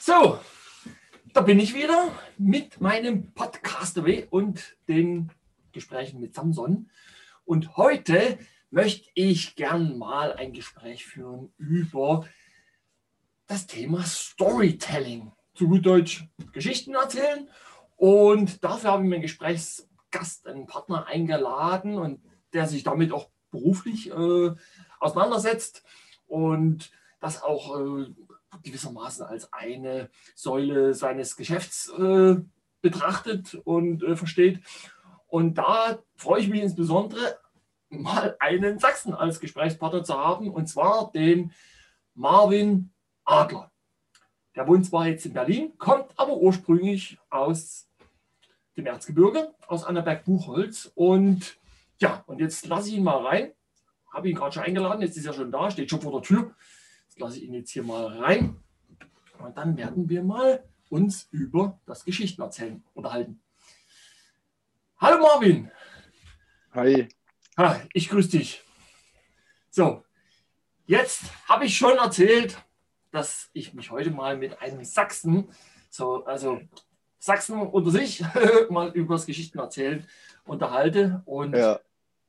So, da bin ich wieder mit meinem Podcastaway und den Gesprächen mit Samson. Und heute möchte ich gern mal ein Gespräch führen über das Thema Storytelling. Zu gut Deutsch Geschichten erzählen. Und dafür habe ich mir einen Gesprächsgast, einen Partner eingeladen und der sich damit auch beruflich auseinandersetzt und das auch gewissermaßen als eine Säule seines Geschäfts betrachtet und versteht. Und da freue ich mich insbesondere, mal einen Sachsen als Gesprächspartner zu haben, und zwar den Marvin Adler. Der wohnt zwar jetzt in Berlin, kommt aber ursprünglich aus dem Erzgebirge, aus Annaberg-Buchholz. Und ja, und jetzt lasse ich ihn mal rein. Habe ihn gerade schon eingeladen, jetzt ist er schon da, steht schon vor der Tür. Jetzt lasse ich ihn jetzt hier mal rein. Und dann werden wir mal uns über das Geschichtenerzählen unterhalten. Hallo Marvin. Hi. Ha, ich grüße dich. So, jetzt habe ich schon erzählt, dass ich mich heute mal mit einem Sachsen, also Sachsen unter sich, mal über das Geschichtenerzählen unterhalte. Und Ja.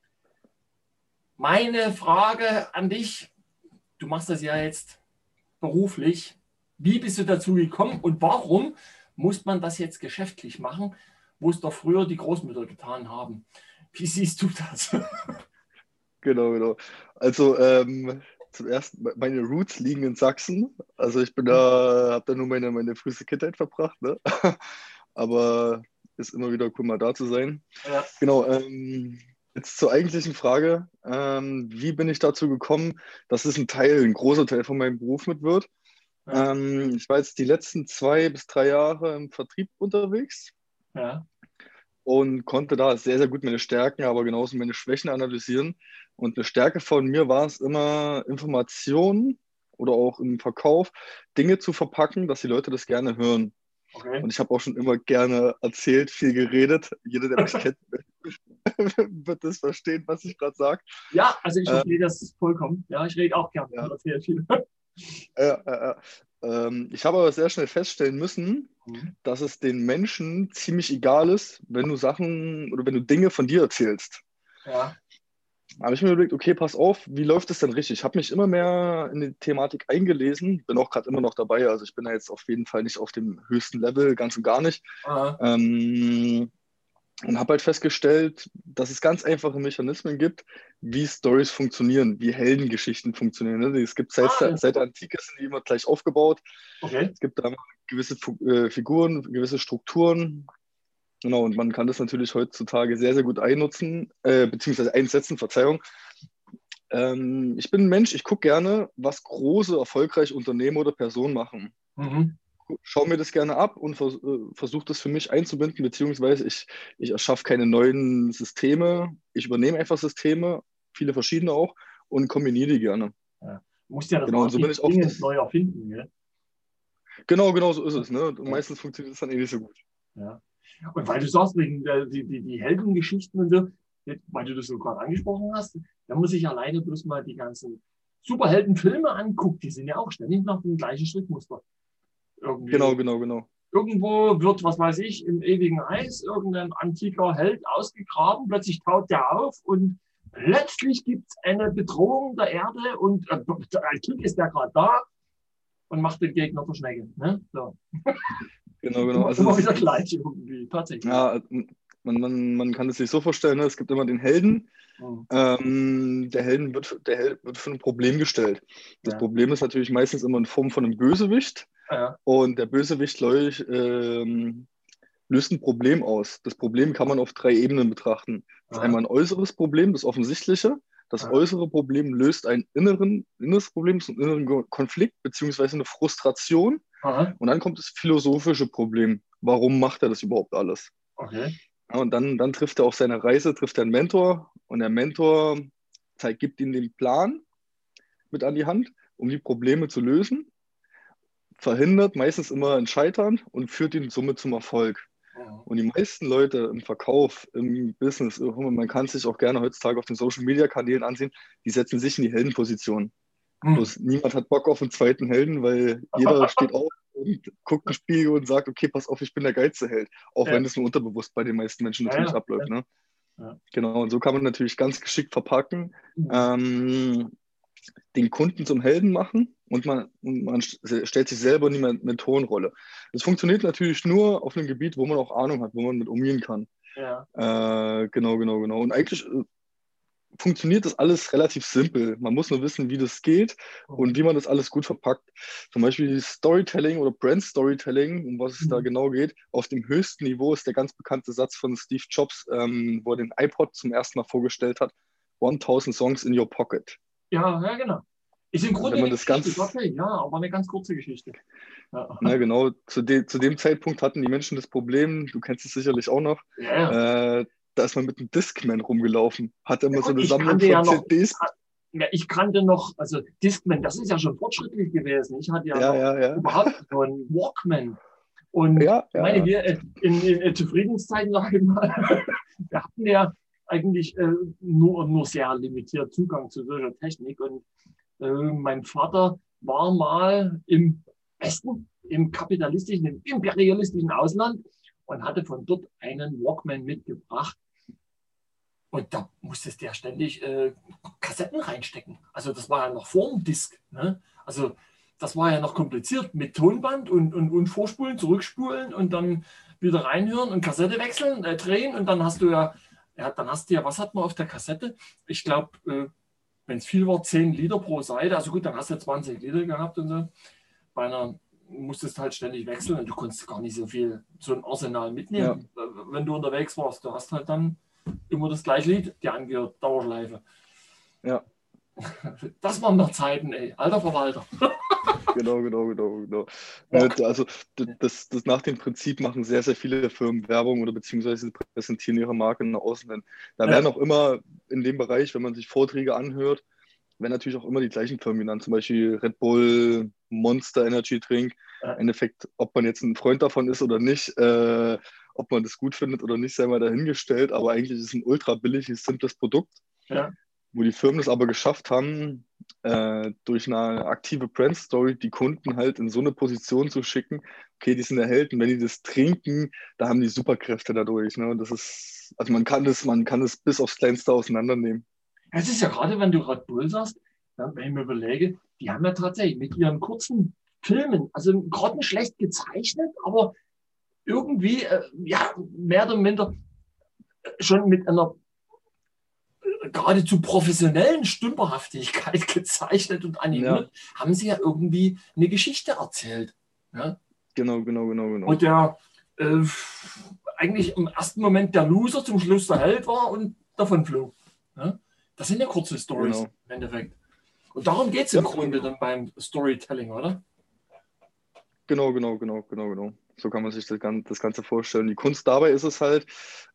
meine Frage an dich, du machst das ja jetzt beruflich. Wie bist du dazu gekommen und warum muss man das jetzt geschäftlich machen, wo es doch früher die Großmütter getan haben? Wie siehst du das? Genau. Also zum ersten, meine Roots liegen in Sachsen. Also ich bin da, habe da nur meine früheste Kindheit verbracht, ne? Aber ist immer wieder cool, mal da zu sein. Ja. Genau, jetzt zur eigentlichen Frage. Wie bin ich dazu gekommen, dass es ein großer Teil von meinem Beruf mit wird? Ja. Ich war jetzt die letzten 2 bis 3 Jahre im Vertrieb unterwegs. Ja. Und konnte da sehr, sehr gut meine Stärken, aber genauso meine Schwächen analysieren. Und eine Stärke von mir war es immer, Informationen oder auch im Verkauf Dinge zu verpacken, dass die Leute das gerne hören. Okay. Und ich habe auch schon immer gerne erzählt, viel geredet. Jeder, der mich kennt, wird das verstehen, was ich gerade sage. Ja, also ich verstehe das vollkommen. Ja, ich rede auch gerne. Ja. Das sehr viel. Ich habe aber sehr schnell feststellen müssen, dass es den Menschen ziemlich egal ist, wenn du Sachen oder wenn du Dinge von dir erzählst. Ja. Habe ich mir überlegt, okay, pass auf, wie läuft es denn richtig? Ich habe mich immer mehr in die Thematik eingelesen, bin auch gerade immer noch dabei, also ich bin da jetzt auf jeden Fall nicht auf dem höchsten Level, ganz und gar nicht. Und habe halt festgestellt, dass es ganz einfache Mechanismen gibt, wie Stories funktionieren, wie Heldengeschichten funktionieren. Ne? Es gibt seit der Antike sind die immer gleich aufgebaut. Okay. Es gibt da gewisse Figuren, gewisse Strukturen. Genau, und man kann das natürlich heutzutage sehr, sehr gut beziehungsweise einsetzen, Verzeihung. Ich bin ein Mensch, ich gucke gerne, was große, erfolgreiche Unternehmen oder Personen machen. Schaue mir das gerne ab und versuche das für mich einzubinden, beziehungsweise ich erschaffe keine neuen Systeme. Ich übernehme einfach Systeme, viele verschiedene auch, und kombiniere die gerne. Ja. Du musst ja das Genau, und so bin ich Dinge neu erfinden. Gell? Genau so ist es. Ne? Und meistens funktioniert es dann nicht so gut. Ja. Und weil du sagst, wegen die Heldengeschichten und so, weil du das so gerade angesprochen hast, da muss ich alleine bloß mal die ganzen Superheldenfilme angucken. Die sind ja auch ständig nach dem gleichen Schrittmuster. Irgendwie. Genau. Irgendwo wird, was weiß ich, im ewigen Eis irgendein antiker Held ausgegraben, plötzlich taucht der auf und plötzlich gibt es eine Bedrohung der Erde und ein Glück ist der gerade da und macht den Gegner zur Schnecke. Ne? So. Genau. Also immer wieder gleich irgendwie, tatsächlich. Ja, man kann es sich so vorstellen, ne? Es gibt immer den Helden. Der Held wird für ein Problem gestellt. Das Problem ist natürlich meistens immer in Form von einem Bösewicht. Ja. Und der Bösewicht löst ein Problem aus. Das Problem kann man auf 3 Ebenen betrachten. Das ist einmal ein äußeres Problem, das Offensichtliche. Das äußere Problem löst ein inneres Problem, einen inneren Konflikt beziehungsweise eine Frustration. Und dann kommt das philosophische Problem. Warum macht er das überhaupt alles? Okay. Ja, und dann trifft er auf seiner Reise, einen Mentor. Und der Mentor gibt ihm den Plan mit an die Hand, um die Probleme zu lösen. Verhindert meistens immer ein Scheitern und führt ihn somit zum Erfolg. Und die meisten Leute im Verkauf, im Business, man kann es sich auch gerne heutzutage auf den Social-Media-Kanälen ansehen, die setzen sich in die Heldenposition. Bloß niemand hat Bock auf einen zweiten Helden, weil jeder steht auf und guckt im Spiegel und sagt, okay, pass auf, ich bin der geilste Held. Auch Ja. wenn das nur unterbewusst bei den meisten Menschen natürlich abläuft. Ne? Ja. Genau, und so kann man natürlich ganz geschickt verpacken, Mhm. den Kunden zum Helden machen und man stellt sich selber in die Mentorenrolle. Das funktioniert natürlich nur auf einem Gebiet, wo man auch Ahnung hat, wo man mit umgehen kann. Ja. Genau, genau, genau. Und eigentlich funktioniert das alles relativ simpel. Man muss nur wissen, wie das geht und wie man das alles gut verpackt. Zum Beispiel Storytelling oder Brand Storytelling, um was es da genau geht. Auf dem höchsten Niveau ist der ganz bekannte Satz von Steve Jobs, wo er den iPod zum ersten Mal vorgestellt hat: 1000 Songs in your pocket. Ja, ja, genau. Ist im Und Grunde wenn man eine das Geschichte, ganz, okay, ja, aber eine ganz kurze Geschichte. Ja, genau, zu dem Zeitpunkt hatten die Menschen das Problem, du kennst es sicherlich auch noch, ja, ja. da ist man mit einem Discman rumgelaufen, hat Ja immer so gut, eine Sammlung von CDs. ich kannte noch, also Discman, das ist ja schon fortschrittlich gewesen. Ich hatte ja Ja, noch ja, ja. überhaupt so einen Walkman. Und Ja, ich meine, ja, wir in Zufriedenszeiten, sage ich mal, wir hatten ja eigentlich nur sehr limitiert Zugang zu solcher Technik. Und mein Vater war mal im Westen, im kapitalistischen, im imperialistischen Ausland und hatte von dort einen Walkman mitgebracht. Und da musstest du ja ständig Kassetten reinstecken. Also das war ja noch vor dem Disc. Ne? Also das war ja noch kompliziert mit Tonband und Vorspulen, Zurückspulen und dann wieder reinhören und Kassette wechseln, drehen und dann hast du ja, was hat man auf der Kassette? Ich glaube, wenn es viel war, 10 Liter pro Seite. Also gut, dann hast du 20 Liter gehabt und so. Bei einer musstest halt ständig wechseln und du konntest gar nicht so ein Arsenal mitnehmen, wenn du unterwegs warst. Du hast halt dann immer das gleiche Lied, die angehört, Dauerschleife. ja. Das waren noch Zeiten, ey. Alter Verwalter. Genau. Bock. Also das nach dem Prinzip machen sehr, sehr viele Firmen Werbung oder beziehungsweise präsentieren ihre Marke nach außen hin. Da Ja, werden auch immer in dem Bereich, wenn man sich Vorträge anhört, werden natürlich auch immer die gleichen Firmen genannt, zum Beispiel Red Bull, Monster Energy Drink. Im Endeffekt, ob man jetzt ein Freund davon ist oder nicht, ob man das gut findet oder nicht, sei mal dahingestellt, aber eigentlich ist es ein ultra billiges, simples Produkt, ja. wo die Firmen es aber geschafft haben, durch eine aktive Brand-Story die Kunden halt in so eine Position zu schicken, okay, die sind der Held und wenn die das trinken, da haben die Superkräfte dadurch. Ne? Und das ist, also man kann es bis aufs Kleinste auseinandernehmen. Es ist ja gerade, wenn du Red Bull sagst, ja, wenn ich mir überlege, die haben ja tatsächlich mit ihren kurzen Filmen, also grottenschlecht gezeichnet, aber irgendwie, ja, mehr oder minder schon mit einer geradezu professionellen Stümperhaftigkeit gezeichnet und Ja, animiert, haben sie ja irgendwie eine Geschichte erzählt. Ja? genau. Wo der äh, eigentlich im ersten Moment der Loser, zum Schluss der Held war und davon flog. Ja? Das sind ja kurze Stories Genau. im Endeffekt. Und darum geht es im Ja, Grunde dann beim Storytelling, oder? genau. So kann man sich das Ganze vorstellen. Die Kunst dabei ist es halt,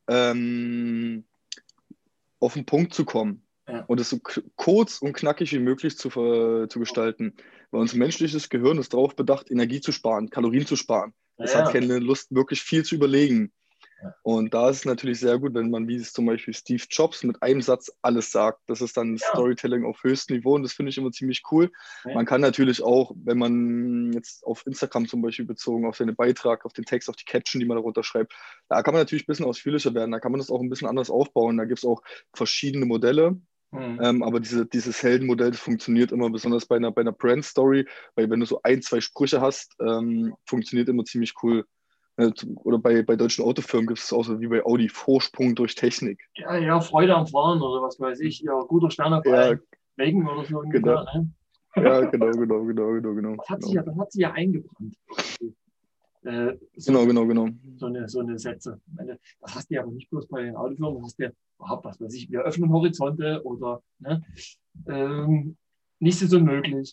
auf den Punkt zu kommen Ja, und es so kurz und knackig wie möglich zu gestalten. Weil unser menschliches Gehirn ist darauf bedacht, Energie zu sparen, Kalorien zu sparen. ja, Es hat ja. keine Lust, wirklich viel zu überlegen. Ja. Und da ist es natürlich sehr gut, wenn man, wie es zum Beispiel Steve Jobs, mit einem Satz alles sagt. Das ist dann Ja. Storytelling auf höchstem Niveau und das finde ich immer ziemlich cool. Man kann natürlich auch, wenn man jetzt auf Instagram zum Beispiel bezogen, auf seinen Beitrag, auf den Text, auf die Caption, die man darunter schreibt, da kann man natürlich ein bisschen ausführlicher werden. Da kann man das auch ein bisschen anders aufbauen. Da gibt es auch verschiedene Modelle. Hm. Aber dieses Heldenmodell, das funktioniert immer, besonders bei einer Brand-Story, weil wenn du so ein, zwei Sprüche hast, funktioniert immer ziemlich cool. Oder bei deutschen Autofirmen gibt es auch so wie bei Audi Vorsprung durch Technik. Ja, ja, Freude am Fahren oder was weiß ich, ja, guter Stern auf Ja, allen Wegen oder so genau. ungefähr. Ne? Ja, genau. Das hat sie ja eingebrannt. So, Genau. so eine Sätze. Ich meine, das hast du ja aber nicht bloß bei den Autofirmen, das hast du ja überhaupt, was weiß ich, wir öffnen Horizonte oder ne, nichts ist unmöglich.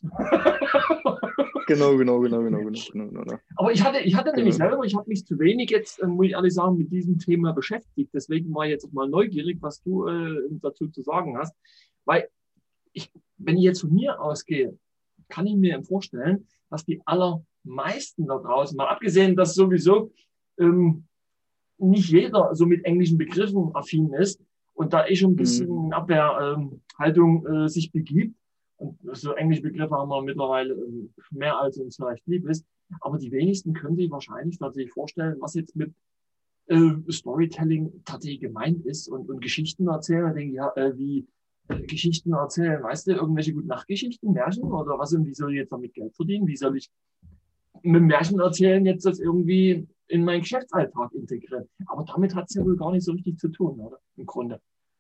Genau. Aber ich hatte nämlich Genau. selber, ich habe mich zu wenig jetzt, muss ich ehrlich sagen, mit diesem Thema beschäftigt. Deswegen war ich jetzt auch mal neugierig, was du dazu zu sagen hast. Weil wenn ich jetzt von mir ausgehe, kann ich mir vorstellen, dass die allermeisten da draußen, mal abgesehen, dass sowieso nicht jeder so mit englischen Begriffen affin ist und da schon ein Mhm. bisschen Abwehrhaltung sich begibt, Und so englische Begriffe haben wir mittlerweile mehr als uns vielleicht lieb ist. Aber die wenigsten können sich wahrscheinlich tatsächlich vorstellen, was jetzt mit Storytelling tatsächlich gemeint ist und Geschichten erzählen. Ich denke, ja, wie Geschichten erzählen, weißt du, irgendwelche Gute-Nacht-Geschichten, Märchen oder was und wie soll ich jetzt damit Geld verdienen? Wie soll ich mit Märchen erzählen jetzt das irgendwie in meinen Geschäftsalltag integrieren? Aber damit hat es ja wohl gar nicht so richtig zu tun, oder? Im Grunde.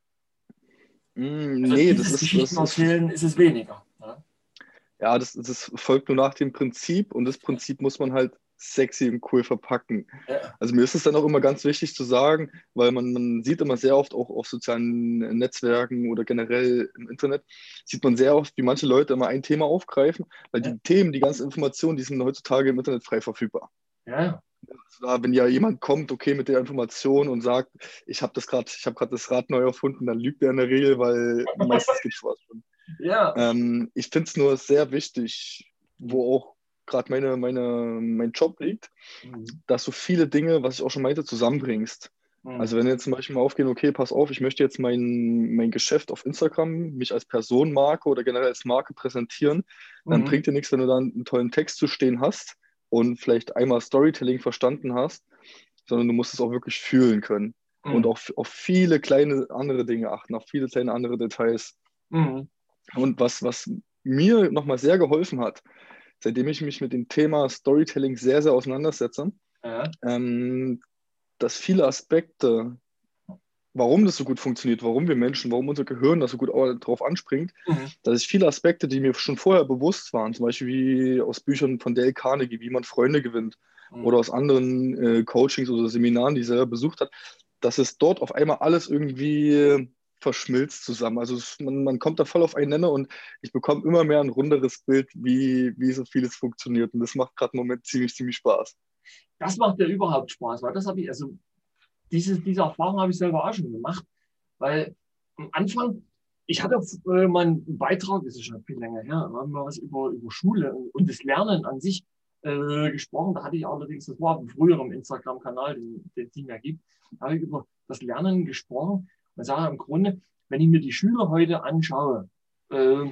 Also Nee, dieses Geschichten erzählen ist es weniger. Ja, ja, das folgt nur nach dem Prinzip und das Prinzip muss man halt sexy und cool verpacken. ja, Also mir ist es dann auch immer ganz wichtig zu sagen, weil man sieht immer sehr oft auch auf sozialen Netzwerken oder generell im Internet, sieht man sehr oft, wie manche Leute immer ein Thema aufgreifen, weil ja, die Themen, die ganzen Informationen, die sind heutzutage im Internet frei verfügbar. ja, Also da, wenn ja jemand kommt, okay, mit der Information und sagt, ich habe gerade das Rad neu erfunden, dann lügt er in der Regel, weil meistens gibt es sowas schon. ja. Ich finde es nur sehr wichtig, Mhm. wo auch gerade mein Job liegt, Mhm. dass du viele Dinge, was ich auch schon meinte, zusammenbringst. Also Mhm. wenn wir jetzt zum Beispiel mal aufgehen, okay, pass auf, ich möchte jetzt mein Geschäft auf Instagram, mich als Personenmarke oder generell als Marke präsentieren, dann Mhm. bringt dir nichts, wenn du da einen tollen Text zu stehen hast und vielleicht einmal Storytelling verstanden hast, sondern du musst es auch wirklich fühlen können und Mhm. auch auf viele kleine andere Dinge achten, auf viele kleine andere Details. Mhm. Und was mir nochmal sehr geholfen hat, seitdem ich mich mit dem Thema Storytelling sehr, sehr auseinandersetze, Ja. ähm, dass viele Aspekte, warum das so gut funktioniert, warum wir Menschen, warum unser Gehirn das so gut darauf anspringt, Mhm. dass ich viele Aspekte, die mir schon vorher bewusst waren, zum Beispiel wie aus Büchern von Dale Carnegie, wie man Freunde gewinnt, oder Mhm. aus anderen Coachings oder Seminaren, die ich selber besucht hat, dass es dort auf einmal alles irgendwie verschmilzt zusammen. Also man kommt da voll auf einen Nenner und ich bekomme immer mehr ein runderes Bild, wie so vieles funktioniert. Und das macht gerade im Moment ziemlich, ziemlich Spaß. Das macht ja überhaupt Spaß, weil das habe ich, also diese Erfahrung habe ich selber auch schon gemacht, weil am Anfang, ich hatte mal einen Beitrag, das ist schon viel länger her, da haben wir was über Schule und das Lernen an sich gesprochen. Da hatte ich allerdings, das war auf einem früheren Instagram-Kanal, den es nicht mehr gibt, da habe ich über das Lernen gesprochen und sage im Grunde, wenn ich mir die Schüler heute anschaue, äh,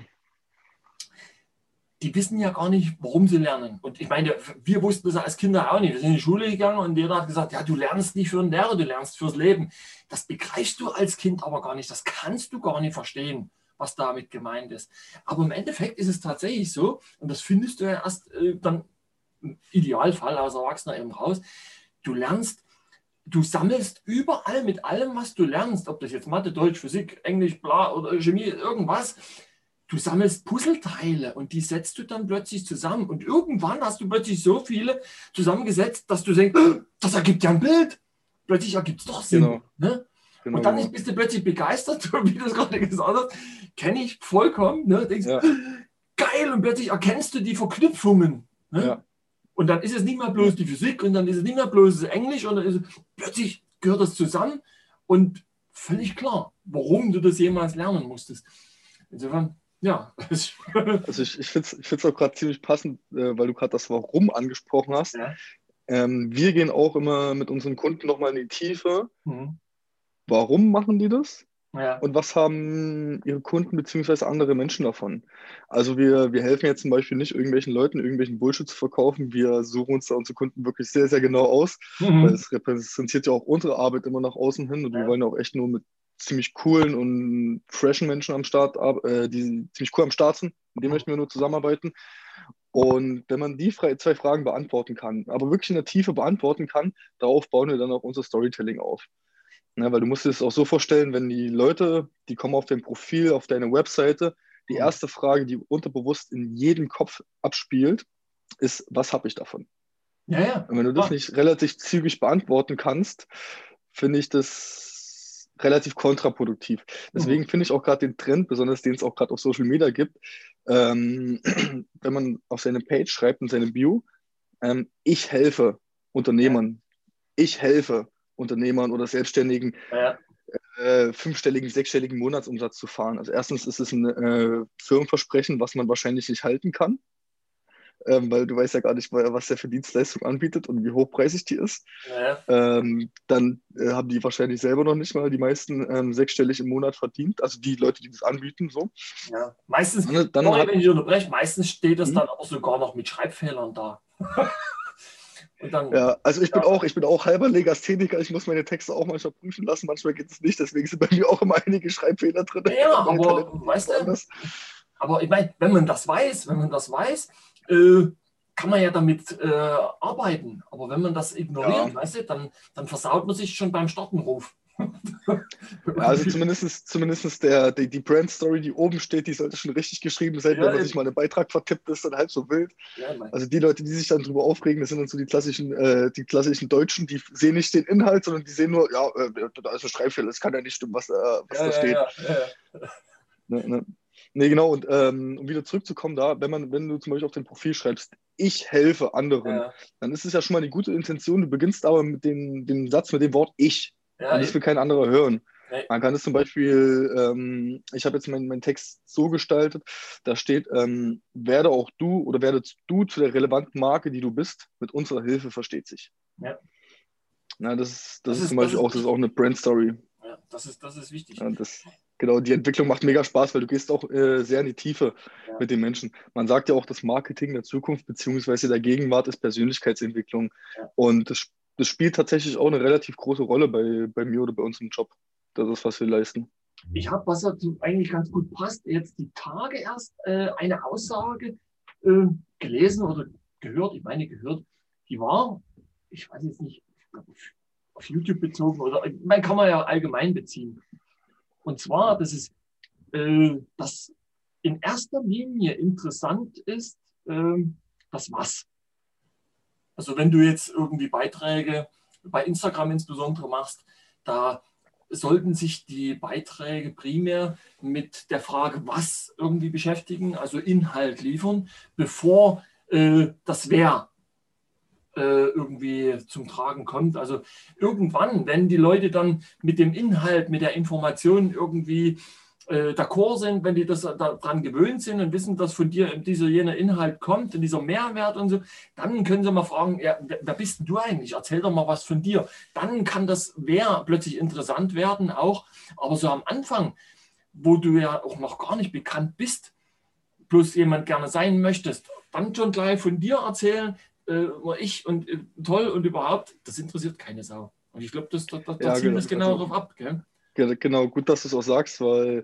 die wissen ja gar nicht, warum sie lernen. Und ich meine, wir wussten das als Kinder auch nicht. Wir sind in die Schule gegangen und jeder hat gesagt, ja, du lernst nicht für einen Lehrer, du lernst fürs Leben. Das begreifst du als Kind aber gar nicht. Das kannst du gar nicht verstehen, was damit gemeint ist. Aber im Endeffekt ist es tatsächlich so, und das findest du ja erst dann im Idealfall als Erwachsener eben raus, du lernst, du sammelst überall mit allem, was du lernst, ob das jetzt Mathe, Deutsch, Physik, Englisch, bla oder Chemie, irgendwas, du sammelst Puzzleteile und die setzt du dann plötzlich zusammen. Und irgendwann hast du plötzlich so viele zusammengesetzt, dass du denkst, das ergibt ja ein Bild. Plötzlich ergibt es doch Sinn. Genau, Ne? Und genau, dann genau. bist du plötzlich begeistert, wie du es gerade gesagt hast. Kenne ich vollkommen. Ne? Denkst, Ja, geil, und plötzlich erkennst du die Verknüpfungen. Ne? ja, Und dann ist es nicht mehr ja. bloß die Physik und dann ist es nicht mehr bloß das Englisch und dann ist es, plötzlich gehört das zusammen und völlig klar, warum du das jemals lernen musstest. Insofern, ja. Also ich finde es auch gerade ziemlich passend, weil du gerade das Warum angesprochen hast. Ja. Wir gehen auch immer mit unseren Kunden nochmal in die Tiefe. Mhm. Warum machen die das? Ja. Und was haben ihre Kunden bzw. andere Menschen davon? Also wir helfen jetzt zum Beispiel nicht irgendwelchen Leuten, irgendwelchen Bullshit zu verkaufen. Wir suchen uns da unsere Kunden wirklich sehr, sehr genau aus, weil Mhm. es repräsentiert ja auch unsere Arbeit immer nach außen hin und wir Ja. wollen ja auch echt nur mit ziemlich coolen und freshen Menschen am Start, die ziemlich cool am Start sind. Mit denen möchten wir nur zusammenarbeiten. Und wenn man die zwei Fragen beantworten kann, aber wirklich in der Tiefe beantworten kann, darauf bauen wir dann auch unser Storytelling auf. Ja, weil du musst dir das auch so vorstellen, wenn die Leute, die kommen auf dein Profil, auf deine Webseite, die Mhm. erste Frage, die unterbewusst in jedem Kopf abspielt, ist, was habe ich davon? Ja, ja. Und wenn du das Ah. nicht relativ zügig beantworten kannst, finde ich das relativ kontraproduktiv. Mhm. Deswegen finde ich auch gerade den Trend, besonders den es auch gerade auf Social Media gibt, ähm, wenn man auf seine Page schreibt, in seine Bio, ich helfe Ja. Unternehmern, ich helfe Unternehmern oder Selbstständigen, Ja. fünfstelligen, sechsstelligen Monatsumsatz zu fahren. Also erstens ist es ein Firmenversprechen, was man wahrscheinlich nicht halten kann. weil du weißt ja gar nicht, was der für Dienstleistung anbietet und wie hochpreisig die ist. Ja, Dann haben die wahrscheinlich selber noch nicht mal die meisten sechsstellig im Monat verdient, also die Leute, die das anbieten. So. ja. Meistens, Dann sorry, hat, wenn ich unterbreche, meistens steht das hm? dann aber sogar noch mit Schreibfehlern da. Und dann, Ja, also ja, ich bin auch halber Legastheniker, ich muss meine Texte auch manchmal prüfen lassen, manchmal geht es nicht, deswegen sind bei mir auch immer einige Schreibfehler drin. ja, Meine aber Talente liegen weißt du, woanders. aber ich meine, wenn man das weiß, kann man ja damit arbeiten. Aber wenn man das Ja, ignoriert, weißt du, dann versaut man sich schon beim Startenruf. ja, also zumindest die Brand-Story, die oben steht, die sollte schon richtig geschrieben sein. Wenn Ja, man sich mal einen Beitrag vertippt, ist dann halb so wild. ja, mein. Also die Leute, die sich dann drüber aufregen, das sind dann so die klassischen Deutschen, die sehen nicht den Inhalt, sondern die sehen nur, ja, da ist ein Schreibfehler, das kann ja nicht stimmen, was Ja, da ja, steht. ja, ja. Ne, ne. Nee, genau, und um wieder zurückzukommen da, wenn du zum Beispiel auf dein Profil schreibst, ich helfe anderen, Ja, dann ist es ja schon mal eine gute Intention. Du beginnst aber mit dem Satz, mit dem Wort ich. ja, Und das will eben. kein anderer hören. Nee. Man kann es zum Beispiel, ich habe jetzt meinen Text so gestaltet, da steht, werde auch du oder werdest du zu der relevanten Marke, die du bist, mit unserer Hilfe versteht sich. Ja. Na, das ist zum Das Beispiel ist auch, das ist auch wichtig. eine Brand-Story. Ja, das ist wichtig. Ja, genau, die Entwicklung macht mega Spaß, weil du gehst auch sehr in die Tiefe Ja. mit den Menschen. Man sagt ja auch, das Marketing der Zukunft beziehungsweise der Gegenwart ist Persönlichkeitsentwicklung. Ja. Und das spielt tatsächlich auch eine relativ große Rolle bei mir oder bei uns im Job. Das ist, was wir leisten. Ich habe, was dazu eigentlich ganz gut passt, jetzt die Tage erst eine Aussage gelesen oder gehört, ich meine gehört, die war, ich weiß jetzt nicht, ich glaub, auf YouTube bezogen oder man kann man ja allgemein beziehen. Und zwar, dass in erster Linie interessant ist, das Was. Also wenn du jetzt irgendwie Beiträge bei Instagram insbesondere machst, da sollten sich die Beiträge primär mit der Frage, was irgendwie beschäftigen, also Inhalt liefern, bevor das Wer irgendwie zum Tragen kommt. Also irgendwann, wenn die Leute dann mit dem Inhalt, mit der Information irgendwie d'accord sind, wenn die das daran gewöhnt sind und wissen, dass von dir dieser jener Inhalt kommt und dieser Mehrwert und so, dann können sie mal fragen, ja, wer bist denn du eigentlich? Erzähl doch mal was von dir. Dann kann das Wer plötzlich interessant werden auch. Aber so am Anfang, wo du ja auch noch gar nicht bekannt bist, bloß jemand gerne sein möchtest, dann schon gleich von dir erzählen, ich und toll und überhaupt, das interessiert keine Sau. Und ich glaube, da Ja, zielt genau. es genau Also darauf ab. Gell? genau, gut, dass du es auch sagst, weil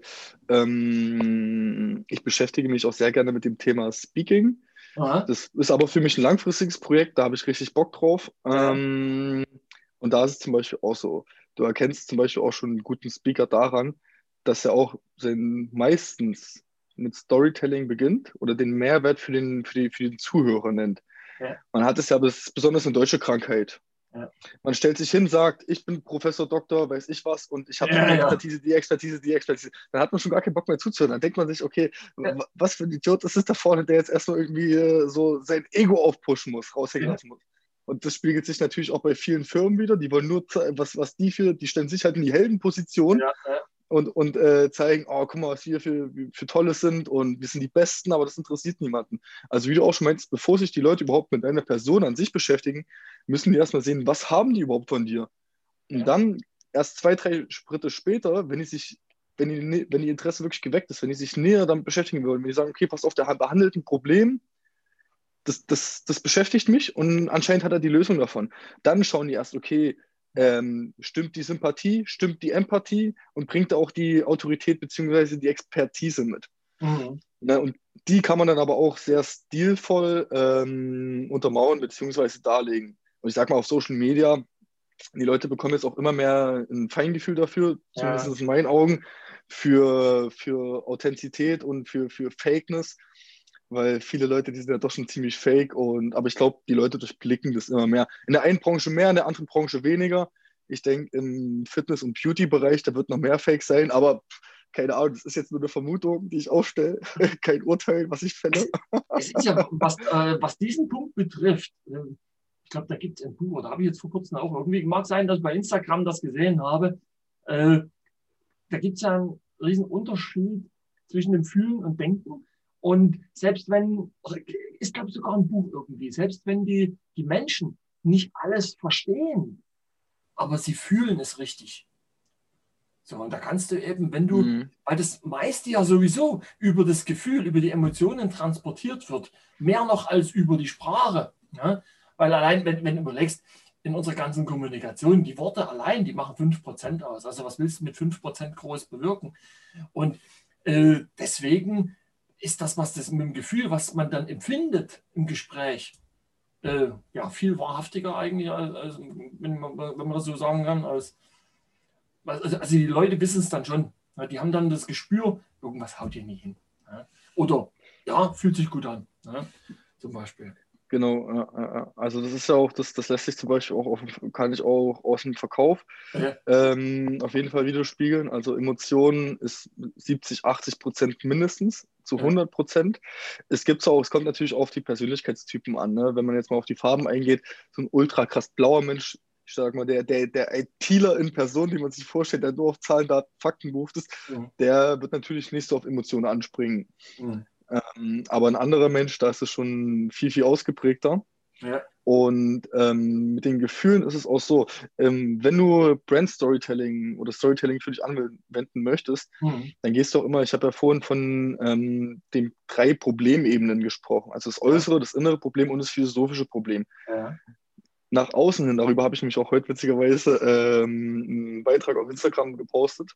ich beschäftige mich auch sehr gerne mit dem Thema Speaking. Aha, Das ist aber für mich ein langfristiges Projekt, da habe ich richtig Bock drauf. ja, Und da ist es zum Beispiel auch so. Du erkennst zum Beispiel auch schon einen guten Speaker daran, dass er auch meistens mit Storytelling beginnt oder den Mehrwert für den Zuhörer nennt. ja, Man hat es ja, das ist besonders eine deutsche Krankheit. ja, Man stellt sich hin, sagt, ich bin Professor, Doktor, weiß ich was, und ich habe ja, die ja. Expertise, die Expertise, die Expertise. Dann hat man schon gar keinen Bock mehr zuzuhören. Dann denkt man sich, okay, Ja, was für ein Idiot ist es da vorne, der jetzt erstmal irgendwie so sein Ego aufpushen muss, raushängen ja, lassen muss. Und das spiegelt sich natürlich auch bei vielen Firmen wieder. Die wollen nur, was die stellen sich halt in die Heldenposition ja, ja, und zeigen, oh, guck mal, was wir für Tolles sind und wir sind die Besten, aber das interessiert niemanden. Also wie du auch schon meinst, bevor sich die Leute überhaupt mit deiner Person an sich beschäftigen, müssen die erstmal sehen, was haben die überhaupt von dir? Und ja, dann erst 2, 3 Schritte später, wenn die Interesse wirklich geweckt ist, wenn die sich näher damit beschäftigen wollen, wenn die sagen, okay, pass auf, der behandelt ein Problem, das beschäftigt mich und anscheinend hat er die Lösung davon. Dann schauen die erst, okay, stimmt die Sympathie, stimmt die Empathie und bringt er auch die Autorität bzw. die Expertise mit. mhm. Ne, und die kann man dann aber auch sehr stilvoll untermauern bzw. darlegen. Und ich sag mal, auf Social Media, die Leute bekommen jetzt auch immer mehr ein Feingefühl dafür, Ja, zumindest in meinen Augen, für Authentizität und für Fakeness, weil viele Leute, die sind ja doch schon ziemlich fake aber ich glaube, die Leute durchblicken das immer mehr. In der einen Branche mehr, in der anderen Branche weniger. Ich denke, im Fitness- und Beauty-Bereich, da wird noch mehr Fake sein, aber keine Ahnung, das ist jetzt nur eine Vermutung, die ich aufstelle. Kein Urteil, was ich fälle. es ist ja, was diesen Punkt betrifft, ich glaube, da gibt es ein Buch, oder habe ich jetzt vor kurzem auch irgendwie, mag sein, dass ich bei Instagram das gesehen habe, äh, da gibt es ja einen riesen Unterschied zwischen dem Fühlen und Denken. Und selbst wenn, ist glaube ich sogar ein Buch irgendwie, selbst wenn die Menschen nicht alles verstehen, aber sie fühlen es richtig. So, und da kannst du eben, wenn du, weil das meiste ja sowieso über das Gefühl, über die Emotionen transportiert wird, mehr noch als über die Sprache. Ja? Weil allein, wenn du überlegst, in unserer ganzen Kommunikation, die Worte allein, die machen 5% aus. Also was willst du mit 5% groß bewirken? Und deswegen ist das, was das mit dem Gefühl, was man dann empfindet im Gespräch, ja, viel wahrhaftiger eigentlich, als wenn man das so sagen kann, also die Leute wissen es dann schon. Ja, die haben dann das Gespür, irgendwas haut hier nicht hin. Ja. Oder, ja, fühlt sich gut an. Ja, zum Beispiel. Genau, also das ist ja auch, das lässt sich zum Beispiel auch, kann ich auch aus dem Verkauf auf jeden Fall widerspiegeln. Also Emotionen ist 70-80% mindestens zu 100%. Es kommt natürlich auf die Persönlichkeitstypen an. Ne? Wenn man jetzt mal auf die Farben eingeht, so ein ultra krass blauer Mensch, ich sag mal, der ITler in Person, die man sich vorstellt, der nur auf Zahlen, Daten, Fakten beruft ist, der wird natürlich nicht so auf Emotionen anspringen. Aber ein anderer Mensch, da ist es schon viel, viel ausgeprägter. Ja. Und mit den Gefühlen ist es auch so, wenn du Brand Storytelling oder Storytelling für dich anwenden möchtest, dann gehst du auch immer, ich habe ja vorhin von den 3 Problemebenen gesprochen, also das äußere, das innere Problem und das philosophische Problem. Ja. Nach außen hin, darüber habe ich nämlich auch heute witzigerweise einen Beitrag auf Instagram gepostet.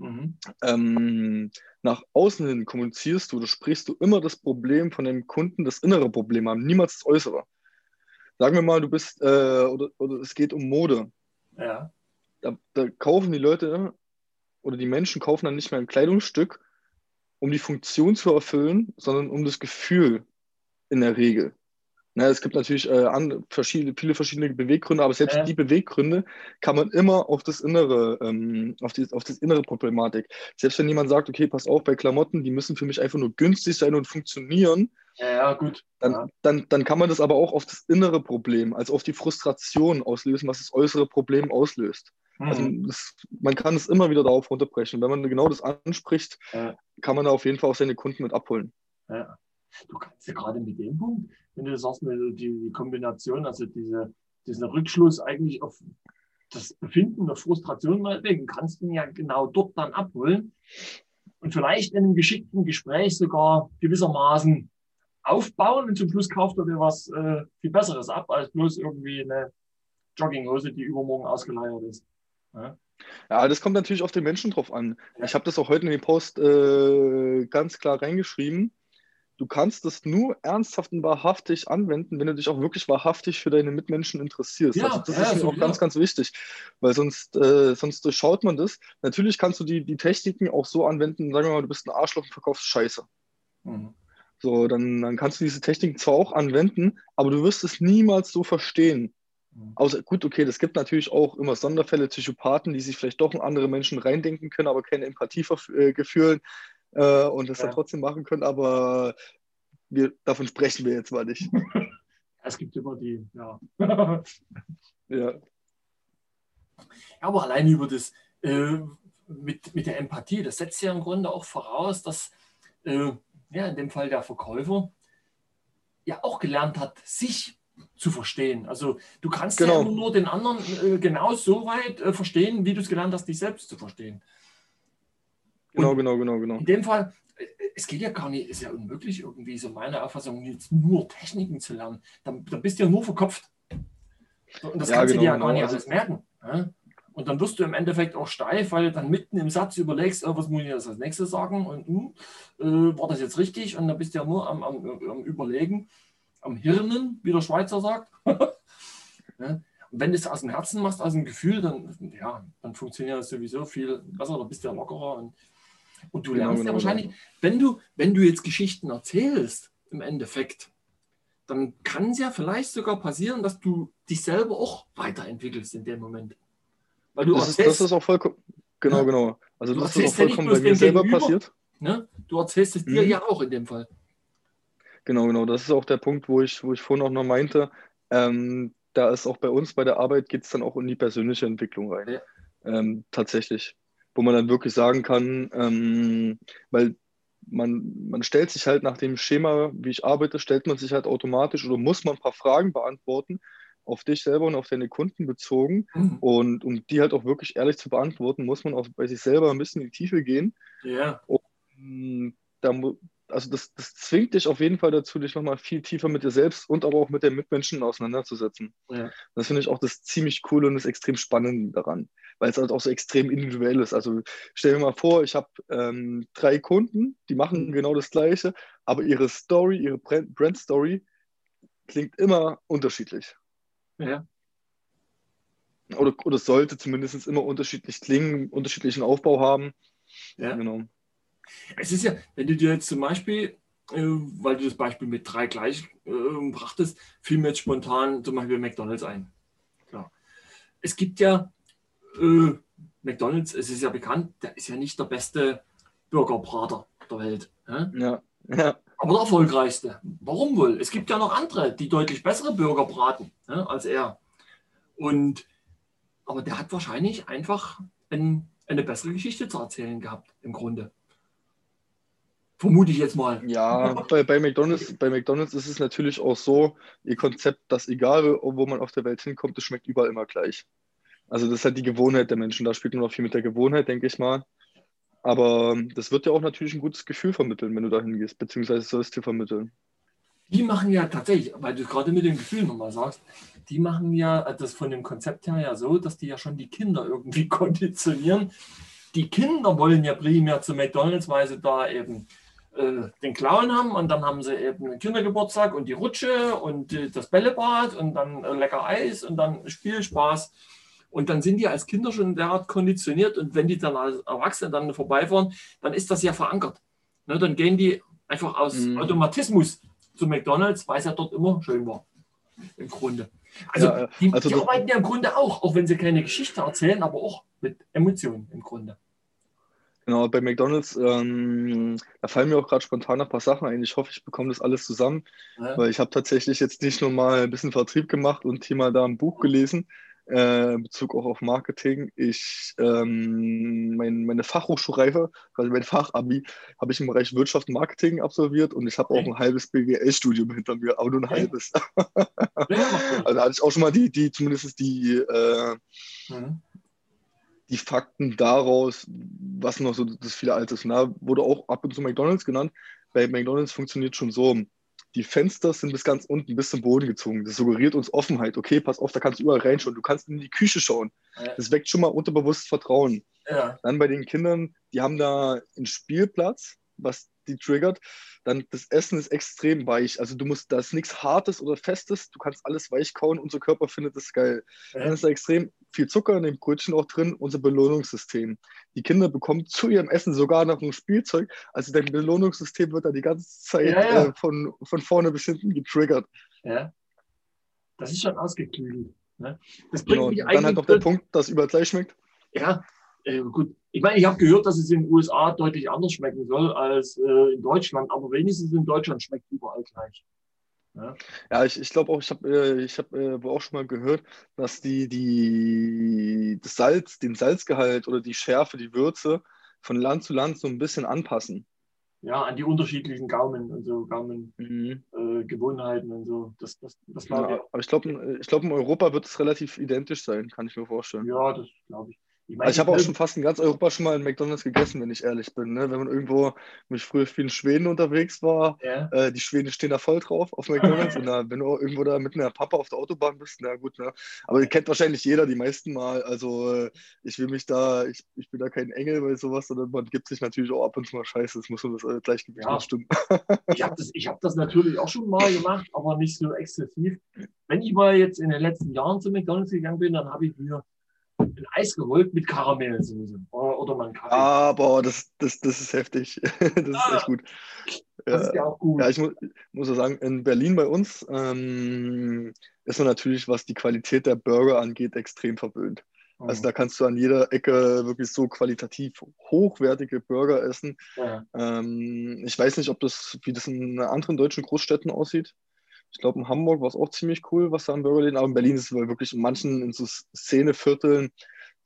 Nach außen hin kommunizierst du sprichst du immer das Problem von dem Kunden, das innere Problem haben, niemals das äußere. Sagen wir mal, du bist, oder es geht um Mode. Ja. Da kaufen die Leute oder die Menschen kaufen dann nicht mehr ein Kleidungsstück, um die Funktion zu erfüllen, sondern um das Gefühl in der Regel. Na, es gibt natürlich viele verschiedene Beweggründe, aber selbst die Beweggründe kann man immer auf das Innere, auf das innere Problematik. Selbst wenn jemand sagt, okay, pass auf, bei Klamotten, die müssen für mich einfach nur günstig sein und funktionieren, Ja, gut. dann kann man das aber auch auf das innere Problem, also auf die Frustration auslösen, was das äußere Problem auslöst. Also man kann es immer wieder darauf runterbrechen. Wenn man genau das anspricht, kann man da auf jeden Fall auch seine Kunden mit abholen. Ja. Du kannst ja gerade mit dem Punkt, wenn du sagst, die Kombination, also diesen Rückschluss eigentlich auf das Befinden der Frustration meinetwegen, kannst du ihn ja genau dort dann abholen und vielleicht in einem geschickten Gespräch sogar gewissermaßen aufbauen und zum Schluss kauft er dir was viel Besseres ab, als bloß irgendwie eine Jogginghose, die übermorgen ausgeleiert ist. Ja, das kommt natürlich auf den Menschen drauf an. Ja. Ich habe das auch heute in den Post ganz klar reingeschrieben. Du kannst das nur ernsthaft und wahrhaftig anwenden, wenn du dich auch wirklich wahrhaftig für deine Mitmenschen interessierst. Ja, also das ist mir auch ganz, ganz wichtig, weil sonst durchschaut man das. Natürlich kannst du die Techniken auch so anwenden, sagen wir mal, du bist ein Arschloch und verkaufst Scheiße. So, dann kannst du diese Techniken zwar auch anwenden, aber du wirst es niemals so verstehen. Außer, gut, okay, das gibt natürlich auch immer Sonderfälle, Psychopathen, die sich vielleicht doch in andere Menschen reindenken können, aber keine Empathie fühlen und das dann trotzdem machen können, aber davon sprechen wir jetzt mal nicht. Es gibt immer die, ja. Ja. Aber allein über das, mit der Empathie, das setzt ja im Grunde auch voraus, dass ja, in dem Fall der Verkäufer ja auch gelernt hat, sich zu verstehen. Also du kannst ja immer nur den anderen genau so weit verstehen, wie du es gelernt hast, dich selbst zu verstehen. Genau. In dem Fall, es geht ja gar nicht, ist ja unmöglich irgendwie, so meine Auffassung, jetzt nur Techniken zu lernen. Dann bist du ja nur verkopft. Und das kannst du dir ja gar nicht alles merken. Ja? Und dann wirst du im Endeffekt auch steif, weil du dann mitten im Satz überlegst, was muss ich jetzt als nächstes sagen und war das jetzt richtig? Und dann bist du ja nur am Überlegen, am Hirnen, wie der Schweizer sagt. Ja? Und wenn du es aus dem Herzen machst, aus dem Gefühl, dann funktioniert das sowieso viel besser, da bist du ja lockerer. Und du lernst ja wahrscheinlich, wenn du jetzt Geschichten erzählst, im Endeffekt, dann kann es ja vielleicht sogar passieren, dass du dich selber auch weiterentwickelst in dem Moment. Weil du das ist auch vollkommen, genau. Also du das ist auch vollkommen bei mir selber passiert. Ne? Du erzählst es dir ja auch in dem Fall. Genau. Das ist auch der Punkt, wo ich vorhin auch noch meinte, da ist auch bei uns bei der Arbeit, geht es dann auch in die persönliche Entwicklung rein. Ja. Tatsächlich. Wo man dann wirklich sagen kann, weil man stellt sich halt nach dem Schema, wie ich arbeite, stellt man sich halt automatisch oder muss man ein paar Fragen beantworten, auf dich selber und auf deine Kunden bezogen. Mhm. Und um die halt auch wirklich ehrlich zu beantworten, muss man auch bei sich selber ein bisschen in die Tiefe gehen. Ja, Und da, also das zwingt dich auf jeden Fall dazu, dich nochmal viel tiefer mit dir selbst und aber auch mit den Mitmenschen auseinanderzusetzen. ja. Das finde ich auch das ziemlich Coole und das extrem Spannende daran, weil es halt auch so extrem individuell ist. Also stell dir mal vor, ich habe 3 Kunden, die machen Mhm. genau das Gleiche, aber ihre Story, ihre Brand-Story klingt immer unterschiedlich. Ja, Oder sollte zumindest immer unterschiedlich klingen, unterschiedlichen Aufbau haben. ja. Genau. Es ist ja, wenn du dir jetzt zum Beispiel, weil du das Beispiel mit drei gleich brachtest, fiel mir jetzt spontan zum Beispiel McDonald's ein. Klar. Es gibt ja äh, McDonald's, es ist ja bekannt, der ist ja nicht der beste Burgerbrater der Welt. Ja? Ja, ja, Aber der erfolgreichste. Warum wohl? Es gibt ja noch andere, die deutlich bessere Burger braten, ja, als er. Und, aber der hat wahrscheinlich einfach eine bessere Geschichte zu erzählen gehabt, im Grunde. Vermute ich jetzt mal. ja. Bei McDonald's ist es natürlich auch so, ihr Konzept, dass egal, wo man auf der Welt hinkommt, es schmeckt überall immer gleich. Also das ist halt die Gewohnheit der Menschen. Da spielt man auch viel mit der Gewohnheit, denke ich mal. Aber das wird dir auch natürlich ein gutes Gefühl vermitteln, wenn du da hingehst, beziehungsweise soll es dir vermitteln. Die machen ja tatsächlich, weil du es gerade mit dem Gefühl nochmal sagst, die machen ja das von dem Konzept her ja so, dass die ja schon die Kinder irgendwie konditionieren. Die Kinder wollen ja primär zu McDonald's, weil sie da eben den Clown haben und dann haben sie eben einen Kindergeburtstag und die Rutsche und das Bällebad und dann lecker Eis und dann Spielspaß. Und dann sind die als Kinder schon derart konditioniert und wenn die dann als Erwachsene dann vorbeifahren, dann ist das ja verankert. Ne, dann gehen die einfach aus Mhm. Automatismus zu McDonald's, weil es ja dort immer schön war, im Grunde. Also Ja, die, also die arbeiten ja im Grunde auch wenn sie keine Geschichte erzählen, aber auch mit Emotionen im Grunde. genau, bei McDonald's, da fallen mir auch gerade spontan noch ein paar Sachen ein. Ich hoffe, ich bekomme das alles zusammen, Ja, weil ich habe tatsächlich jetzt nicht nur mal ein bisschen Vertrieb gemacht und hier mal da ein Buch gelesen, in Bezug auch auf Marketing. Meine Fachhochschulreife, also mein Fachabi, habe ich im Bereich Wirtschaft und Marketing absolviert und ich habe auch okay. ein halbes BWL-Studium hinter mir, aber nur ein Okay. halbes. Ja, macht ja Also nichts. da hatte ich auch schon mal zumindest Mhm. die Fakten daraus, was noch so das viele Alte ist. Und da wurde auch ab und zu McDonald's genannt. Bei McDonald's funktioniert schon so. Die Fenster sind bis ganz unten, bis zum Boden gezogen. Das suggeriert uns Offenheit. Okay, pass auf, da kannst du überall reinschauen. Du kannst in die Küche schauen. Ja, Das weckt schon mal unterbewusst Vertrauen. ja, Dann bei den Kindern, die haben da einen Spielplatz, was die triggert. Dann das Essen ist extrem weich. Also da ist nichts Hartes oder Festes. Du kannst alles weich kauen. Unser Körper findet das geil. Dann ja, ist da extrem viel Zucker in dem Brötchen auch drin. Unser Belohnungssystem. Die Kinder bekommen zu ihrem Essen sogar noch ein Spielzeug. Also dein Belohnungssystem wird da die ganze ja, Zeit ja, von vorne bis hinten getriggert. ja. Das ist schon ausgeklügelt. Ne? Das bringt Genau. mich Dann halt eigentlich noch der zu, Punkt, dass überall gleich schmeckt. ja, gut. Ich meine, ich habe gehört, dass es in den USA deutlich anders schmecken soll als in Deutschland, aber wenigstens in Deutschland schmeckt überall gleich. Ja, Ja, ich glaube auch, ich hab wohl auch schon mal gehört, dass den Salzgehalt oder die Schärfe, die Würze von Land zu Land so ein bisschen anpassen. ja, an die unterschiedlichen Gaumen und so, Gaumengewohnheiten Mhm. Gewohnheiten und so. Das glaube ich Ja, auch. aber ich glaub, in Europa wird es relativ identisch sein, kann ich mir vorstellen. Ja, das glaube ich. Ich meine, Also ich habe auch schon dieselben. fast in ganz Europa schon mal in McDonald's gegessen, wenn ich ehrlich bin. Ne? Wenn man irgendwo, wenn ich früher viel in Schweden unterwegs war, Ja. die Schweden stehen da voll drauf auf McDonald's. Und da, wenn du irgendwo da mit einer Papa auf der Autobahn bist, na gut, ne? Aber kennt wahrscheinlich jeder, die meisten mal. Also ich bin da kein Engel bei sowas, sondern man gibt sich natürlich auch ab und zu mal Scheiße. Das muss man das Gleichgewicht muss Ja, stimmen. ich hab das natürlich auch schon mal gemacht, aber nicht so exzessiv. Wenn ich mal jetzt in den letzten Jahren zu McDonald's gegangen bin, dann habe ich mir ein Eis geholt mit Karamellsoße oder mal einen Kaffee. Aber das ist heftig. Das ist echt Ah, gut. das ist Ja, ja auch ja, gut. muss ja sagen, in Berlin bei uns ist man natürlich, was die Qualität der Burger angeht, extrem verwöhnt. Also Hm. da kannst du an jeder Ecke wirklich so qualitativ hochwertige Burger essen. Ja, Ich weiß nicht, wie das in anderen deutschen Großstädten aussieht. Ich glaube, in Hamburg war es auch ziemlich cool, was da an Burgerläden, aber in Berlin ist es wirklich in manchen, in so Szenevierteln,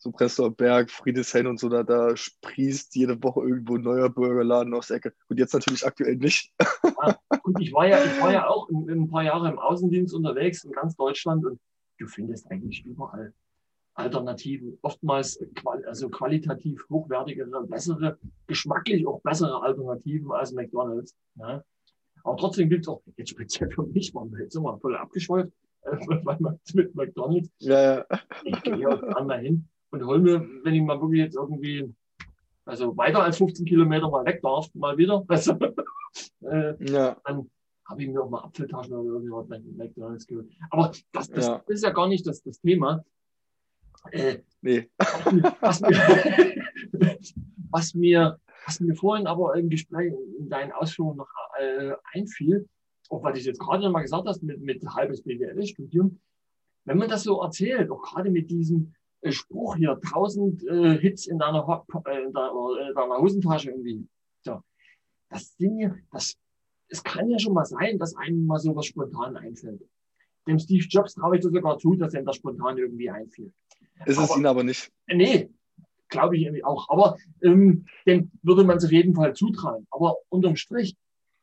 so Prenzlauer Berg, Friedrichshain und so, da sprießt jede Woche irgendwo ein neuer Burgerladen aus der Ecke. Und jetzt natürlich aktuell nicht. Ja, gut, ich war ja auch ein paar Jahre im Außendienst unterwegs in ganz Deutschland und du findest eigentlich überall Alternativen, oftmals also qualitativ hochwertigere, bessere, geschmacklich auch bessere Alternativen als McDonald's. Ja. Aber trotzdem gibt es auch, jetzt speziell für mich, jetzt sind wir voll abgeschweift, mit McDonald's. Ja, ja. Ich gehe ja auch gerne mal hin und hole mir, wenn ich mal wirklich jetzt irgendwie, also weiter als 15 Kilometer mal weg darf, mal wieder, also, Ja, dann habe ich mir auch mal Apfeltaschen oder irgendwas bei McDonald's geholt. Aber das ja. ist ja gar nicht das Thema. Nee. Was mir, was mir, was mir vorhin aber im Gespräch, in deinen Ausführungen noch einfiel, auch was ich jetzt gerade noch mal gesagt hast, mit halbes BWL-Studium, wenn man das so erzählt, auch gerade mit diesem Spruch hier, 1000 Hits in deiner Hosentasche irgendwie, so, es kann ja schon mal sein, dass einem mal sowas spontan einfällt. Dem Steve Jobs traue ich das sogar zu, dass ihm das spontan irgendwie einfiel. Ist es Ihnen aber nicht. Nee, glaube ich irgendwie auch. Aber dem würde man es auf jeden Fall zutrauen. Aber unterm Strich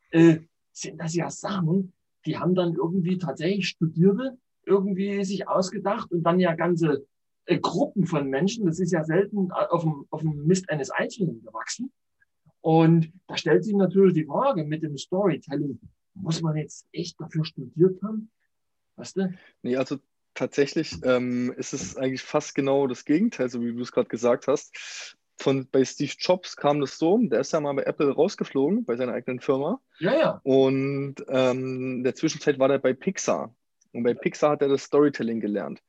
sind das ja Sachen, die haben dann irgendwie tatsächlich Studierte irgendwie sich ausgedacht und dann ja ganze Gruppen von Menschen. Das ist ja selten auf dem Mist eines Einzelnen gewachsen. Und da stellt sich natürlich die Frage mit dem Storytelling, muss man jetzt echt dafür studiert haben? Weißt du? Nee, also tatsächlich ist es eigentlich fast genau das Gegenteil, so wie du es gerade gesagt hast. Bei Steve Jobs kam das so, der ist ja mal bei Apple rausgeflogen, bei seiner eigenen Firma. Ja, ja. Und in der Zwischenzeit war er bei Pixar. Und bei Pixar hat er das Storytelling gelernt.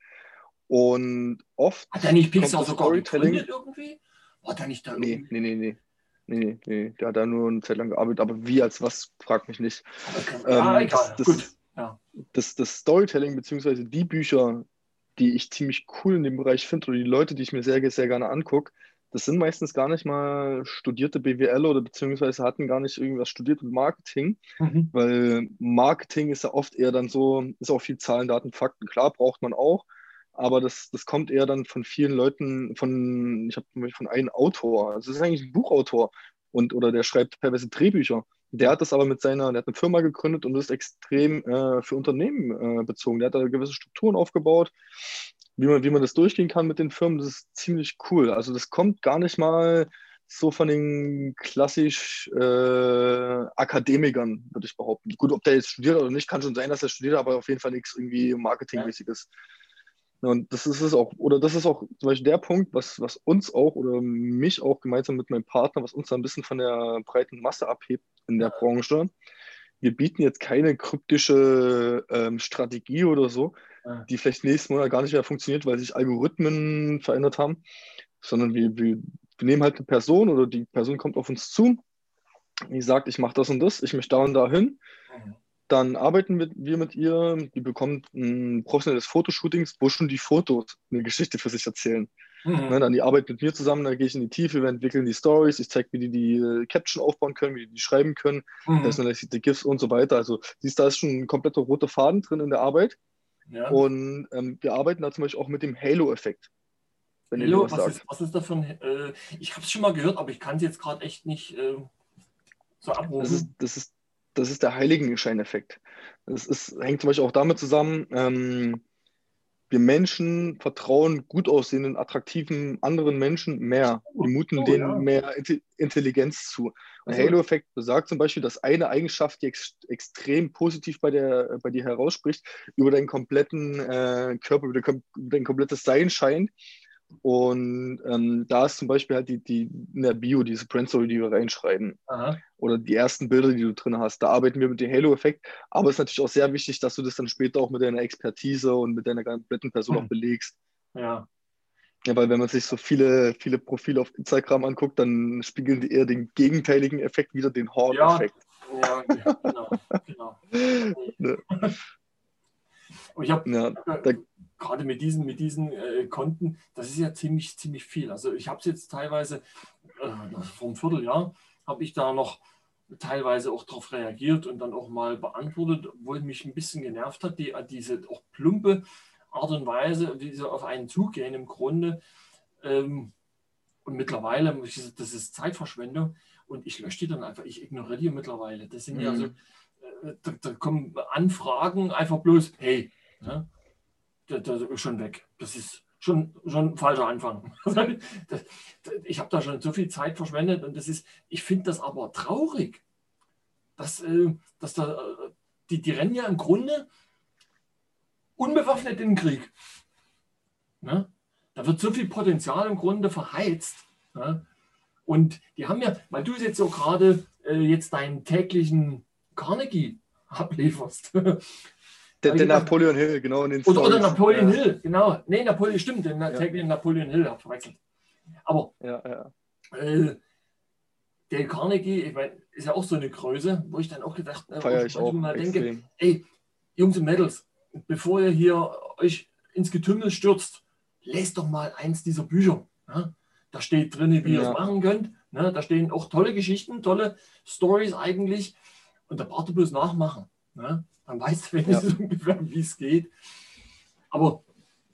Und oft Hat er nicht kommt Pixar das sogar Storytelling. gegründet irgendwie? Hat er nicht da Nee, irgendwie? nee, nee, nee. Nee, nee, der hat da nur eine Zeit lang gearbeitet, aber wie als was, frag mich nicht. Ja, Ähm, das, egal. Gut. das, Ja. das Storytelling, beziehungsweise die Bücher, die ich ziemlich cool in dem Bereich finde, oder die Leute, die ich mir sehr, sehr gerne angucke, das sind meistens gar nicht mal studierte BWL oder beziehungsweise hatten gar nicht irgendwas studiert mit Marketing, Mhm. weil Marketing ist ja oft eher dann so, ist auch viel Zahlen, Daten, Fakten. Klar, braucht man auch, aber das kommt eher dann von vielen Leuten, ich habe zum Beispiel von einem Autor, also das ist eigentlich ein Buchautor oder der schreibt teilweise Drehbücher. Der Ja. hat das aber der hat eine Firma gegründet und ist extrem für Unternehmen bezogen. Der hat da gewisse Strukturen aufgebaut, wie man das durchgehen kann mit den Firmen. Das ist ziemlich cool. Also das kommt gar nicht mal so von den klassisch Akademikern, würde ich behaupten. Gut, ob der jetzt studiert oder nicht, kann schon sein, dass er studiert, aber auf jeden Fall nichts irgendwie Ja. Marketingmäßiges. Und das ist es auch, oder das ist auch zum Beispiel der Punkt, was uns auch oder mich auch gemeinsam mit meinem Partner, was uns da ein bisschen von der breiten Masse abhebt in der Branche. Wir bieten jetzt keine kryptische Strategie oder so, Ja. die vielleicht nächsten Monat gar nicht mehr funktioniert, weil sich Algorithmen verändert haben, sondern wir nehmen halt eine Person oder die Person kommt auf uns zu, die sagt, ich mache das und das, ich möchte da und da hin. Mhm. Dann arbeiten wir mit ihr, die bekommt ein professionelles Fotoshootings, wo schon die Fotos eine Geschichte für sich erzählen. Ne, Mhm. dann die arbeitet mit mir zusammen, dann gehe ich in die Tiefe, wir entwickeln die Stories, ich zeige, wie die Caption aufbauen können, wie die schreiben können, Mhm. personalisierte GIFs und so weiter. Also siehst, da ist schon ein kompletter roter Faden drin in der Arbeit. Ja. Und wir arbeiten da zum Beispiel auch mit dem Halo-Effekt, wenn ihr dir Hello, was sagt. was ist da für ein, ich habe es schon mal gehört, aber ich kann es jetzt gerade echt nicht so Das ist, abrufen. das ist, das ist der Heiligenschein-Effekt. Hängt zum Beispiel auch damit zusammen, wir Menschen vertrauen gut aussehenden, attraktiven anderen Menschen mehr. Wir muten So, denen ja. mehr Intelligenz zu. Und der Also, Halo-Effekt besagt zum Beispiel, dass eine Eigenschaft, die extrem positiv bei dir herausspricht, über deinen kompletten Körper, über dein komplettes Sein scheint. Und da ist zum Beispiel halt die in der Bio, diese Brand-Story, die wir reinschreiben aha. oder die ersten Bilder, die du drin hast. Da arbeiten wir mit dem Halo-Effekt. Aber es ist natürlich auch sehr wichtig, dass du das dann später auch mit deiner Expertise und mit deiner kompletten Person auch Hm. belegst. Ja. Ja, weil wenn man sich so viele Profile auf Instagram anguckt, dann spiegeln die eher den gegenteiligen Effekt wieder, den Ja, Horde-Effekt. ja, genau, genau. Ne? Und ich habe Ja, da, gerade mit diesen Konten, das ist ja ziemlich viel. Also ich habe es jetzt teilweise, vor einem Vierteljahr, habe ich da noch teilweise auch darauf reagiert und dann auch mal beantwortet, obwohl mich ein bisschen genervt hat, diese auch plumpe Art und Weise, wie sie auf einen zugehen im Grunde. Und mittlerweile, das ist Zeitverschwendung und ich lösche die dann einfach, ich ignoriere die mittlerweile. Das sind ja so, da kommen Anfragen einfach bloß, hey, ne, das ist schon weg. Das ist schon ein falscher Anfang. Ich habe da schon so viel Zeit verschwendet und ich finde das aber traurig, dass die rennen ja im Grunde unbewaffnet in den Krieg. Ne? Da wird so viel Potenzial im Grunde verheizt. Ne? Und die haben ja, weil du jetzt so gerade jetzt deinen täglichen Carnegie ablieferst. Der Napoleon Hill, genau. In den oder Napoleon Hill, genau. Nee, Napoleon, stimmt, den täglichen Napoleon Hill, habe ich verwechselt. Aber Dale Carnegie, ich meine, ist ja auch so eine Größe, wo ich dann auch gedacht feiere ich auch mal extrem. denke, ey, Jungs und Mädels, bevor ihr hier euch ins Getümmel stürzt, lest doch mal eins dieser Bücher. Ne? Da steht drin, wie ihr es machen könnt. Ne? Da stehen auch tolle Geschichten, tolle Stories eigentlich. Und da braucht ihr bloß nachmachen. Ne? Dann weißt du wenigstens ungefähr, wie es geht. Aber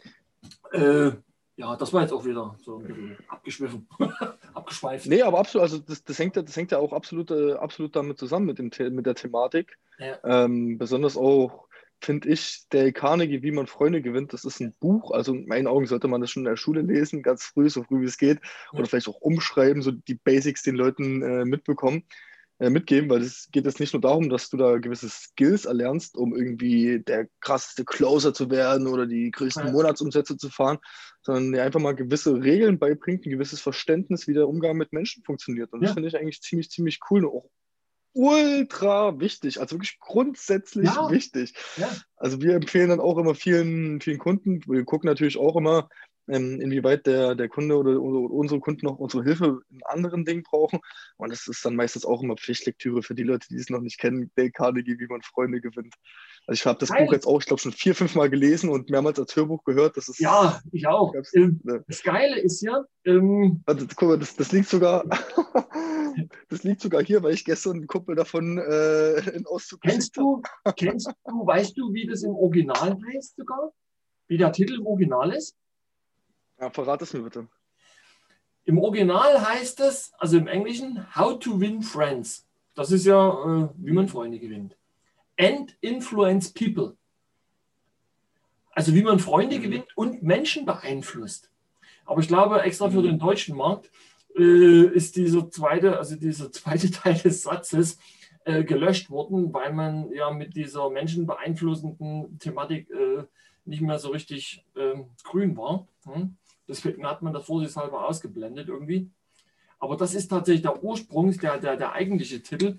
das war jetzt auch wieder so ein bisschen abgeschweift. Nee, aber absolut, also das hängt ja auch absolut damit zusammen mit der Thematik. Ja. Besonders auch, finde ich, Dale Carnegie, wie man Freunde gewinnt, das ist ein Buch. Also in meinen Augen sollte man das schon in der Schule lesen, ganz früh, so früh wie es geht. Oder vielleicht auch umschreiben, so die Basics den Leuten mitgeben, weil es geht jetzt nicht nur darum, dass du da gewisse Skills erlernst, um irgendwie der krasseste Closer zu werden oder die größten Monatsumsätze zu fahren, sondern dir einfach mal gewisse Regeln beibringt, ein gewisses Verständnis, wie der Umgang mit Menschen funktioniert. Und das finde ich eigentlich ziemlich, ziemlich cool und auch ultra wichtig, also wirklich grundsätzlich wichtig. Ja. Also wir empfehlen dann auch immer vielen, vielen Kunden, wir gucken natürlich auch immer, inwieweit der Kunde oder unsere Kunden noch unsere Hilfe in anderen Dingen brauchen. Und das ist dann meistens auch immer Pflichtlektüre für die Leute, die es noch nicht kennen. Dale Carnegie, wie man Freunde gewinnt. Also ich habe das Buch jetzt auch, ich glaube, schon 4-5 Mal gelesen und mehrmals als Hörbuch gehört. Das ist, ja, ich auch. Das Geile ist ja... also, guck mal, das liegt sogar... Das liegt sogar hier, weil ich gestern einen Kumpel davon in Auszug Weißt du, wie das im Original heißt sogar? Wie der Titel im Original ist? Ja, verrat es mir bitte. Im Original heißt es, also im Englischen, How to Win Friends. Das ist ja, wie man Freunde gewinnt. And Influence People. Also wie man Freunde gewinnt und Menschen beeinflusst. Aber ich glaube, extra für den deutschen Markt ist dieser zweite Teil des Satzes gelöscht worden, weil man ja mit dieser menschenbeeinflussenden Thematik nicht mehr so richtig grün war. Deswegen hat man das vorsichtshalber ausgeblendet irgendwie. Aber das ist tatsächlich der Ursprung, der eigentliche Titel.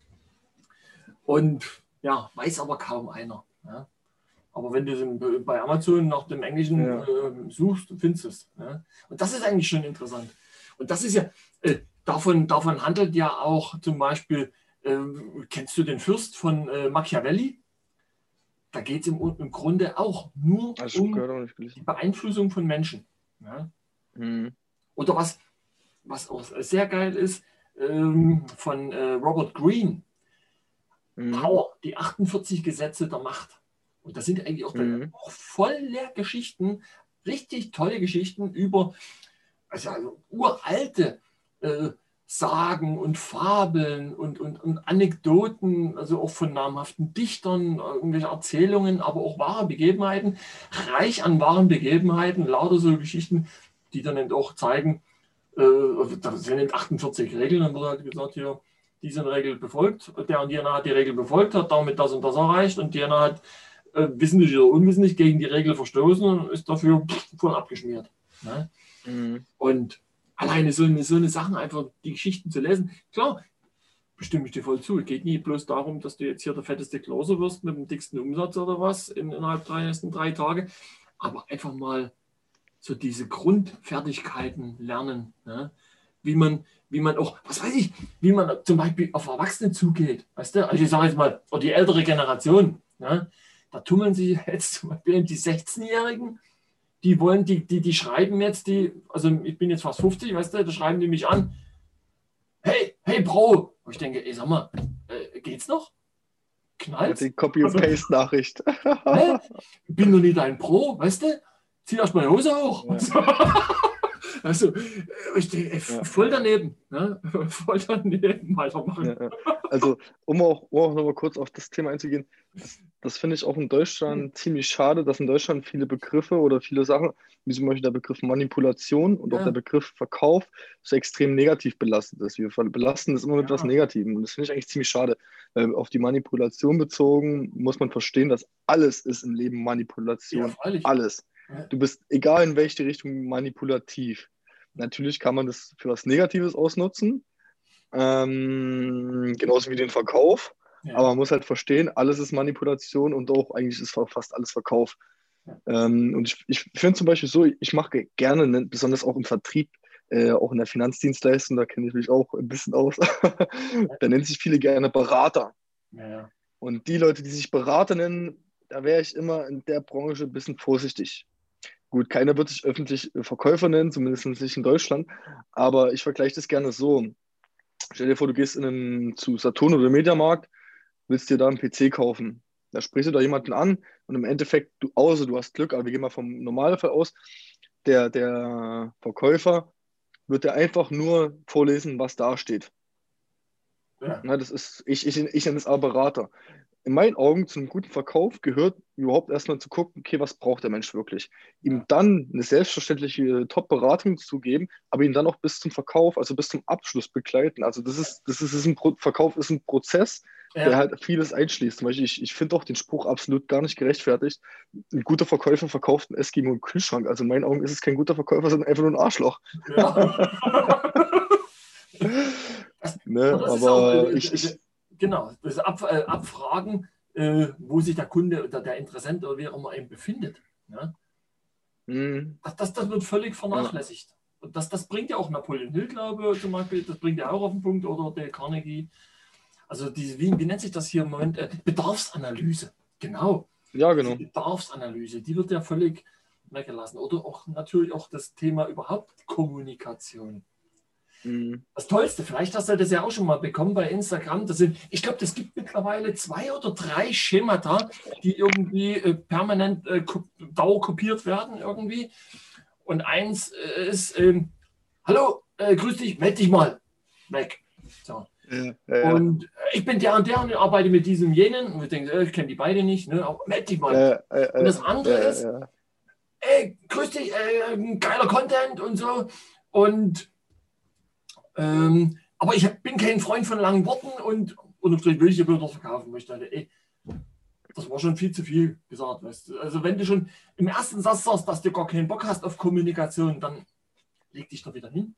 Und ja, weiß aber kaum einer. Ja. Aber wenn du bei Amazon nach dem Englischen suchst, findest du es. Ja. Und das ist eigentlich schon interessant. Und das ist ja, davon handelt ja auch zum Beispiel, kennst du den Fürst von Machiavelli? Da geht es im Grunde auch nur um die Beeinflussung von Menschen. Ja? Oder was auch sehr geil ist, von Robert Greene, Power, die 48 Gesetze der Macht. Und das sind eigentlich auch voller Geschichten, richtig tolle Geschichten über also uralte Sagen und Fabeln und Anekdoten, also auch von namhaften Dichtern, irgendwelche Erzählungen, aber auch wahre Begebenheiten, reich an wahren Begebenheiten, lauter so Geschichten, die dann eben auch zeigen, da sind eben 48 Regeln, dann wird halt gesagt, hier, diese Regel befolgt, der und jener hat die Regel befolgt, hat damit das und das erreicht und jener hat wissentlich oder unwissentlich gegen die Regel verstoßen und ist dafür voll abgeschmiert. Ne? Und alleine so eine Sachen, einfach die Geschichten zu lesen, klar, bestimme ich dir voll zu. Es geht nie bloß darum, dass du jetzt hier der fetteste Closer wirst mit dem dicksten Umsatz oder was innerhalb der nächsten 3 Tage, aber einfach mal so diese Grundfertigkeiten lernen, ne? Wie man auch, was weiß ich, wie man zum Beispiel auf Erwachsene zugeht, weißt du? Also ich sage jetzt mal, oder die ältere Generation, ne? Da tummeln sich jetzt zum Beispiel die 16-Jährigen, die schreiben jetzt, also ich bin jetzt fast 50, weißt du, da schreiben die mich an, hey Bro, und ich denke, ey, sag mal, geht's noch? Knallt? Die Copy-and-Paste-Nachricht. Ich bin doch nicht dein Pro, weißt du? Zieh erst mal die Hose hoch. Ja. Also, voll daneben. Ne? Voll daneben, weitermachen. Ja. Also, um auch nochmal kurz auf das Thema einzugehen, das finde ich auch in Deutschland ziemlich schade, dass in Deutschland viele Begriffe oder viele Sachen, wie zum Beispiel der Begriff Manipulation und auch der Ja, Begriff Verkauf, so extrem negativ belastet ist. Wir belasten das immer mit etwas ja, Negativem und das finde ich eigentlich ziemlich schade. Auf die Manipulation bezogen muss man verstehen, dass alles ist im Leben ja, Manipulation. freilich. Alles. Ja, Du bist, egal in welche Richtung, manipulativ. Natürlich kann man das für was Negatives ausnutzen, genauso wie den Verkauf. Aber ja, man muss halt verstehen, alles ist Manipulation und auch eigentlich ist fast alles Verkauf. Und ich finde zum Beispiel so, ich mache gerne, ne, besonders auch im Vertrieb, auch in der Finanzdienstleistung, da kenne ich mich auch ein bisschen aus. Da nennen sich viele gerne Berater. ja, ja. Und die Leute, die sich Berater nennen, da wäre ich immer in der Branche ein bisschen vorsichtig. Gut, keiner wird sich öffentlich Verkäufer nennen, zumindest nicht in Deutschland, aber ich vergleiche das gerne so. Stell dir vor, du gehst zu Saturn oder Mediamarkt, willst dir da einen PC kaufen. Da sprichst du da jemanden an und im Endeffekt, außer du hast Glück, aber wir gehen mal vom Normalfall aus, der Verkäufer wird dir einfach nur vorlesen, was da steht. Ja. Na, das ist, ich nenne es aber Berater. In meinen Augen zu einem guten Verkauf gehört überhaupt erstmal zu gucken, okay, was braucht der Mensch wirklich? Ihm Ja. dann eine selbstverständliche Top-Beratung zu geben, aber ihn dann auch bis zum Verkauf, also bis zum Abschluss begleiten. Also Verkauf ist ein Prozess, der Ja. halt vieles einschließt. Zum Beispiel, ich finde auch den Spruch absolut gar nicht gerechtfertigt. Ein guter Verkäufer verkauft einen Eskimo im Kühlschrank. Also in meinen Augen ist es kein guter Verkäufer, sondern einfach nur ein Arschloch. Ja. Aber Ne? das ist auch, Aber genau, das Abfragen, wo sich der Kunde oder der Interessent oder wie auch immer eben befindet. Ja? mh, Das wird völlig ja, vernachlässigt. Und das bringt ja auch Napoleon Hill, glaube ich, zum Beispiel, das bringt ja auch auf den Punkt, oder Dale Carnegie. Also wie nennt sich das hier im Moment? Bedarfsanalyse. Genau. ja, Diese genau. Bedarfsanalyse, die wird ja völlig weggelassen. Oder auch natürlich auch das Thema überhaupt Kommunikation. Mh, Das Tollste, vielleicht hast du das ja auch schon mal bekommen bei Instagram. Ich glaube, das gibt mittlerweile 2 oder 3 Schemata, die irgendwie permanent dauerkopiert werden irgendwie. Und eins ist, hallo, grüß dich, melde dich mal. Weg. So. ja, ja, Und ich bin der und arbeite mit diesem jenen. Und wir denken, ich kenne die beide nicht, ne? Aber melde dich mal. Und das andere ist, ja. ey, grüß dich, geiler Content und so. Und aber ich bin kein Freund von langen Worten und unterstrich will ich dir Bilder verkaufen möchte. Ey, das war schon viel zu viel gesagt. Weißt du? Also wenn du schon im ersten Satz sagst, dass du gar keinen Bock hast auf Kommunikation, dann leg dich doch wieder hin.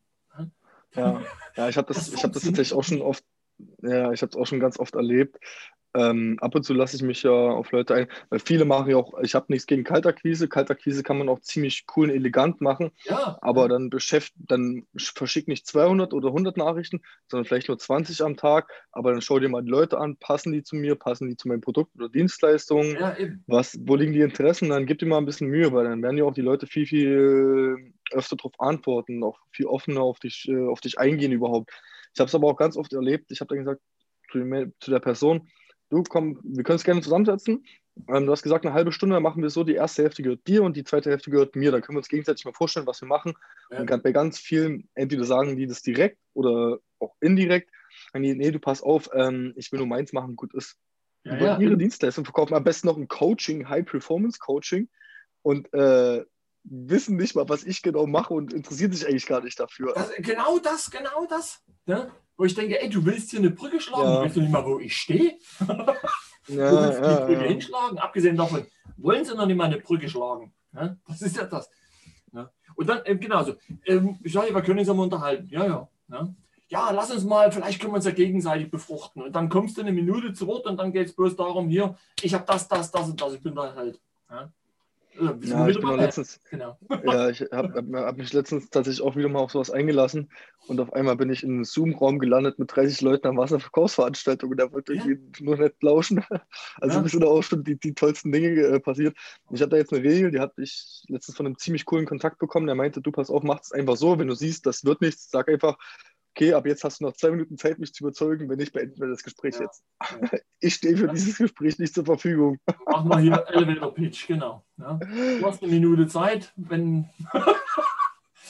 Ja, Das ich hab das funktioniert tatsächlich auch doch schon nicht. oft, ja, ich habe es auch schon ganz oft erlebt. Ab und zu lasse ich mich ja auf Leute ein, weil viele machen ja auch, ich habe nichts gegen Kaltakquise. Kaltakquise kann man auch ziemlich cool und elegant machen, Ja, aber dann verschick nicht 200 oder 100 Nachrichten, sondern vielleicht nur 20 am Tag, aber dann schau dir mal die Leute an, passen die zu mir, passen die zu meinem Produkt oder Dienstleistungen, ja, eben. wo liegen die Interessen, dann gib dir mal ein bisschen Mühe, weil dann werden ja auch die Leute viel öfter darauf antworten, auch viel offener auf dich eingehen überhaupt. Ich habe es aber auch ganz oft erlebt, ich habe dann gesagt zu der Person, du komm, wir können es gerne zusammensetzen. Du hast gesagt, eine halbe Stunde, dann machen wir es so, die erste Hälfte gehört dir und die zweite Hälfte gehört mir. Dann können wir uns gegenseitig mal vorstellen, was wir machen. Und Ja, bei ganz vielen, entweder sagen die das direkt oder auch indirekt, sagen die, nee, du pass auf, ich will nur meins machen, gut ist. ja, Die wollen ja, ihre eben. Dienstleistung verkaufen, am besten noch ein Coaching, High-Performance-Coaching und wissen nicht mal, was ich genau mache und interessieren sich eigentlich gar nicht dafür. Genau das. Ne? Wo ich denke, ey, du willst hier eine Brücke schlagen, du Ja, weißt doch nicht mal, wo ich stehe. Wo ja, willst du die ja, Brücke ja. hinschlagen? Abgesehen davon, wollen sie noch nicht mal eine Brücke schlagen. Ne? Das ist ja das. Ne? Und dann genauso. Ich sage, wir können uns ja mal unterhalten. Ja, ja. Ne? Ja, lass uns mal, vielleicht können wir uns ja gegenseitig befruchten. Und dann kommst du eine Minute zu Wort und dann geht es bloß darum, hier, ich habe das und das, ich bin da halt. Ja? Wissen wir Ja, ich wieder bin auch mal. letztens, Genau. ja, ich hab mich letztens tatsächlich auch wieder mal auf sowas eingelassen und auf einmal bin ich in einem Zoom-Raum gelandet mit 30 Leuten, dann war es eine Verkaufsveranstaltung und da wollte Ja, irgendwie nur nett lauschen. Also ja, mir sind da auch schon die tollsten Dinge passiert. Ich habe da jetzt eine Regel, die hatte ich letztens von einem ziemlich coolen Kontakt bekommen, der meinte, du pass auf, mach es einfach so, wenn du siehst, das wird nichts, sag einfach, okay, ab jetzt hast du noch 2 Minuten Zeit, mich zu überzeugen, wenn nicht, beenden wir das Gespräch ja, jetzt. ja. Ich stehe für dieses Gespräch nicht zur Verfügung. Machen wir hier Elevator Pitch, genau. Ja. Du hast eine Minute Zeit, wenn.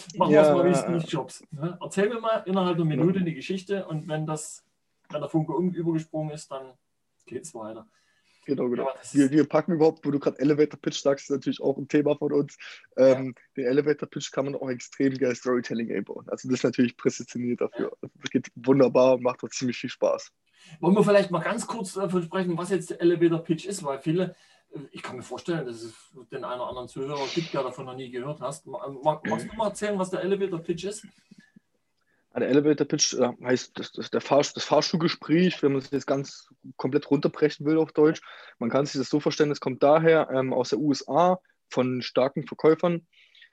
Machen wir es mal wie Steve Ja, Jobs. Ne? Erzähl mir mal innerhalb einer genau. Minute eine Geschichte und wenn der Funke übergesprungen ist, dann geht es weiter. Genau, Ja, genau. aber das ist, Wir packen überhaupt, wo du gerade Elevator Pitch sagst, ist natürlich auch ein Thema von uns. ja, Den Elevator Pitch kann man auch extrem geil Storytelling einbauen. Also das ist natürlich prädestiniert ja. dafür. Also das geht wunderbar und macht auch ziemlich viel Spaß. Wollen wir vielleicht mal ganz kurz davon sprechen, was jetzt der Elevator Pitch ist, weil viele, ich kann mir vorstellen, dass es den einen oder anderen Zuhörer gibt, der davon noch nie gehört hast. Magst du mal erzählen, was der Elevator Pitch ist? Der Elevator Pitch heißt das Fahrstuhlgespräch, wenn man es jetzt ganz komplett runterbrechen will auf Deutsch. Man kann sich das so vorstellen, es kommt daher aus der USA von starken Verkäufern.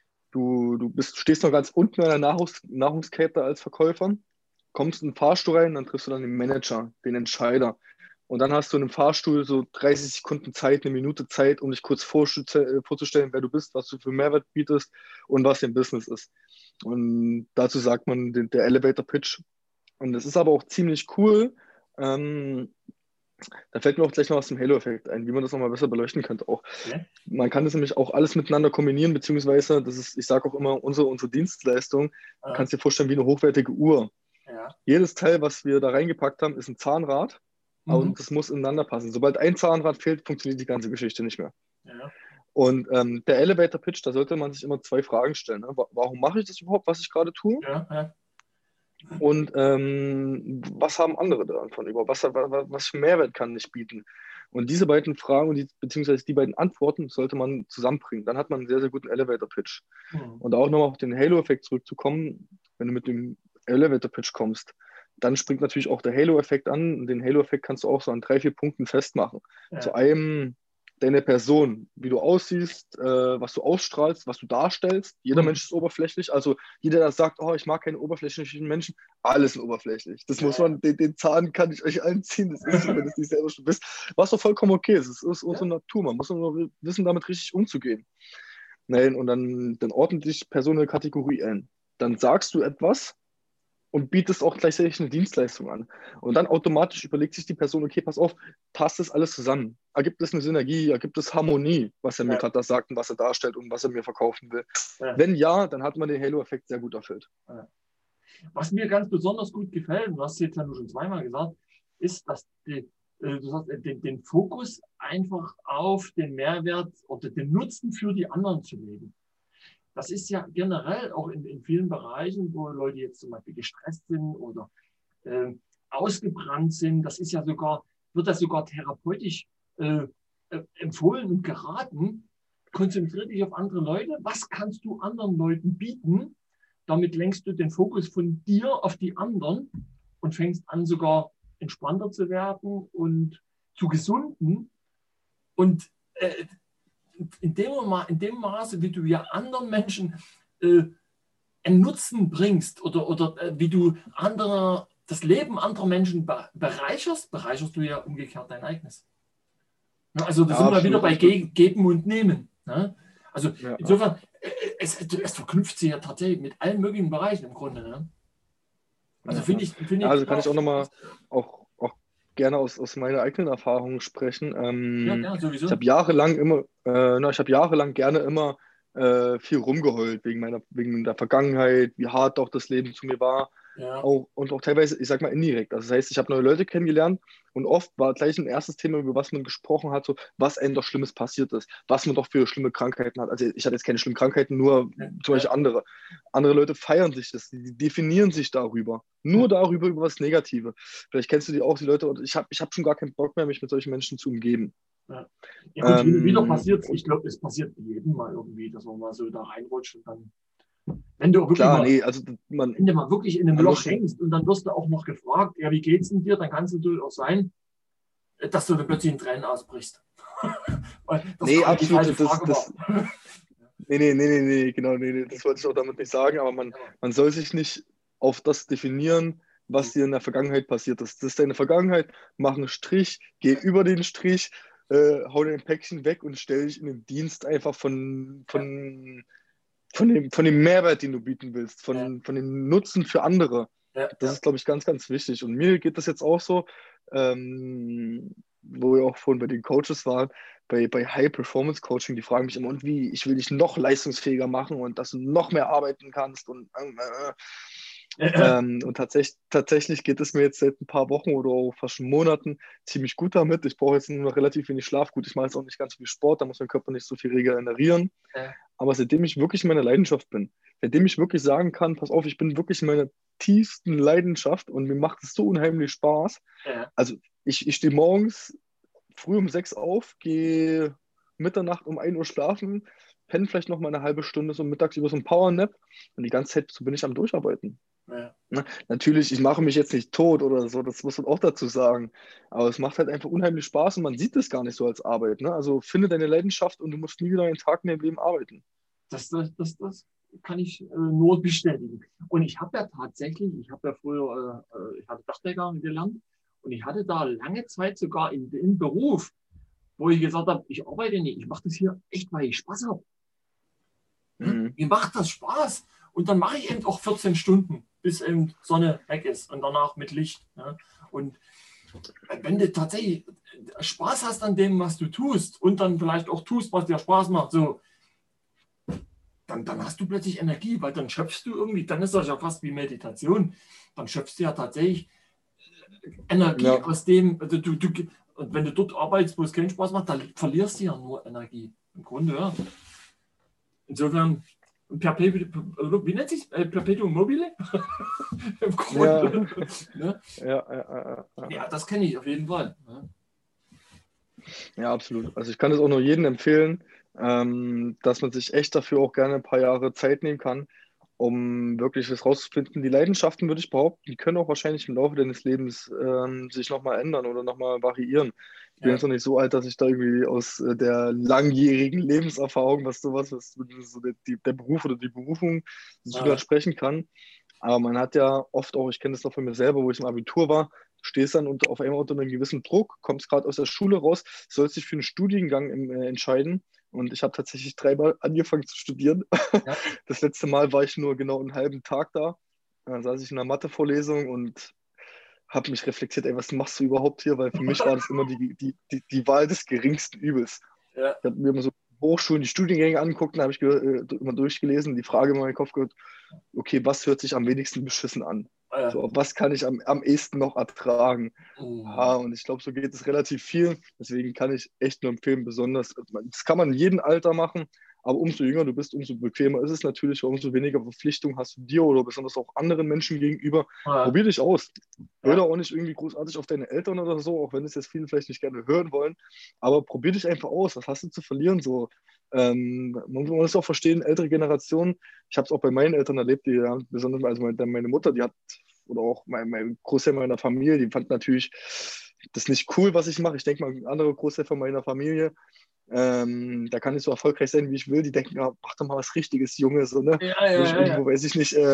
Stehst noch ganz unten in der Nahrungskette als Verkäufer, kommst in den Fahrstuhl rein, dann triffst du dann den Manager, den Entscheider. Und dann hast du in einem Fahrstuhl so 30 Sekunden Zeit, eine Minute Zeit, um dich kurz vorzustellen, wer du bist, was du für Mehrwert bietest und was dein Business ist. Und dazu sagt man der Elevator Pitch. Und das ist aber auch ziemlich cool. Ähm, Da fällt mir auch gleich noch was zum Halo-Effekt ein, wie man das nochmal besser beleuchten könnte auch. Okay. Man kann das nämlich auch alles miteinander kombinieren, beziehungsweise, das ist, ich sage auch immer, unsere Dienstleistung, du Ja, kannst dir vorstellen, wie eine hochwertige Uhr. ja. Jedes Teil, was wir da reingepackt haben, ist ein Zahnrad Mhm. und das muss ineinander passen. Sobald ein Zahnrad fehlt, funktioniert die ganze Geschichte nicht mehr. Ja, Und der Elevator Pitch, da sollte man sich immer zwei Fragen stellen. Ne? Warum mache ich das überhaupt, was ich gerade tue? ja, ja. Und was haben andere davon über? Was für Mehrwert kann ich bieten? Und diese beiden Fragen beziehungsweise die beiden Antworten sollte man zusammenbringen. Dann hat man einen sehr, sehr guten Elevator-Pitch. Mhm. Und auch nochmal auf den Halo-Effekt zurückzukommen, wenn du mit dem Elevator-Pitch kommst, dann springt natürlich auch der Halo-Effekt an. Und den Halo-Effekt kannst du auch so an 3, 4 Punkten festmachen. Zu Ja, einem deine Person, wie du aussiehst, was du ausstrahlst, was du darstellst. Jeder mhm. Mensch ist oberflächlich. Also jeder, der sagt, oh, ich mag keine oberflächlichen Menschen, alles sind oberflächlich. Das muss Ja, man, den Zahn kann ich euch anziehen. Das ist so, wenn es nicht selber schon bist. Was doch vollkommen okay ist. Es ist ja. unsere Natur. Man muss nur wissen, damit richtig umzugehen. Nein, und dann ordne dich Person in eine Kategorie ein. Dann sagst du etwas und bietest auch gleichzeitig eine Dienstleistung an. Und dann automatisch überlegt sich die Person, okay, pass auf, passt das alles zusammen? Ergibt es eine Synergie? Ergibt es Harmonie, was er mir Ja, gerade da sagt und was er darstellt und was er mir verkaufen will? ja, Wenn ja, dann hat man den Halo-Effekt sehr gut erfüllt. ja. Was mir ganz besonders gut gefällt, und du hast es jetzt ja nur schon zweimal gesagt, ist, dass du sagst, den Fokus einfach auf den Mehrwert oder den Nutzen für die anderen zu legen. Das ist ja generell auch in vielen Bereichen, wo Leute jetzt zum Beispiel gestresst sind oder ausgebrannt sind. Das ist ja sogar, wird das sogar therapeutisch empfohlen und geraten. Konzentriere dich auf andere Leute. Was kannst du anderen Leuten bieten? Damit lenkst du den Fokus von dir auf die anderen und fängst an, sogar entspannter zu werden und zu gesunden. Und in dem Maße, wie du ja anderen Menschen einen Nutzen bringst oder wie du das Leben anderer Menschen bereicherst du ja umgekehrt dein eigenes. Ja, also da Ja, sind wir wieder absolut. bei Geben und Nehmen. Ne? Also Ja, ja. insofern, es verknüpft sich ja tatsächlich mit allen möglichen Bereichen im Grunde. Ne? Also Ja, ja. finde Ja, ich also kann total. ich auch nochmal auch gerne aus meiner eigenen Erfahrung sprechen. Ja, ja, Ich sowieso. habe jahrelang ich habe jahrelang gerne immer viel rumgeheult wegen der Vergangenheit, wie hart auch das Leben zu mir war. Ja, Und auch teilweise, ich sag mal, indirekt. Also das heißt, ich habe neue Leute kennengelernt und oft war gleich ein erstes Thema, über was man gesprochen hat, so was einem doch Schlimmes passiert ist, was man doch für schlimme Krankheiten hat. Also ich hatte jetzt keine schlimmen Krankheiten, nur ja, zum Beispiel ja. andere. Andere Leute feiern sich das, die definieren sich darüber. Nur darüber, über was Negative. Vielleicht kennst du die auch, die Leute, und ich hab schon gar keinen Bock mehr, mich mit solchen Menschen zu umgeben. Ja. Ja gut, hin und wieder passiert es. Ich Und glaube, es passiert jedem mal irgendwie, dass man mal so da reinrutscht und dann, wenn du wirklich klar, mal, nee, also wenn du mal wirklich in einem man Loch muss, hängst und dann wirst du auch noch gefragt, ja, wie geht's denn dir? Dann kann es natürlich auch sein, dass du dann plötzlich in Tränen ausbrichst. Weil das nee, gerade die absolut, falsche Frage war. nee, genau, nee, das wollte ich auch damit nicht sagen, aber Ja, man soll sich nicht auf das definieren, was dir in der Vergangenheit passiert ist. Das ist deine Vergangenheit, mach einen Strich, geh über den Strich, hau dein Päckchen weg und stell dich in den Dienst einfach ja, von dem Mehrwert, den du bieten willst, ja, von dem Nutzen für andere. ja, Das ja, ist, glaube ich, ganz, ganz wichtig. Und mir geht das jetzt auch so. Ähm, wo wir auch vorhin bei den Coaches waren, bei High-Performance-Coaching, die fragen mich immer, und wie, ich will dich noch leistungsfähiger machen und dass du noch mehr arbeiten kannst und tatsächlich geht es mir jetzt seit ein paar Wochen oder auch fast schon Monaten ziemlich gut damit. Ich brauche jetzt nur noch relativ wenig Schlaf. Gut, ich mache jetzt auch nicht ganz viel Sport, da muss mein Körper nicht so viel regenerieren. Ja, Aber seitdem ich wirklich in meiner Leidenschaft bin, seitdem ich wirklich sagen kann, pass auf, ich bin wirklich in meiner tiefsten Leidenschaft und mir macht es so unheimlich Spaß. ja, Also ich stehe morgens früh um 6 auf, gehe Mitternacht um 1 Uhr schlafen, penne vielleicht noch mal eine halbe Stunde so mittags über so einen Powernap und die ganze Zeit so bin ich am Durcharbeiten. ja. Ne? Natürlich, ich mache mich jetzt nicht tot oder so, das muss man auch dazu sagen. Aber es macht halt einfach unheimlich Spaß und man sieht es gar nicht so als Arbeit. Ne? Also finde deine Leidenschaft und du musst nie wieder einen Tag in deinem Leben arbeiten. Das kann ich nur bestätigen. Und ich habe ja tatsächlich, ich habe ja früher, ich hatte Dachdecker gelernt und ich hatte da lange Zeit sogar in Beruf, wo ich gesagt habe, ich arbeite nicht, ich mache das hier echt, weil ich Spaß habe. Mhm. Mir macht das Spaß. Und dann mache ich eben auch 14 Stunden, bis eben Sonne weg ist und danach mit Licht. Ne? Und wenn du tatsächlich Spaß hast an dem, was du tust und dann vielleicht auch tust, was dir Spaß macht, so, dann hast du plötzlich Energie, weil dann schöpfst du irgendwie, dann ist das ja fast wie Meditation. Dann schöpfst du ja tatsächlich Energie Ja, aus dem, also und wenn du dort arbeitest, wo es keinen Spaß macht, dann verlierst du ja nur Energie. Im Grunde, ja. Insofern, wie nennt sich Perpetuum mobile? Im ja, Grunde. Ne? ja. Ja, das kenne ich auf jeden Fall. Ne? Ja, absolut. Also ich kann es auch nur jedem empfehlen, dass man sich echt dafür auch gerne ein paar Jahre Zeit nehmen kann, um wirklich was rauszufinden. Die Leidenschaften, würde ich behaupten, die können auch wahrscheinlich im Laufe deines Lebens sich nochmal ändern oder nochmal variieren. Ich bin Ja, jetzt noch nicht so alt, dass ich da irgendwie aus der langjährigen Lebenserfahrung, was so der Beruf oder die Berufung so dann ja, sprechen kann. Aber man hat ja oft auch, ich kenne das noch von mir selber, wo ich im Abitur war, du stehst dann auf einmal unter einem gewissen Druck, kommst gerade aus der Schule raus, sollst dich für einen Studiengang entscheiden. Und ich habe tatsächlich 3-mal angefangen zu studieren. ja, Das letzte Mal war ich nur genau einen halben Tag da. Dann saß ich in einer Mathevorlesung und habe mich reflektiert, ey, was machst du überhaupt hier? Weil für mich war das immer die Wahl des geringsten Übels. ja, Ich habe mir immer so Hochschulen, die Studiengänge angeguckt, da habe ich immer durchgelesen, die Frage in meinem Kopf gehört, okay, was hört sich am wenigsten beschissen an? ja. So, was kann ich am ehesten noch ertragen? Mhm. Ja, und ich glaube, so geht es relativ viel. Deswegen kann ich echt nur empfehlen, besonders, das kann man in jedem Alter machen, aber umso jünger du bist, umso bequemer ist es natürlich, weil umso weniger Verpflichtung hast du dir oder besonders auch anderen Menschen gegenüber. Ja, Probier dich aus. Hör da ja, auch nicht irgendwie großartig auf deine Eltern oder so, auch wenn es jetzt viele vielleicht nicht gerne hören wollen. Aber probier dich einfach aus. Was hast du zu verlieren? So, man muss auch verstehen, ältere Generationen, ich habe es auch bei meinen Eltern erlebt, die haben besonders, also meine Mutter, die hat, oder auch mein Großteil meiner Familie, die fand natürlich das nicht cool, was ich mache. Ich denke mal, ein anderer Großteil von meiner Familie, da kann ich so erfolgreich sein, wie ich will. Die denken, ja, mach doch mal was Richtiges, Junge, so, ne? ja, Will ja, ich ja, ja. irgendwo, weiß ich nicht,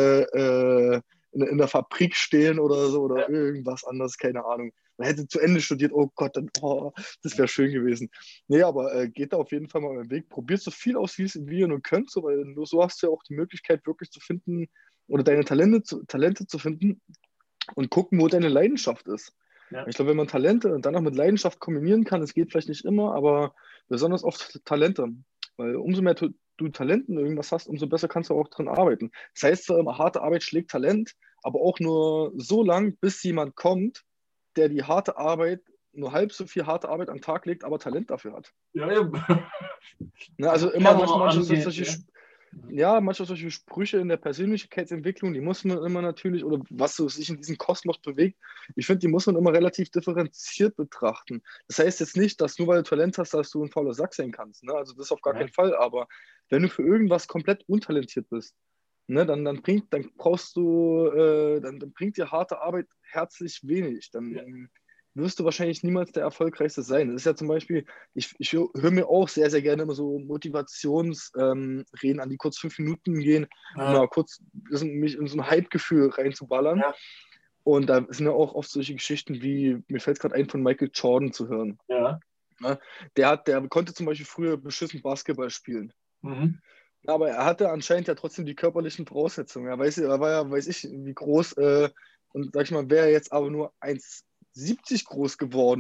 in der Fabrik stehen oder so oder irgendwas anderes, keine Ahnung. Man hätte zu Ende studiert, oh Gott, das wäre schön gewesen. Nee, aber geht da auf jeden Fall mal den Weg. Probiert so viel aus, wie ihr nur könnt, so, weil nur so hast du ja auch die Möglichkeit, wirklich zu finden oder deine Talente zu finden und gucken, wo deine Leidenschaft ist. Ja. Ich glaube, wenn man Talente und dann auch mit Leidenschaft kombinieren kann, das geht vielleicht nicht immer, aber besonders oft Talente. Weil umso mehr du Talent in irgendwas hast, umso besser kannst du auch dran arbeiten. Das heißt zwar immer, harte Arbeit schlägt Talent, aber auch nur so lang, bis jemand kommt, der die harte Arbeit, nur halb so viel harte Arbeit am Tag legt, aber Talent dafür hat. Ja, ja. Ne, Also also immer cleverer manche angeht. solche, ja, manche solche Sprüche in der Persönlichkeitsentwicklung, die muss man immer natürlich, oder was so sich in diesem Kosmos bewegt, ich finde, die muss man immer relativ differenziert betrachten. Das heißt jetzt nicht, dass nur weil du Talent hast, dass du ein fauler Sack sein kannst. Ne? Also das auf gar Ja, keinen Fall. Aber wenn du für irgendwas komplett untalentiert bist, ne, dann brauchst du, dann bringt dir harte Arbeit herzlich wenig. ja, Dann wirst du wahrscheinlich niemals der Erfolgreichste sein. Das ist ja zum Beispiel, ich höre mir auch sehr, sehr gerne immer so Motivationsreden an, die kurz 5 Minuten gehen, um ja, mal kurz mich in so ein Hype-Gefühl reinzuballern. ja, Und da sind ja auch oft solche Geschichten wie, mir fällt gerade ein, von Michael Jordan zu hören. ja. Ne? Der konnte zum Beispiel früher beschissen Basketball spielen. Mhm. Aber er hatte anscheinend ja trotzdem die körperlichen Voraussetzungen. Er war ja, weiß ich, wie groß, und sag ich mal, wäre er jetzt aber nur 1,70 groß geworden,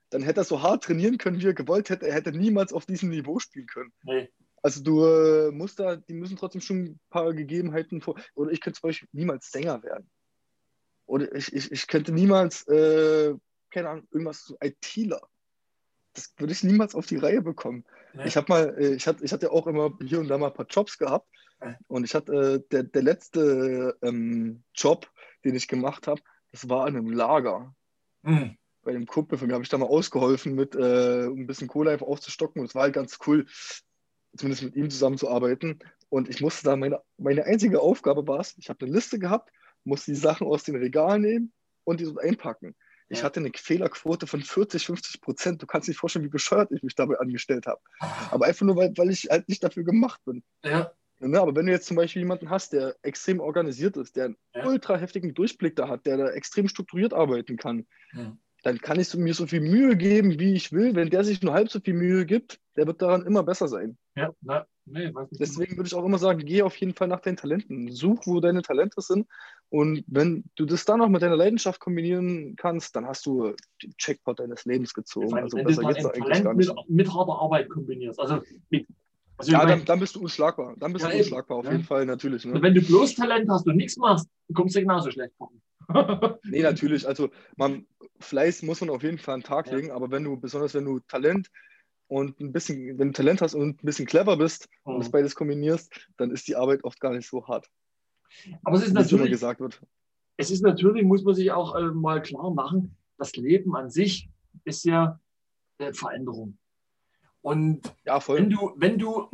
dann hätte er so hart trainieren können, wie er gewollt hätte. Er hätte niemals auf diesem Niveau spielen können. Nee. Also die müssen trotzdem schon ein paar Gegebenheiten vor. Oder ich könnte zum Beispiel niemals Sänger werden. Oder ich könnte niemals, keine Ahnung, irgendwas so ITler. Das würde ich niemals auf die Reihe bekommen. Nee. Ich hatte ja auch immer hier und da mal ein paar Jobs gehabt. Und ich hatte der letzte Job, den ich gemacht habe, das war in einem Lager. Bei dem Kumpel von mir habe ich da mal ausgeholfen, um ein bisschen Kohle einfach aufzustocken. Und es war halt ganz cool, zumindest mit ihm zusammenzuarbeiten. Und ich musste da, meine einzige Aufgabe war es, ich habe eine Liste gehabt, musste die Sachen aus den Regalen nehmen und die so einpacken. Ich hatte eine Fehlerquote von 40-50%. Du kannst dir nicht vorstellen, wie bescheuert ich mich dabei angestellt habe. Aber einfach nur, weil ich halt nicht dafür gemacht bin. Ja. Ja, aber wenn du jetzt zum Beispiel jemanden hast, der extrem organisiert ist, der einen ultra heftigen Durchblick da hat, der da extrem strukturiert arbeiten kann, dann kann ich mir so viel Mühe geben, wie ich will. Wenn der sich nur halb so viel Mühe gibt, der wird daran immer besser sein. Ja, nee, weiß nicht. Deswegen würde ich auch immer sagen, geh auf jeden Fall nach deinen Talenten. Such, wo deine Talente sind. Und wenn du das dann noch mit deiner Leidenschaft kombinieren kannst, dann hast du den Jackpot deines Lebens gezogen. Meine, Also wenn besser du geht es dann da ein eigentlich gar Talent nicht. mit harter Arbeit kombinierst. Also Ja, dann bist du unschlagbar. Dann bist Ja, du eben. unschlagbar, auf Ja. jeden Fall, natürlich. Ne? Und wenn du bloß Talent hast und nichts machst, dann kommst du genauso schlecht voran. Nee, natürlich. Also Fleiß muss man auf jeden Fall an den Tag legen, aber besonders wenn du Talent und wenn du Talent hast und ein bisschen clever bist und das beides kombinierst, dann ist die Arbeit oft gar nicht so hart. Aber es ist wie es immer natürlich, gesagt wird. es ist natürlich, muss man sich auch mal klar machen, das Leben an sich ist ja Veränderung. Und Ja, voll. wenn du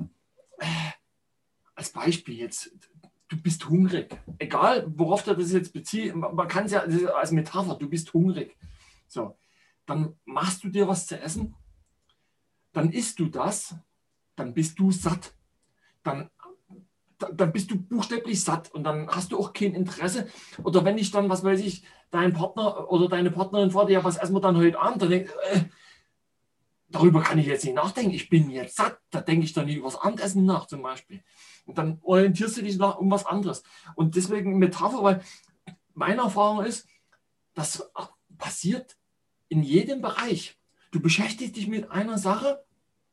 als Beispiel jetzt, du bist hungrig, egal worauf du das jetzt bezieht, man kann es ja als Metapher, du bist hungrig. So, dann machst du dir was zu essen, dann isst du das, dann bist du satt. Dann bist du buchstäblich satt und dann hast du auch kein Interesse. Oder wenn ich dann, was weiß ich, dein Partner oder deine Partnerin fragt, ja, was essen wir dann heute Abend? Dann denk, darüber kann ich jetzt nicht nachdenken. Ich bin jetzt satt. Da denke ich dann nicht über das Abendessen nach zum Beispiel. Und dann orientierst du dich um was anderes. Und deswegen Metapher, weil meine Erfahrung ist, das passiert in jedem Bereich. Du beschäftigst dich mit einer Sache,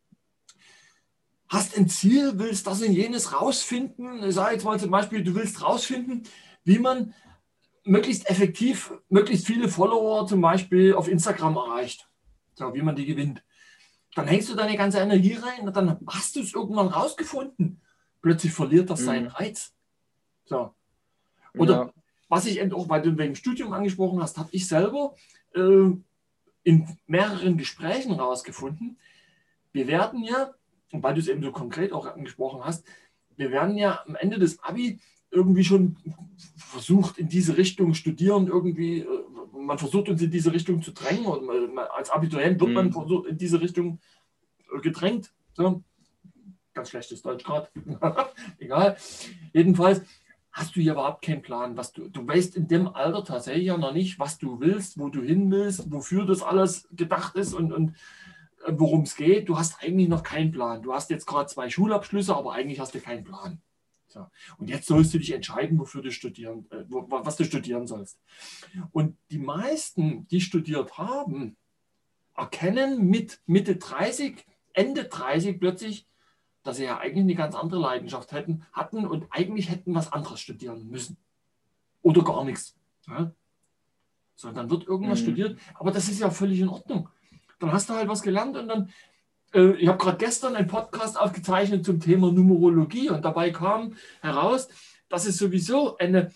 hast ein Ziel, willst das und jenes rausfinden. Ich sage jetzt mal zum Beispiel, du willst rausfinden, wie man möglichst effektiv, möglichst viele Follower zum Beispiel auf Instagram erreicht. So, wie man die gewinnt. Dann hängst du deine ganze Energie rein und dann hast du es irgendwann rausgefunden. Plötzlich verliert das seinen Reiz. So. Oder was ich eben auch, weil du wegen Studium angesprochen hast, habe ich selber in mehreren Gesprächen rausgefunden, wir werden ja, und weil du es eben so konkret auch angesprochen hast, wir werden ja am Ende des Abi irgendwie schon versucht, in diese Richtung studieren, irgendwie, man versucht uns in diese Richtung zu drängen und als Abiturient wird man versucht, in diese Richtung gedrängt. So. Ganz schlechtes Deutsch gerade. Egal. Jedenfalls hast du hier überhaupt keinen Plan. Du weißt in dem Alter tatsächlich ja noch nicht, was du willst, wo du hin willst, wofür das alles gedacht ist und worum es geht. Du hast eigentlich noch keinen Plan. Du hast jetzt gerade 2 Schulabschlüsse, aber eigentlich hast du keinen Plan. So. Und jetzt sollst du dich entscheiden, wofür du studieren, was du studieren sollst. Und die meisten, die studiert haben, erkennen mit Mitte 30, Ende 30 plötzlich, dass sie ja eigentlich eine ganz andere Leidenschaft hatten und eigentlich hätten was anderes studieren müssen. Oder gar nichts. Ja? So, dann wird irgendwas studiert, aber das ist ja völlig in Ordnung. Dann hast du halt was gelernt und dann, ich habe gerade gestern einen Podcast aufgezeichnet zum Thema Numerologie und dabei kam heraus, dass es sowieso immer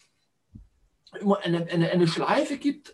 eine Schleife gibt.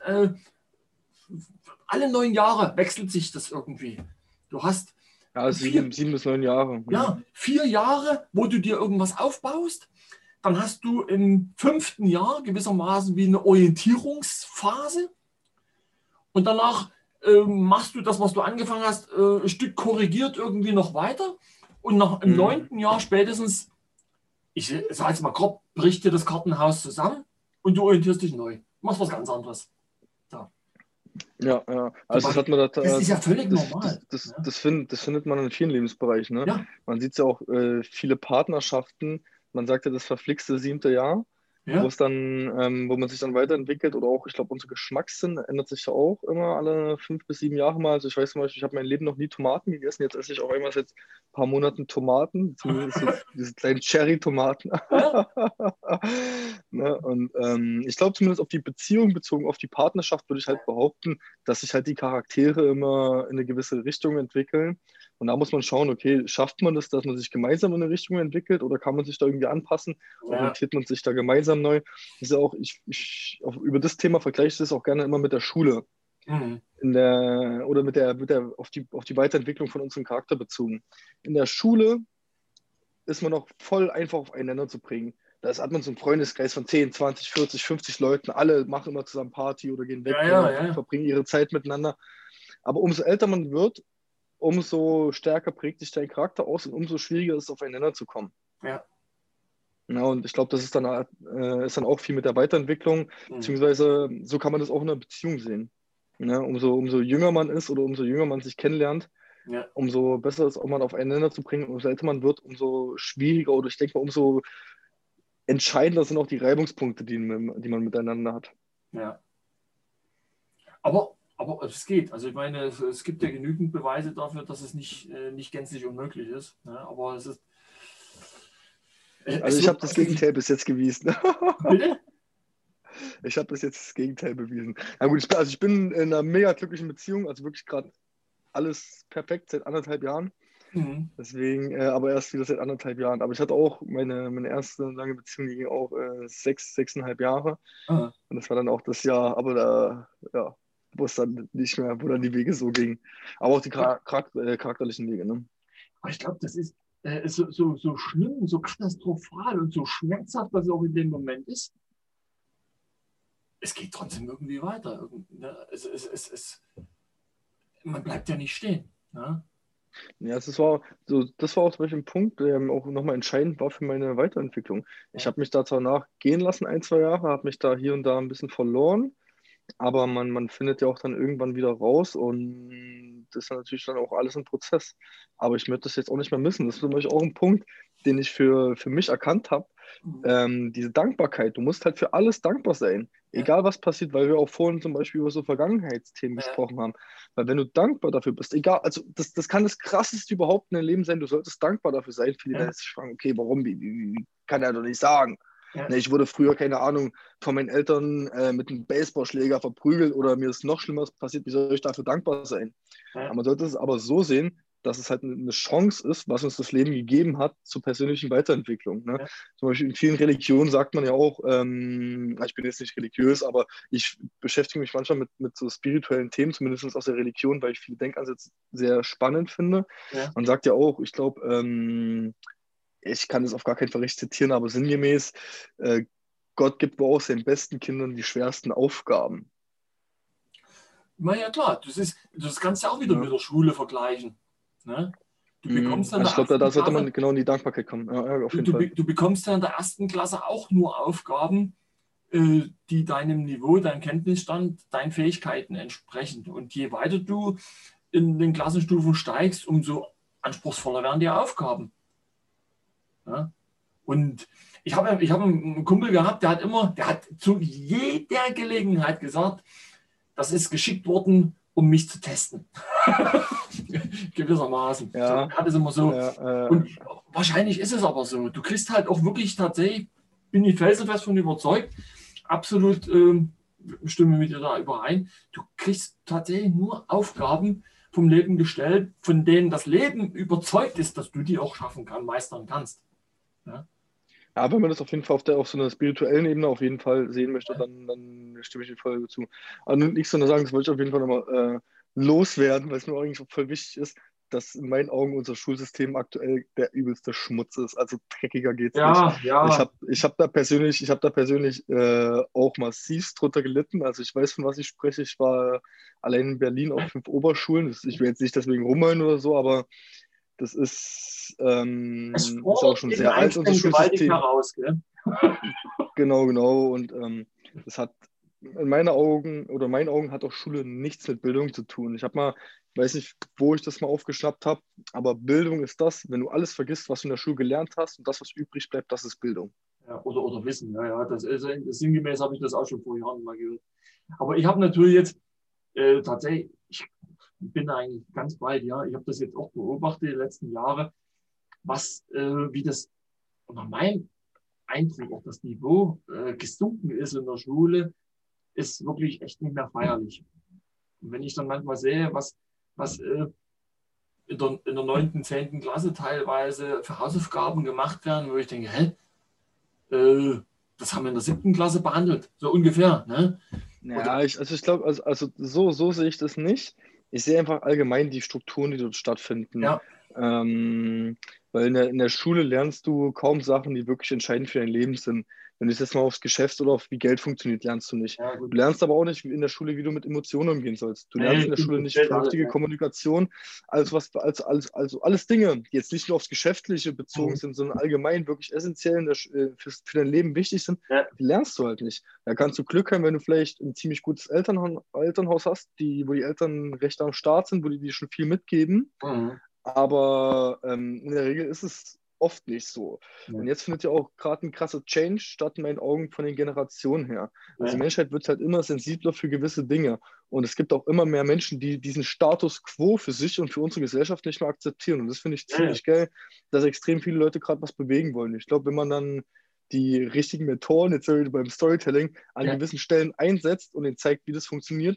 Alle 9 Jahre wechselt sich das irgendwie. Du hast ja, 7 bis 9 Jahre. Ja, 4 Jahre, wo du dir irgendwas aufbaust. Dann hast du im 5. Jahr gewissermaßen wie eine Orientierungsphase. Und danach machst du das, was du angefangen hast, ein Stück korrigiert irgendwie noch weiter. Und im 9. Jahr spätestens, ich sage jetzt mal grob, bricht dir das Kartenhaus zusammen und du orientierst dich neu. Machst was ganz anderes. Ja. Also das ist ja völlig normal. Das findet man in vielen Lebensbereichen. Ne? Ja. Man sieht ja auch viele Partnerschaften. Man sagt ja das verflixte 7. Jahr. wo Ja. es dann, wo man sich dann weiterentwickelt oder auch, ich glaube, unser Geschmackssinn ändert sich ja auch immer alle 5 bis 7 Jahre mal. Also ich weiß zum Beispiel, ich habe mein Leben noch nie Tomaten gegessen. Jetzt esse ich auch einmal seit ein paar Monaten Tomaten, zumindest so diese kleinen Cherry-Tomaten. Ja. Ne? Und ich glaube zumindest auf die Beziehung bezogen, auf die Partnerschaft würde ich halt behaupten, dass sich halt die Charaktere immer in eine gewisse Richtung entwickeln. Und da muss man schauen, okay, schafft man das, dass man sich gemeinsam in eine Richtung entwickelt oder kann man sich da irgendwie anpassen? Ja. Orientiert man sich da gemeinsam neu? Das ist ja auch, über das Thema vergleiche ich das auch gerne immer mit der Schule Mhm. oder auf die Weiterentwicklung von unserem Charakter bezogen. In der Schule ist man noch voll einfach aufeinander zu bringen. Da hat man so einen Freundeskreis von 10, 20, 40, 50 Leuten. Alle machen immer zusammen Party oder gehen weg Ja, ja, oder ja. verbringen ihre Zeit miteinander. Aber umso älter man wird, umso stärker prägt sich dein Charakter aus und umso schwieriger ist es, aufeinander zu kommen. Ja. Ja, und ich glaube, das ist dann auch viel mit der Weiterentwicklung, Mhm. beziehungsweise so kann man das auch in einer Beziehung sehen. Ne? Umso jünger man ist oder umso jünger man sich kennenlernt, Ja. umso besser ist auch man aufeinander zu bringen. Umso älter man wird, umso schwieriger oder ich denke mal, umso entscheidender sind auch die Reibungspunkte, die man miteinander hat. Ja. Aber es geht. Also ich meine, es gibt ja genügend Beweise dafür, dass es nicht gänzlich unmöglich ist. Ne? Aber Also es ich wird habe das Gegenteil bis jetzt bewiesen. bitte? Ich habe bis jetzt das Gegenteil bewiesen. Na gut, ich bin in einer mega glücklichen Beziehung, also wirklich gerade alles perfekt seit 1,5 Jahren. Mhm. Deswegen, aber erst wieder seit 1,5 Jahren. Aber ich hatte auch meine erste lange Beziehung, die ging auch 6,5 Jahre. Ah. Und das war dann auch das Jahr, aber da, ja, wo es dann nicht mehr, wo dann die Wege so gingen. Aber auch die Ja. charakterlichen Wege, ne? Aber ich glaube, das ist so schlimm, so katastrophal und so schmerzhaft, was es auch in dem Moment ist. Es geht trotzdem irgendwie weiter. Ne? Man bleibt ja nicht stehen. Ne? Ja, das war auch zum Beispiel ein Punkt, der auch nochmal entscheidend war für meine Weiterentwicklung. Ich Ja. habe mich da zwar nachgehen lassen, 1, 2 Jahre, habe mich da hier und da ein bisschen verloren, aber man findet ja auch dann irgendwann wieder raus und das ist ja natürlich dann auch alles ein Prozess. Aber ich möchte das jetzt auch nicht mehr missen. Das ist zum Beispiel auch ein Punkt, den ich für mich erkannt habe. Mhm. Diese Dankbarkeit, du musst halt für alles dankbar sein, Ja. egal was passiert, weil wir auch vorhin zum Beispiel über so Vergangenheitsthemen Ja. gesprochen haben. Weil wenn du dankbar dafür bist, egal, also das kann das Krasseste überhaupt in deinem Leben sein, du solltest dankbar dafür sein. Viele werden Ja. sich fragen, okay, warum, wie kann er doch nicht sagen. Ja. Ne, ich wurde früher, keine Ahnung, von meinen Eltern mit einem Baseballschläger verprügelt oder mir ist noch Schlimmeres passiert, wie soll ich dafür dankbar sein? Ja. Man sollte es aber so sehen, dass es halt eine Chance ist, was uns das Leben gegeben hat zur persönlichen Weiterentwicklung. Ne? Ja. Zum Beispiel in vielen Religionen sagt man ja auch, ich bin jetzt nicht religiös, aber ich beschäftige mich manchmal mit so spirituellen Themen, zumindest aus der Religion, weil ich viele Denkansätze sehr spannend finde. Ja. Man sagt ja auch, ich glaube, ich kann es auf gar keinen Fall richtig zitieren, aber sinngemäß, äh, Gott gibt wohl auch seinen besten Kindern die schwersten Aufgaben. Na ja, klar, das kannst du auch wieder Ne? mit der Schule vergleichen. Ne? Du bekommst dann in Also der ich glaube, da ersten sollte Klasse, man genau in die Dankbarkeit kommen. Ja, ja, auf du, jeden du, Fall. du bekommst ja in der ersten Klasse auch nur Aufgaben, die deinem Niveau, deinem Kenntnisstand, deinen Fähigkeiten entsprechen. Und je weiter du in den Klassenstufen steigst, umso anspruchsvoller werden die Aufgaben. Ja? Und ich hab einen Kumpel gehabt, der hat zu jeder Gelegenheit gesagt, das ist geschickt worden, um mich zu testen. Gewissermaßen. So, Ja, er hat es immer so. ja, Und wahrscheinlich ist es aber so. Du kriegst halt auch wirklich tatsächlich, bin ich felsenfest von überzeugt, absolut stimme mit dir da überein, du kriegst tatsächlich nur Aufgaben vom Leben gestellt, von denen das Leben überzeugt ist, dass du die auch schaffen kannst, meistern kannst. Ja? ja, wenn man das auf jeden Fall auf so einer spirituellen Ebene auf jeden Fall sehen möchte, dann stimme ich dir voll zu. Aber nichts zu sagen, das wollte ich auf jeden Fall nochmal loswerden, weil es mir eigentlich voll wichtig ist, dass in meinen Augen unser Schulsystem aktuell der übelste Schmutz ist. Also dreckiger geht's nicht. Ja, Ich ja. habe ich hab da persönlich auch massiv drunter gelitten. Also ich weiß, von was ich spreche. Ich war allein in Berlin auf 5 Oberschulen. Ich will jetzt nicht deswegen rumheulen oder so, aber das Es ist auch fordert schon jeden sehr alt, unser Einzelnen gewaltig Schulsystem. heraus. Gell? Genau, genau. Und das hat in meinen Augen hat auch Schule nichts mit Bildung zu tun. Ich weiß nicht, wo ich das mal aufgeschnappt habe, aber Bildung ist das, wenn du alles vergisst, was du in der Schule gelernt hast und das, was übrig bleibt, das ist Bildung. Ja, oder Wissen, ja. Sinngemäß habe ich das auch schon vor Jahren mal gehört. Aber ich habe natürlich jetzt tatsächlich, ich bin da eigentlich ganz bei dir. Ich habe das jetzt auch beobachtet die letzten Jahre, wie das nach meinem Eindruck auch das Niveau gesunken ist in der Schule, ist wirklich echt nicht mehr feierlich. Und wenn ich dann manchmal sehe, was in der 9., 10. Klasse teilweise für Hausaufgaben gemacht werden, wo ich denke, das haben wir in der 7. Klasse behandelt, so ungefähr. Ne? Ja, ich glaube, so sehe ich das nicht. Ich sehe einfach allgemein die Strukturen, die dort stattfinden. Ja, Weil in der Schule lernst du kaum Sachen, die wirklich entscheidend für dein Leben sind. Wenn du jetzt mal aufs Geschäft oder auf wie Geld funktioniert, lernst du nicht. ja, gut. Du lernst aber auch nicht in der Schule, wie du mit Emotionen umgehen sollst. Du lernst Nee, in der Schule nicht alles, vernünftige ja. Kommunikation, also alles Dinge, die jetzt nicht nur aufs Geschäftliche bezogen Mhm. sind, sondern allgemein wirklich essentiell für dein Leben wichtig sind, Ja, die lernst du halt nicht. Da kannst du Glück haben, wenn du vielleicht ein ziemlich gutes Elternhaus hast, wo die Eltern recht am Start sind, wo die dir schon viel mitgeben. mhm. Aber in der Regel ist es oft nicht so. Ja, Und jetzt findet ja auch gerade ein krasser Change statt in meinen Augen von den Generationen her. Also die ja, Menschheit wird halt immer sensibler für gewisse Dinge. Und es gibt auch immer mehr Menschen, die diesen Status quo für sich und für unsere Gesellschaft nicht mehr akzeptieren. Und das finde ich ja, ziemlich geil, dass extrem viele Leute gerade was bewegen wollen. Ich glaube, wenn man dann die richtigen Methoden, jetzt sind wir wieder beim Storytelling, an ja. gewissen Stellen einsetzt und ihnen zeigt, wie das funktioniert,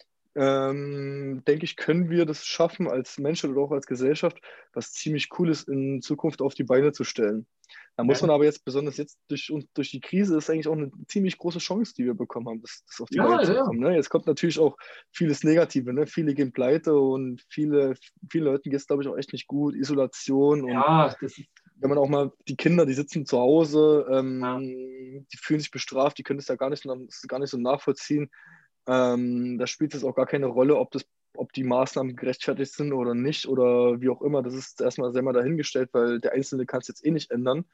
denke ich, können wir das schaffen, als Menschheit oder auch als Gesellschaft, was ziemlich Cooles in Zukunft auf die Beine zu stellen. Da muss man Ja, aber jetzt, besonders jetzt durch die Krise, ist eigentlich auch eine ziemlich große Chance, die wir bekommen haben, das auf die ja, Beine zu ja. bekommen. Ne? Jetzt kommt natürlich auch vieles Negative. Ne? Viele gehen pleite und viele Leuten geht es, glaube ich, auch echt nicht gut. Isolation und Ja, das ist, wenn man auch mal die Kinder, die sitzen zu Hause, ja, die fühlen sich bestraft, die können es ja gar nicht so nachvollziehen. Da spielt es auch gar keine Rolle, ob die Maßnahmen gerechtfertigt sind oder nicht oder wie auch immer. Das ist erstmal sehr mal dahingestellt, weil der Einzelne kann es jetzt eh nicht ändern.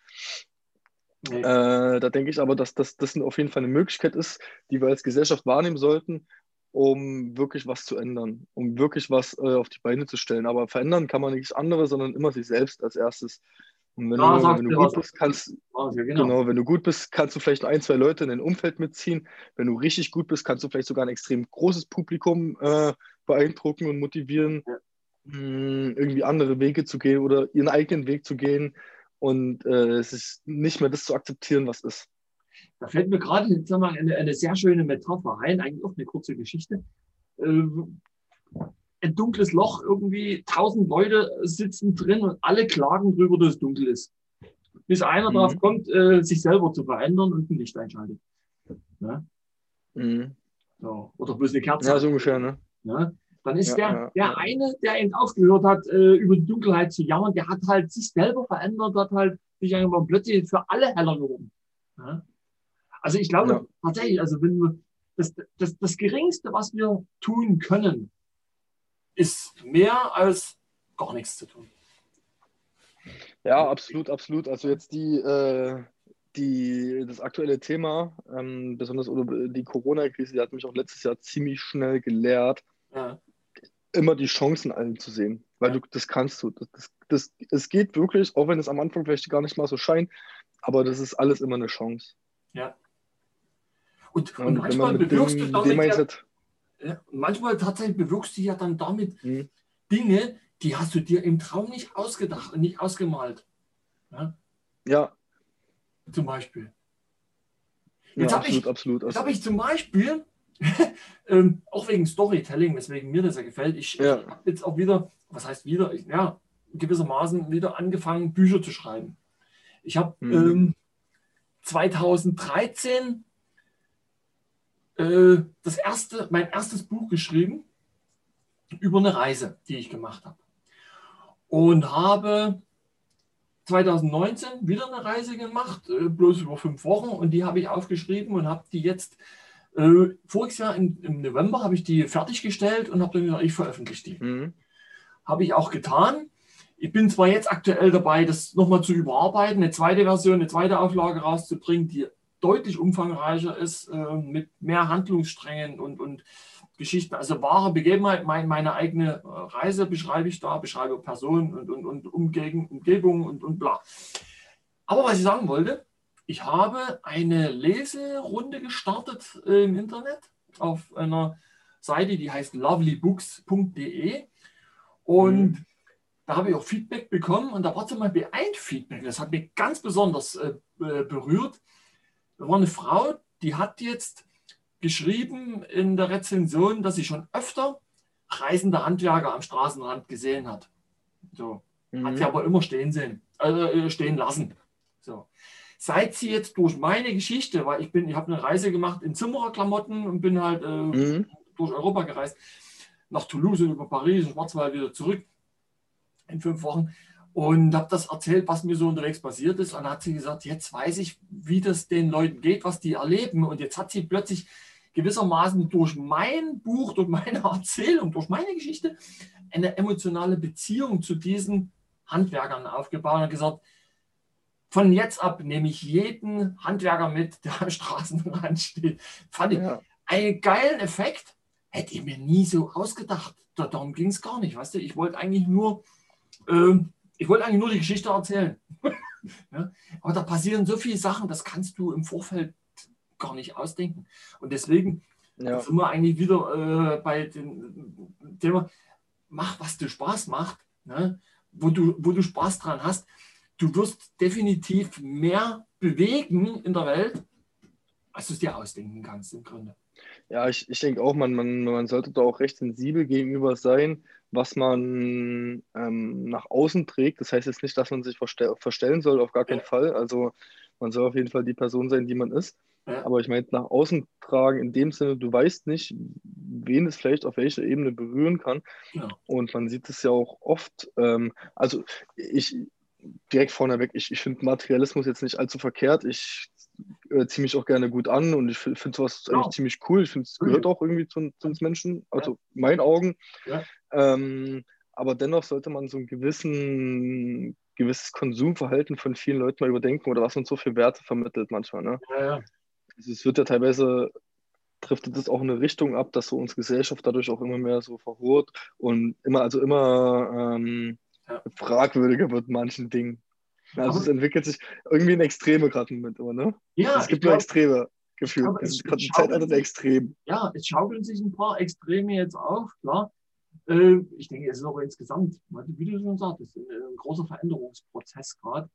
nee. Da denke ich aber, dass das auf jeden Fall eine Möglichkeit ist, die wir als Gesellschaft wahrnehmen sollten, um wirklich was zu ändern, um wirklich was auf die Beine zu stellen. Aber verändern kann man nichts anderes, sondern immer sich selbst als erstes. Und Da sagst wenn du du gut was. bist, kannst, Ja, genau. genau, wenn du gut bist, kannst du vielleicht ein, zwei Leute in dein Umfeld mitziehen. Wenn du richtig gut bist, kannst du vielleicht sogar ein extrem großes Publikum beeindrucken und motivieren, Ja. irgendwie andere Wege zu gehen oder ihren eigenen Weg zu gehen und es ist nicht mehr das zu akzeptieren, was ist. Da fällt mir gerade sag mal, eine sehr schöne Metapher ein, eigentlich auch eine kurze Geschichte. Ein dunkles Loch, irgendwie 1000 Leute sitzen drin und alle klagen drüber, dass es dunkel ist. Bis einer drauf Mhm. kommt, sich selber zu verändern und ein Licht einschaltet. Ja? Mhm. So. Oder bloß eine Kerze Ja, so ungefähr, anzünden. ne? Ja? Dann ist Ja, ja, der ja. eine, der eben aufgehört hat, über die Dunkelheit zu jammern, der hat halt sich selber verändert, hat halt sich einfach plötzlich für alle heller geworden. Ja? Also ich glaube Ja. tatsächlich, also wenn wir das Geringste, was wir tun können, ist mehr als gar nichts zu tun. Ja, absolut, absolut. Also jetzt das aktuelle Thema, besonders oder die Corona-Krise, die hat mich auch letztes Jahr ziemlich schnell gelehrt, Ja, immer die Chancen allen zu sehen. Weil ja, das kannst du. Es geht wirklich, auch wenn es am Anfang vielleicht gar nicht mal so scheint, aber das ist alles immer eine Chance. ja. Ja, Und und wenn man manchmal bewirkst du mit dem damit ja, Mindset, ja, manchmal tatsächlich bewirkst du ja dann damit hm, Dinge, die hast du dir im Traum nicht ausgedacht und nicht ausgemalt. Ja, ja, zum Beispiel. ja, absolut, absolut. Jetzt Also, hab ich zum Beispiel, auch wegen Storytelling, weswegen mir das ja gefällt, ich ja, habe jetzt auch wieder, was heißt wieder, ja, gewissermaßen wieder angefangen, Bücher zu schreiben. Ich habe hm, 2013 mein erstes Buch geschrieben über eine Reise, die ich gemacht habe. Und habe 2019 wieder eine Reise gemacht, bloß über 5 Wochen. Und die habe ich aufgeschrieben und habe die jetzt, voriges Jahr im November habe ich die fertiggestellt und habe dann gesagt, ich veröffentliche die. hm, Habe ich auch getan. Ich bin zwar jetzt aktuell dabei, das nochmal zu überarbeiten, eine zweite Version, eine zweite Auflage rauszubringen, die deutlich umfangreicher ist, mit mehr Handlungssträngen und Geschichten, also wahre Begebenheit, meine eigene Reise beschreibe ich da, beschreibe Personen und Umgebung und bla. Aber was ich sagen wollte, ich habe eine Leserunde gestartet im Internet auf einer Seite, die heißt lovelybooks.de. Und da habe ich auch Feedback bekommen. Und da war zum Beispiel ein Feedback, das hat mich ganz besonders berührt. Da war eine Frau, die hat jetzt geschrieben in der Rezension, dass sie schon öfter reisende Handwerker am Straßenrand gesehen hat. So. Hat sie aber immer stehen lassen. So. Seit sie jetzt durch meine Geschichte, weil ich habe eine Reise gemacht in Zimmererklamotten und bin halt durch Europa gereist, nach Toulouse und über Paris und Schwarzwald wieder zurück in 5 Wochen und habe das erzählt, was mir so unterwegs passiert ist. Und dann hat sie gesagt, jetzt weiß ich, wie das den Leuten geht, was die erleben. Und jetzt hat sie plötzlich gewissermaßen durch mein Buch, durch meine Erzählung, durch meine Geschichte eine emotionale Beziehung zu diesen Handwerkern aufgebaut und hat gesagt, von jetzt ab nehme ich jeden Handwerker mit, der am Straßenrand steht. Fand ich einen geilen Effekt, hätte ich mir nie so ausgedacht. Darum ging es gar nicht, weißt du? Ich wollte eigentlich nur die Geschichte erzählen. Ja? Aber da passieren so viele Sachen, das kannst du im Vorfeld gar nicht ausdenken. Und deswegen sind wir eigentlich wieder bei dem Thema, mach, was dir Spaß macht, ne? Wo du Spaß dran hast. Du wirst definitiv mehr bewegen in der Welt, als du es dir ausdenken kannst im Grunde. Ja, ich denke auch, man sollte da auch recht sensibel gegenüber sein, was man nach außen trägt. Das heißt jetzt nicht, dass man sich verstellen soll, auf gar keinen Fall. Also man soll auf jeden Fall die Person sein, die man ist. Ja. Aber ich meine, nach außen tragen in dem Sinne, du weißt nicht, wen es vielleicht auf welcher Ebene berühren kann. Genau. Und man sieht es ja auch oft. Also ich direkt vorneweg, ich finde Materialismus jetzt nicht allzu verkehrt. Ich ziehe mich auch gerne gut an und ich finde sowas eigentlich ziemlich cool. Ich finde, es gehört auch irgendwie zu uns Menschen, also in meinen Augen. Ja. Aber dennoch sollte man so ein gewisses Konsumverhalten von vielen Leuten mal überdenken oder was uns so für Werte vermittelt manchmal. Ne? Ja. Also es wird ja teilweise, driftet es auch in eine Richtung ab, dass so unsere Gesellschaft dadurch auch immer mehr so verroht und immer fragwürdiger wird in manchen Dingen. Also es entwickelt sich irgendwie in Extreme gerade im Moment immer, ne? Ja, es gibt nur Extreme gefühlt. Es ist gerade ein Zeitalter der Extremen. Ja, es schaukeln sich ein paar Extreme jetzt auf, klar. Ich denke, es ist aber insgesamt, wie du schon sagtest, ein großer Veränderungsprozess gerade.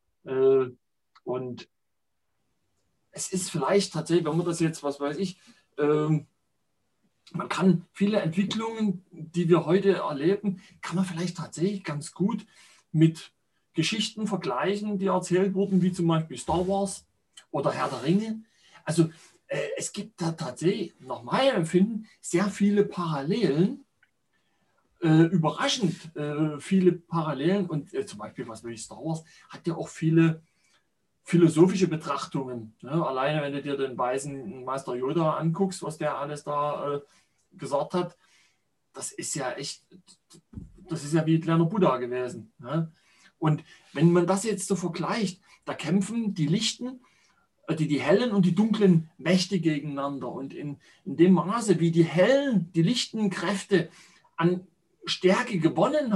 Und es ist vielleicht tatsächlich, wenn man das jetzt, was weiß ich, man kann viele Entwicklungen, die wir heute erleben, kann man vielleicht tatsächlich ganz gut mit Geschichten vergleichen, die erzählt wurden, wie zum Beispiel Star Wars oder Herr der Ringe. Also es gibt da tatsächlich, nach meinem Empfinden, sehr viele Parallelen, überraschend viele Parallelen. Und zum Beispiel, was weiß ich, Star Wars hat ja auch viele philosophische Betrachtungen. Ne? Alleine, wenn du dir den weißen Meister Yoda anguckst, was der alles da gesagt hat, das ist ja wie ein kleiner Buddha gewesen. Ne? Und wenn man das jetzt so vergleicht, da kämpfen die lichten, die hellen und die dunklen Mächte gegeneinander. Und in dem Maße, wie die lichten Kräfte an Stärke gewannen,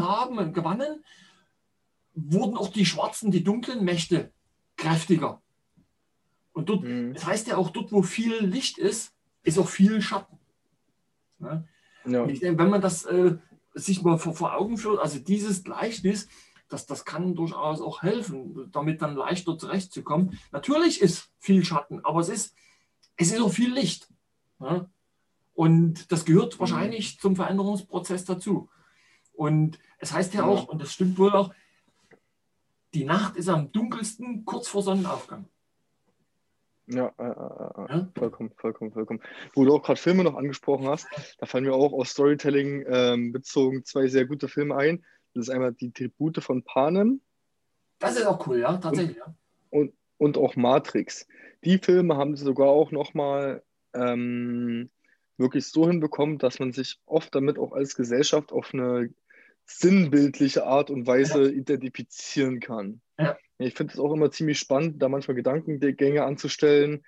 wurden auch die schwarzen, die dunklen Mächte kräftiger. Und dort, das heißt ja auch, dort, wo viel Licht ist auch viel Schatten. Ne? Ja. Und ich denke, wenn man das sich mal vor Augen führt, also dieses Gleichnis, das kann durchaus auch helfen, damit dann leichter zurechtzukommen. Natürlich ist viel Schatten, aber es ist auch viel Licht. Ne? Und das gehört wahrscheinlich zum Veränderungsprozess dazu. Und es heißt ja auch, und das stimmt wohl auch, die Nacht ist am dunkelsten kurz vor Sonnenaufgang. Ja, vollkommen. Wo du auch gerade Filme noch angesprochen hast, da fallen mir auch aus Storytelling bezogen 2 sehr gute Filme ein. Das ist einmal die Tribute von Panem. Das ist auch cool, ja, tatsächlich. Und auch Matrix. Die Filme haben sie sogar auch nochmal wirklich so hinbekommen, dass man sich oft damit auch als Gesellschaft auf eine sinnbildliche Art und Weise identifizieren kann. Ja. Ich finde es auch immer ziemlich spannend, da manchmal Gedankengänge anzustellen,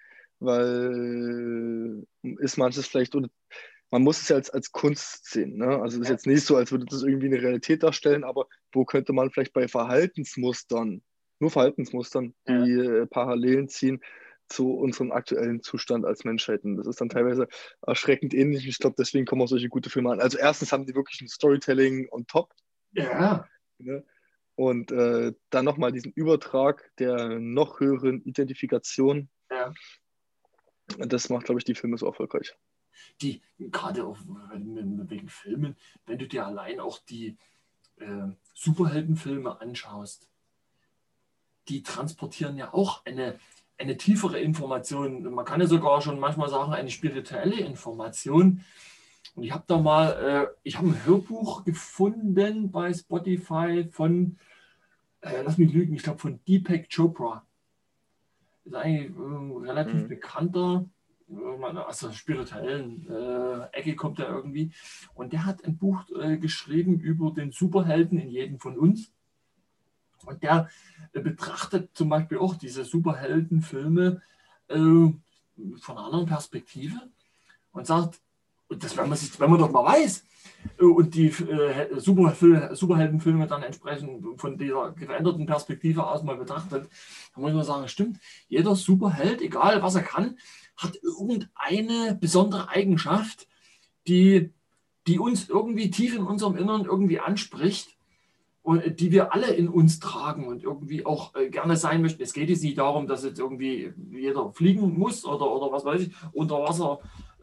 weil ist manches vielleicht, man muss es ja als Kunst sehen. Ne? Also es ist jetzt nicht so, als würde das irgendwie eine Realität darstellen, aber wo könnte man vielleicht bei Verhaltensmustern nur Verhaltensmustern, die Parallelen ziehen zu unserem aktuellen Zustand als Menschheiten. Das ist dann teilweise erschreckend ähnlich. Ich glaube, deswegen kommen auch solche gute Filme an. Also erstens haben die wirklich ein Storytelling on top. Ja. Ne? Und dann nochmal diesen Übertrag der noch höheren Identifikation. Ja. Das macht, glaube ich, die Filme so erfolgreich. Die, gerade auch wegen Filmen, wenn du dir allein auch die Superheldenfilme anschaust, die transportieren ja auch eine tiefere Information. Man kann ja sogar schon manchmal sagen, eine spirituelle Information. Und ich habe da mal, ich habe ein Hörbuch gefunden bei Spotify von, lass mich lügen, ich glaube von Deepak Chopra. Ist eigentlich relativ bekannter, aus der spirituellen Ecke kommt er irgendwie. Und der hat ein Buch geschrieben über den Superhelden in jedem von uns. Und der betrachtet zum Beispiel auch diese Superheldenfilme von einer anderen Perspektive und sagt, und das, wenn man doch mal weiß und die Superheldenfilme dann entsprechend von dieser veränderten Perspektive aus mal betrachtet, dann muss man sagen, stimmt, jeder Superheld, egal was er kann, hat irgendeine besondere Eigenschaft, die uns irgendwie tief in unserem Innern irgendwie anspricht und die wir alle in uns tragen und irgendwie auch gerne sein möchten. Es geht jetzt nicht darum, dass jetzt irgendwie jeder fliegen muss oder was weiß ich, unter Wasser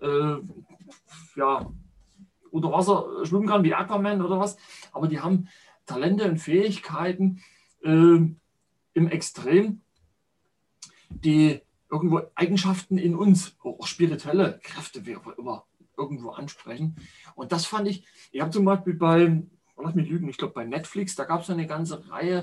unter Wasser schwimmen kann wie Aquaman oder was, aber die haben Talente und Fähigkeiten im Extrem, die irgendwo Eigenschaften in uns, auch spirituelle Kräfte, wie auch immer, irgendwo ansprechen. Und das fand ich habe zum Beispiel lass mich lügen, ich glaube bei Netflix, da gab es eine ganze Reihe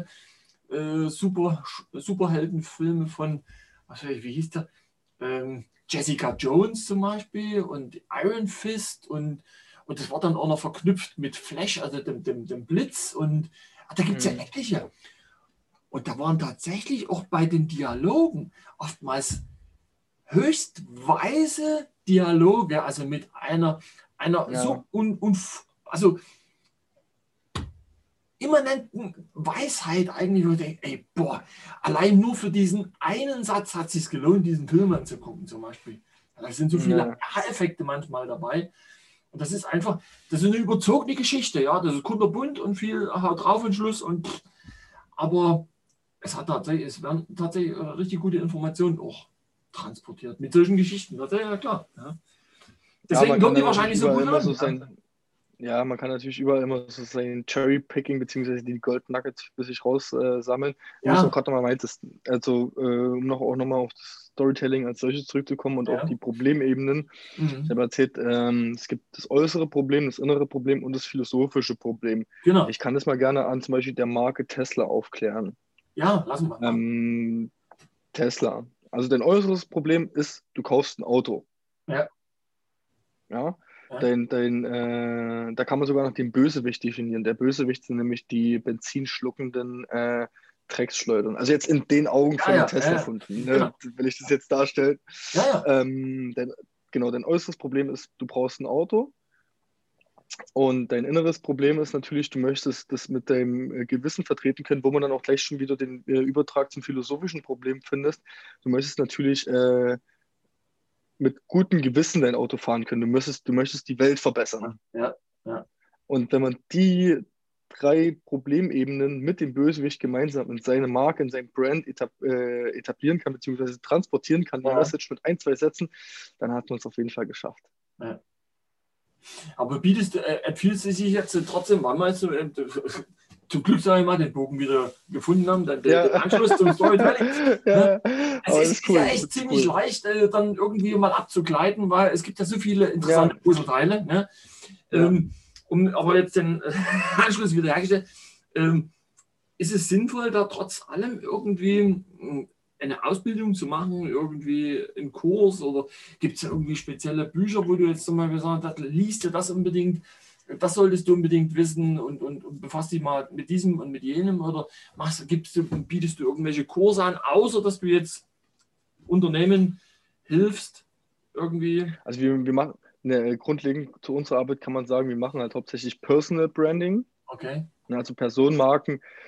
Superheldenfilme von, was weiß ich, wie hieß der? Jessica Jones zum Beispiel und Iron Fist und das war dann auch noch verknüpft mit Flash, also dem Blitz und da gibt es ja etliche. Und da waren tatsächlich auch bei den Dialogen oftmals höchst weise Dialoge, also mit einer so also immanenten Weisheit eigentlich, wo ich denke, ey, boah, allein nur für diesen einen Satz hat es sich gelohnt, diesen Film anzugucken zum Beispiel. Da sind so viele Aha-Effekte manchmal dabei. Und das ist einfach, das ist eine überzogene Geschichte, ja, das ist kunterbunt und viel Haut drauf und Schluss aber es werden tatsächlich richtig gute Informationen auch transportiert mit solchen Geschichten, das ist ja klar. Ja. Deswegen kommen die wahrscheinlich so gut an. Ja, man kann natürlich überall immer so sein Cherry-Picking bzw. die Gold Nuggets für sich raus sammeln. Wo du es auch gerade nochmal meintest, also um auch nochmal auf das Storytelling als solches zurückzukommen und auch die Problemebenen. Ich habe erzählt, es gibt das äußere Problem, das innere Problem und das philosophische Problem. Genau. Ich kann das mal gerne an zum Beispiel der Marke Tesla aufklären. Ja, lassen wir. Tesla. Also dein äußeres Problem ist, du kaufst ein Auto. Ja. Ja. Da kann man sogar noch den Bösewicht definieren. Der Bösewicht sind nämlich die benzinschluckenden Drecksschleudern. Also jetzt in den Augen von den Tesla-Kunden, ne? Genau. Will ich das jetzt darstellen. Dein äußeres Problem ist, du brauchst ein Auto. Und dein inneres Problem ist natürlich, du möchtest das mit deinem Gewissen vertreten können, wo man dann auch gleich schon wieder den Übertrag zum philosophischen Problem findest. Du möchtest natürlich mit gutem Gewissen dein Auto fahren können. Du möchtest die Welt verbessern. Ja. Und wenn man die 3 Problemebenen mit dem Bösewicht gemeinsam in seine Marke, in sein Brand etablieren kann, beziehungsweise transportieren kann, die Message mit 1, 2 Sätzen, dann hat man es auf jeden Fall geschafft. Ja. Aber empfiehlst du sich jetzt trotzdem, weil wir jetzt zum Glück, sage ich mal, den Bogen wieder gefunden haben, den Anschluss zum Storytelling. Es ist cool. Ja echt ziemlich leicht, dann irgendwie mal abzugleiten, weil es gibt ja so viele interessante Puzzleteile. Ne? Aber jetzt den Anschluss wieder hergestellt, ist es sinnvoll, da trotz allem irgendwie eine Ausbildung zu machen, irgendwie einen Kurs oder gibt es irgendwie spezielle Bücher, wo du jetzt zum Beispiel gesagt hast, liest du das unbedingt, das solltest du unbedingt wissen und befasst dich mal mit diesem und mit jenem oder bietest du irgendwelche Kurse an, außer dass du jetzt Unternehmen hilfst irgendwie? Also wir machen, grundlegend zu unserer Arbeit kann man sagen, wir machen halt hauptsächlich Personal Branding. Okay. Also Personenmarken.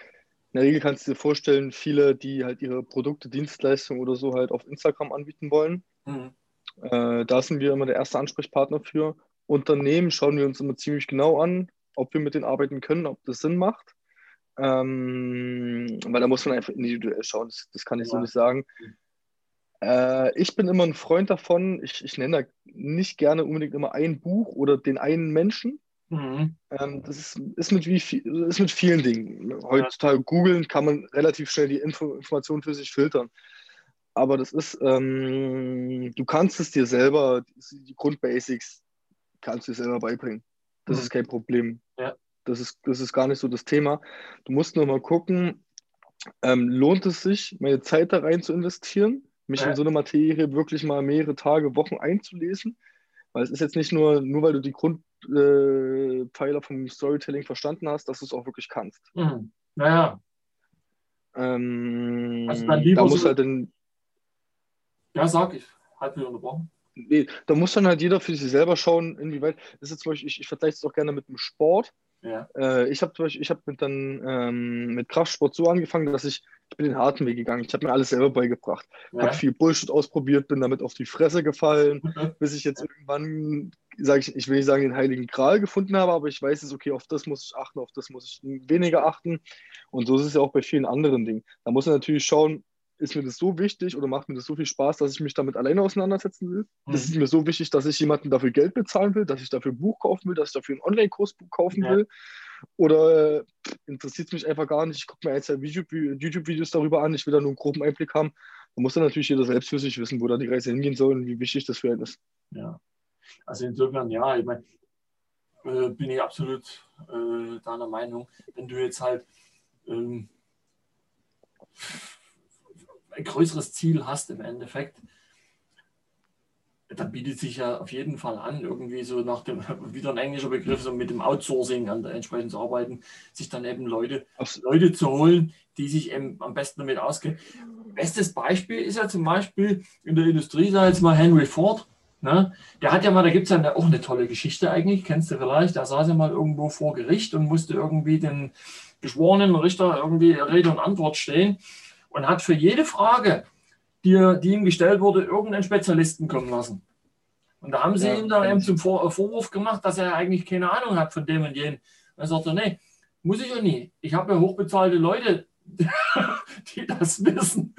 der Regel kannst du dir vorstellen, viele, die halt ihre Produkte, Dienstleistungen oder so halt auf Instagram anbieten wollen. Mhm. Da sind wir immer der erste Ansprechpartner für. Unternehmen schauen wir uns immer ziemlich genau an, ob wir mit denen arbeiten können, ob das Sinn macht. Weil da muss man einfach individuell schauen. Das kann ich so Ja. nicht sagen. Ich bin immer ein Freund davon. Ich nenne da nicht gerne unbedingt immer ein Buch oder den einen Menschen. Mhm. Ist mit vielen Dingen. Ja. Heutzutage googeln kann man relativ schnell die Informationen für sich filtern. Aber du kannst es dir selber, die Grundbasics kannst du dir selber beibringen. Das Mhm. ist kein Problem. Ja. Das ist gar nicht so das Thema. Du musst nur mal gucken, lohnt es sich, meine Zeit da rein zu investieren, mich in Ja. so eine Materie wirklich mal mehrere Tage, Wochen einzulesen? Weil es ist jetzt nicht nur weil du die Grundpfeiler vom Storytelling verstanden hast, dass du es auch wirklich kannst. Mhm. Naja, also dann Da lieber muss so, halt dann, ja, sag ich, halb wieder unterbrochen. nee, da muss dann halt jeder für sich selber schauen, inwieweit. Das ist jetzt zum Beispiel, ich vergleiche es auch gerne mit dem Sport. Ja. Ich habe mit Kraftsport so angefangen, ich bin den harten Weg gegangen. Ich habe mir alles selber beigebracht. Habe Ja. viel Bullshit ausprobiert, bin damit auf die Fresse gefallen, bis ich jetzt irgendwann, ich will nicht sagen, den Heiligen Gral gefunden habe, aber ich weiß es, okay, auf das muss ich achten, auf das muss ich weniger achten. Und so ist es ja auch bei vielen anderen Dingen. Da muss man natürlich schauen, ist mir das so wichtig oder macht mir das so viel Spaß, dass ich mich damit alleine auseinandersetzen will? Ist es Mhm. mir so wichtig, dass ich jemanden dafür Geld bezahlen will, dass ich dafür ein Buch kaufen will, dass ich dafür einen Online-Kurs kaufen Ja. will? Oder interessiert es mich einfach gar nicht? Ich gucke mir ein, zwei YouTube-Videos darüber an, ich will da nur einen groben Einblick haben. Da muss dann natürlich jeder selbst für sich wissen, wo da die Reise hingehen soll und wie wichtig das für einen ist. Ja. Also insofern, ja, ich meine, bin ich absolut deiner Meinung. Wenn du jetzt halt ähm, ein größeres Ziel hast im Endeffekt, dann bietet sich ja auf jeden Fall an, irgendwie so nach dem, wieder ein englischer Begriff, so mit dem Outsourcing an der entsprechend zu arbeiten, sich dann eben Abs Leute zu holen, die sich eben am besten damit auskennen. Bestes Beispiel ist ja zum Beispiel in der Industrie, sag jetzt mal Henry Ford. Ne? Der hat ja mal, da gibt es ja auch eine tolle Geschichte eigentlich, kennst du vielleicht, da saß er mal irgendwo vor Gericht und musste irgendwie den geschworenen Richter irgendwie Rede und Antwort stehen und hat für jede Frage, die ihm gestellt wurde, irgendeinen Spezialisten kommen lassen. Und da haben sie ja, ihm dann kenn eben ich. zum Vorwurf gemacht, dass er eigentlich keine Ahnung hat von dem und jenem. Und er sagte, nee, muss ich ja nie. Ich habe ja hochbezahlte Leute, die das wissen.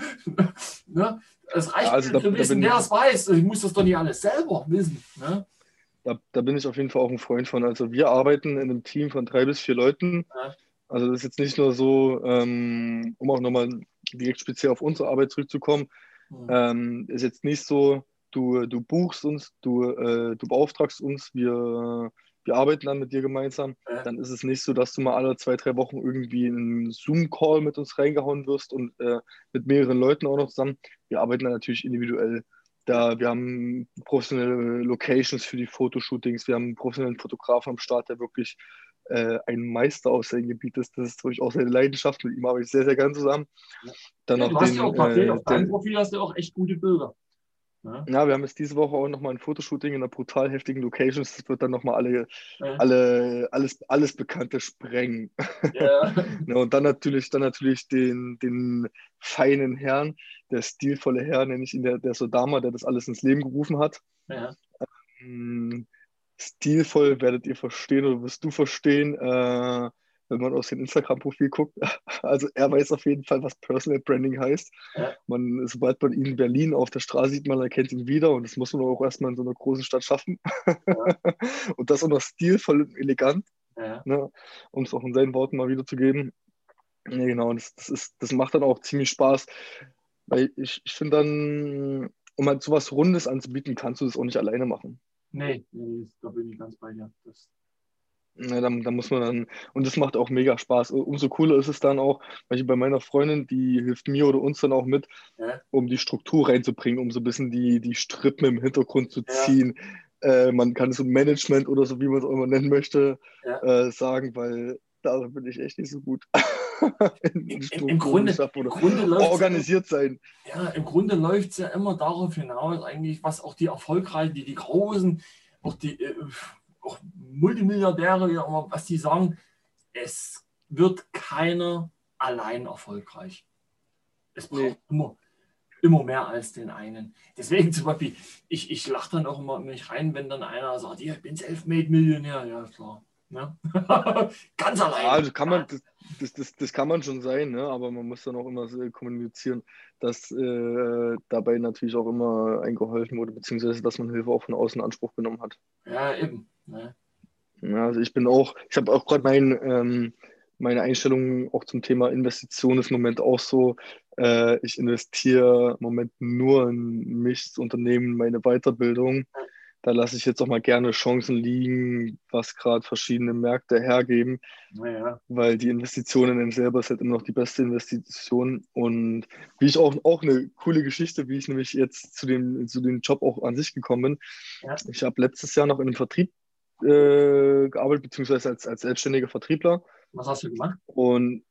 Ne? Es Ja, reicht also mir zu wissen, wer es weiß. Ich muss das doch nicht alles selber wissen. Ne? da bin ich auf jeden Fall auch ein Freund von. Also wir arbeiten in einem Team von 3 bis 4 Leuten. Ja, Also das ist jetzt nicht nur so, um auch nochmal direkt speziell auf unsere Arbeit zurückzukommen, hm, ist jetzt nicht so, du buchst uns, du beauftragst uns, wir arbeiten dann mit dir gemeinsam. ja, Dann ist es nicht so, dass du mal alle 2, 3 Wochen irgendwie in einen Zoom-Call mit uns reingehauen wirst und mit mehreren Leuten auch noch zusammen. Wir arbeiten dann natürlich individuell. ja, Wir haben professionelle Locations für die Fotoshootings, wir haben einen professionellen Fotografen am Start, der wirklich ein Meister aus seinem Gebiet ist. Das ist natürlich auch seine Leidenschaft. Mit ihm arbeite ich sehr, sehr gern zusammen. ja. Dann Ja, noch du hast ja den, auch tatsächlich auf deinem der, Profil hast du auch echt gute Bilder. Ne? ja, wir haben jetzt diese Woche auch nochmal ein Fotoshooting in einer brutal heftigen Location. Das wird dann nochmal Ja, alles Bekannte sprengen. ja, Ne, und dann natürlich den feinen Herrn, der stilvolle Herr, nenne ich ihn, der Sodama, der das alles ins Leben gerufen hat. ja, Hm, Stilvoll werdet ihr verstehen oder wirst du verstehen, wenn man auf sein Instagram-Profil guckt. Also er weiß auf jeden Fall, was Personal Branding heißt. ja, Sobald man ihn in Berlin auf der Straße sieht, man erkennt ihn wieder und das muss man auch erstmal in so einer großen Stadt schaffen. ja, Und das auch noch stilvoll und elegant, ja. ne? Um es auch in seinen Worten mal wiederzugeben. Ja, genau, das macht dann auch ziemlich Spaß, weil ich finde dann, um halt sowas Rundes anzubieten, kannst du das auch nicht alleine machen. Nee, nee, da bin ich ganz bei dir. Ja, da muss man dann, und das macht auch mega Spaß. Umso cooler ist es dann auch, weil ich bei meiner Freundin, die hilft mir oder uns dann auch mit, Ja, um die Struktur reinzubringen, um so ein bisschen die Strippen im Hintergrund zu ja, ziehen. Man kann es so Management oder so, wie man es auch immer nennen möchte, ja. sagen, weil da bin ich echt nicht so gut in Im Strukturen Grunde, schaffen im oder Grunde läuft es organisiert sein. ja, im Grunde läuft's ja immer darauf hinaus, eigentlich, was auch die Erfolgreichen, die Großen, auch die auch Multimilliardäre, wie auch immer, was die sagen, es wird keiner allein erfolgreich. Es braucht Nee. immer mehr als den einen. Deswegen zum Beispiel, ich lache dann auch immer in mich rein, wenn dann einer sagt, ja, ich bin Selfmade-Millionär. Ja, klar. Ne? Ganz Ja, alleine. das kann man schon sein, ne? Aber man muss dann auch immer so kommunizieren, dass dabei natürlich auch immer eingeholfen wurde, beziehungsweise dass man Hilfe auch von außen in Anspruch genommen hat. Ja, eben. Ne? Ja, also ich habe auch gerade meine Einstellung auch zum Thema Investition ist im Moment auch so, ich investiere im Moment nur in mich, das Unternehmen, meine Weiterbildung. Da lasse ich jetzt auch mal gerne Chancen liegen, was gerade verschiedene Märkte hergeben, Naja. weil die Investition in einem selber ist halt immer noch die beste Investition. Und wie ich auch eine coole Geschichte, wie ich nämlich jetzt zu dem Job auch an sich gekommen bin. Ja. Ich habe letztes Jahr noch in einem Vertrieb gearbeitet, beziehungsweise als selbstständiger Vertriebler. Was hast du gemacht? Und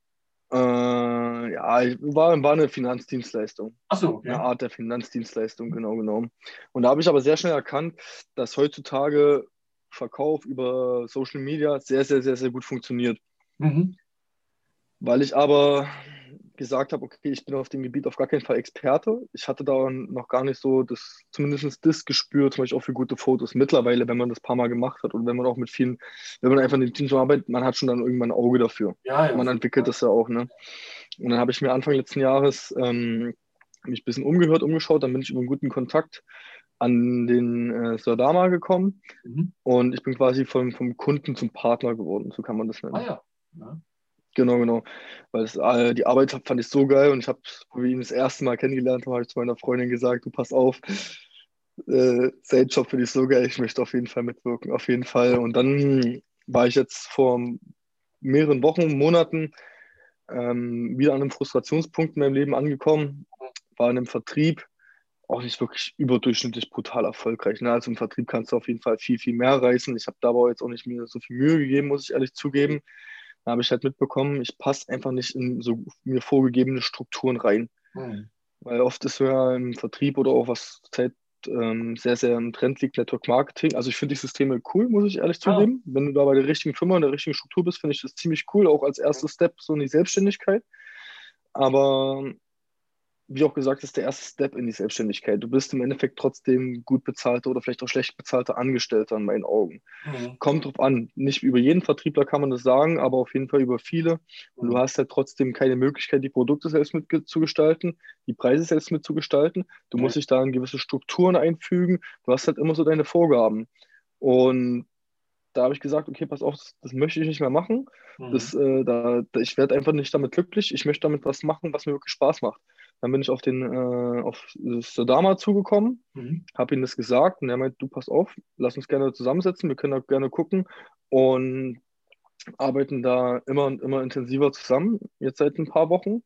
ja, war eine Finanzdienstleistung. Ach so, Eine okay. Art der Finanzdienstleistung, genau genommen. Und da habe ich aber sehr schnell erkannt, dass heutzutage Verkauf über Social Media sehr, sehr, sehr, sehr gut funktioniert. Mhm. Weil ich aber gesagt habe, okay, ich bin auf dem Gebiet auf gar keinen Fall Experte. Ich hatte da noch gar nicht so zumindest das Gespür, zum Beispiel auch für gute Fotos. Mittlerweile, wenn man das ein paar Mal gemacht hat und wenn man auch mit vielen, wenn man einfach in dem Team so arbeitet, man hat schon dann irgendwann ein Auge dafür. Ja, ja, Man auf jeden entwickelt Fall. das ja auch, ne? Und dann habe ich mir Anfang letzten Jahres mich ein bisschen umgeschaut, dann bin ich über einen guten Kontakt an den Sardama gekommen Mhm. und ich bin quasi vom Kunden zum Partner geworden, so kann man das Ah nennen. ja. Ja. Genau, genau. Weil die Arbeit fand ich so geil und ich habe, wo wir ihn das erste Mal kennengelernt haben, habe ich zu meiner Freundin gesagt, du pass auf, sein Job finde ich so geil, ich möchte auf jeden Fall mitwirken, auf jeden Fall. Und dann war ich jetzt vor mehreren Wochen, Monaten wieder an einem Frustrationspunkt in meinem Leben angekommen, war in einem Vertrieb, auch nicht wirklich überdurchschnittlich brutal erfolgreich. Ne? Also im Vertrieb kannst du auf jeden Fall viel, viel mehr reißen. Ich habe da aber jetzt auch nicht mir so viel Mühe gegeben, muss ich ehrlich zugeben. Da habe ich halt mitbekommen, ich passe einfach nicht in so mir vorgegebene Strukturen rein. Mhm. Weil oft ist so ja im Vertrieb oder auch was zurzeit sehr, sehr im Trend liegt, Network Marketing. Also ich finde die Systeme cool, muss ich ehrlich Ah, zugeben. Wenn du da bei der richtigen Firma, in der richtigen Struktur bist, finde ich das ziemlich cool, auch als erster Step so in die Selbstständigkeit. Aber wie auch gesagt, ist der erste Step in die Selbstständigkeit. Du bist im Endeffekt trotzdem gut bezahlter oder vielleicht auch schlecht bezahlter Angestellter in meinen Augen. mhm. Kommt drauf an. Nicht über jeden Vertriebler kann man das sagen, aber auf jeden Fall über viele. Und du Mhm. hast halt trotzdem keine Möglichkeit, die Produkte selbst mitzugestalten, die Preise selbst mitzugestalten. Du Ja. musst dich da in gewisse Strukturen einfügen. Du hast halt immer so deine Vorgaben. Und da habe ich gesagt, okay, pass auf, das möchte ich nicht mehr machen. Mhm. Ich werde einfach nicht damit glücklich. Ich möchte damit was machen, was mir wirklich Spaß macht. Dann bin ich auf Sodama zugekommen, Mhm. habe ihm das gesagt und er meint, du pass auf, lass uns gerne zusammensetzen, wir können da gerne gucken und arbeiten da immer und immer intensiver zusammen, jetzt seit ein paar Wochen.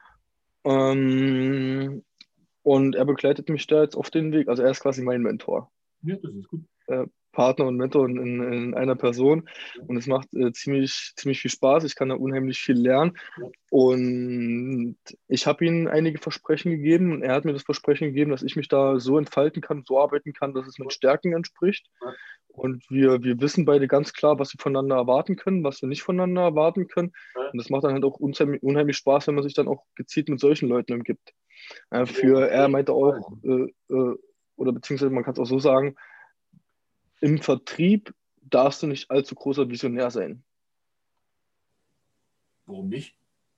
Ähm, und er begleitet mich da jetzt auf den Weg. Also er ist quasi mein Mentor. Ja, das ist gut. Partner und Mentor in einer Person. Und es macht ziemlich, ziemlich viel Spaß. Ich kann da unheimlich viel lernen. Ja. Und ich habe ihm einige Versprechen gegeben und er hat mir das Versprechen gegeben, dass ich mich da so entfalten kann, so arbeiten kann, dass es meinen Stärken entspricht. Ja. Und wir wissen beide ganz klar, was wir voneinander erwarten können, was wir nicht voneinander erwarten können. Ja. Und das macht dann halt auch unheimlich Spaß, wenn man sich dann auch gezielt mit solchen Leuten umgibt. Auf Er jeden meinte Fall. auch, oder beziehungsweise man kann es auch so sagen, im Vertrieb darfst du nicht allzu großer Visionär sein. Warum nicht?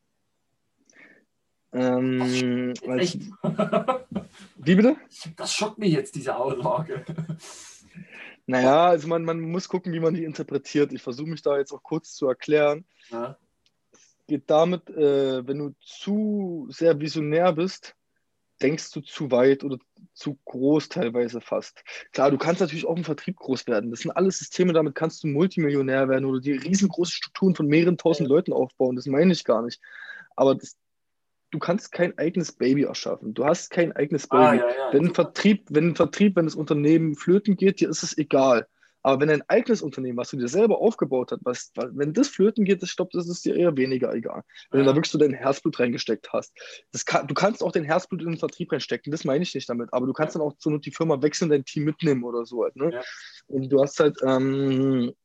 Jetzt Als, echt? wie bitte? Das schockt mich jetzt, diese Aussage. Naja, also man muss gucken, wie man die interpretiert. Ich versuche mich da jetzt auch kurz zu erklären. Ja. Geht damit, wenn du zu sehr visionär bist, denkst du zu weit oder zu groß teilweise fast. Klar, du kannst natürlich auch im Vertrieb groß werden. Das sind alles Systeme, damit kannst du Multimillionär werden oder die riesengroße Strukturen von mehreren tausend Leuten aufbauen. Das meine ich gar nicht. Aber du kannst kein eigenes Baby erschaffen. Du hast kein eigenes Ah, Baby. ja, ja, interessant. Wenn das Unternehmen flöten geht, dir ist es egal. Aber wenn ein eigenes Unternehmen, was du dir selber aufgebaut hast, wenn das flöten geht, ich glaube, das ist dir eher weniger egal. Wenn du da Ja, wirklich so dein Herzblut reingesteckt hast. Du kannst auch dein Herzblut in den Vertrieb reinstecken, das meine ich nicht damit. Aber du kannst ja, dann auch so die Firma wechseln, dein Team mitnehmen oder so halt, ne? ja. Und du hast halt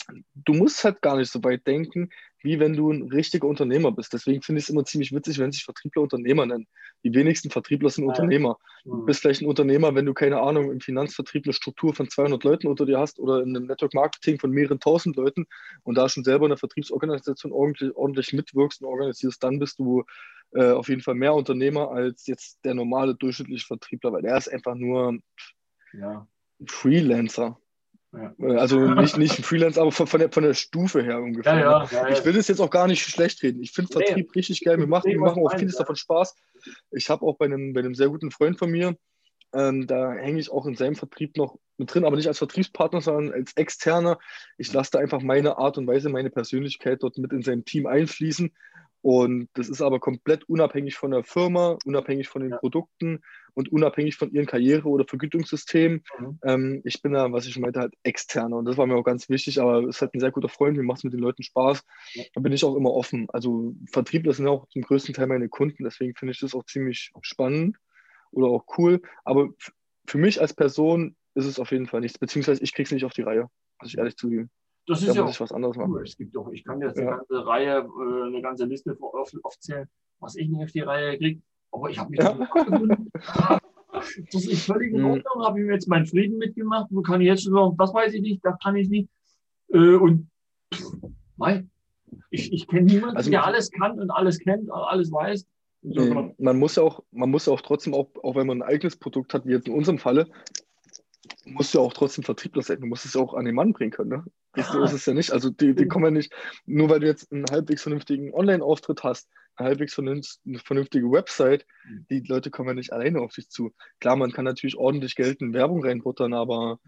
du musst halt gar nicht so weit denken, wie wenn du ein richtiger Unternehmer bist. Deswegen finde ich es immer ziemlich witzig, wenn sich Vertriebler Unternehmer nennen. Die wenigsten Vertriebler sind Ja. Unternehmer. Du Mhm. bist vielleicht ein Unternehmer, wenn du, keine Ahnung, im Finanzvertrieb eine Struktur von 200 Leuten unter dir hast oder in einem Network Marketing von mehreren tausend Leuten und da schon selber in der Vertriebsorganisation ordentlich mitwirkst und organisierst, dann bist du auf jeden Fall mehr Unternehmer als jetzt der normale durchschnittliche Vertriebler, weil er ist einfach nur ein Ja. Freelancer. Ja. Also nicht ein Freelancer, aber von der Stufe her Ja, ungefähr. Ne? ja, ja, Ich ja. will das jetzt auch gar nicht schlecht reden. Ich finde Nee, Vertrieb richtig geil. Mir ich macht, verstehe, mir was machen du auch meinst. vieles Ja. davon Spaß. Ich habe auch bei einem sehr guten Freund von mir, da hänge ich auch in seinem Vertrieb noch mit drin, aber nicht als Vertriebspartner, sondern als Externer. Ich lasse da einfach meine Art und Weise, meine Persönlichkeit dort mit in sein Team einfließen. Und das ist aber komplett unabhängig von der Firma, unabhängig von den Ja. Produkten und unabhängig von ihren Karriere- oder Vergütungssystemen. Mhm. Ich bin da, was ich meinte, halt externer. Und das war mir auch ganz wichtig, aber es ist halt ein sehr guter Freund, mir macht es mit den Leuten Spaß. Ja. Da bin ich auch immer offen. Also Vertriebler sind auch zum größten Teil meine Kunden, deswegen finde ich das auch ziemlich spannend oder auch cool. Aber für mich als Person ist es auf jeden Fall nichts, beziehungsweise ich kriege es nicht auf die Reihe, muss ich ehrlich zugeben. Das Da ist ja muss auch ich was anderes machen. cool. Es gibt doch, ich kann jetzt eine Ja. ganze Reihe, eine ganze Liste aufzählen, was ich nicht auf die Reihe kriege. Aber ich habe mich Ja. damit abgefunden. Das ist völlig in Mm, Ordnung. Habe ich mir jetzt meinen Frieden mitgemacht. Wo kann ich jetzt schon sagen, das weiß ich nicht, das kann ich nicht. Und nein, ich kenne niemanden, Also der alles kann und alles kennt, alles weiß. Insofern, man muss ja auch trotzdem, auch wenn man ein eigenes Produkt hat, wie jetzt in unserem Falle, musst du ja auch trotzdem Vertriebler sein. Du musst es ja auch an den Mann bringen können. Ne? So ist ja, es ja nicht. Also die kommen ja nicht, nur weil du jetzt einen halbwegs vernünftigen Online-Auftritt hast, eine halbwegs vernünftige Website, die Leute kommen ja nicht alleine auf dich zu. Klar, man kann natürlich ordentlich Geld in Werbung reinbuttern, aber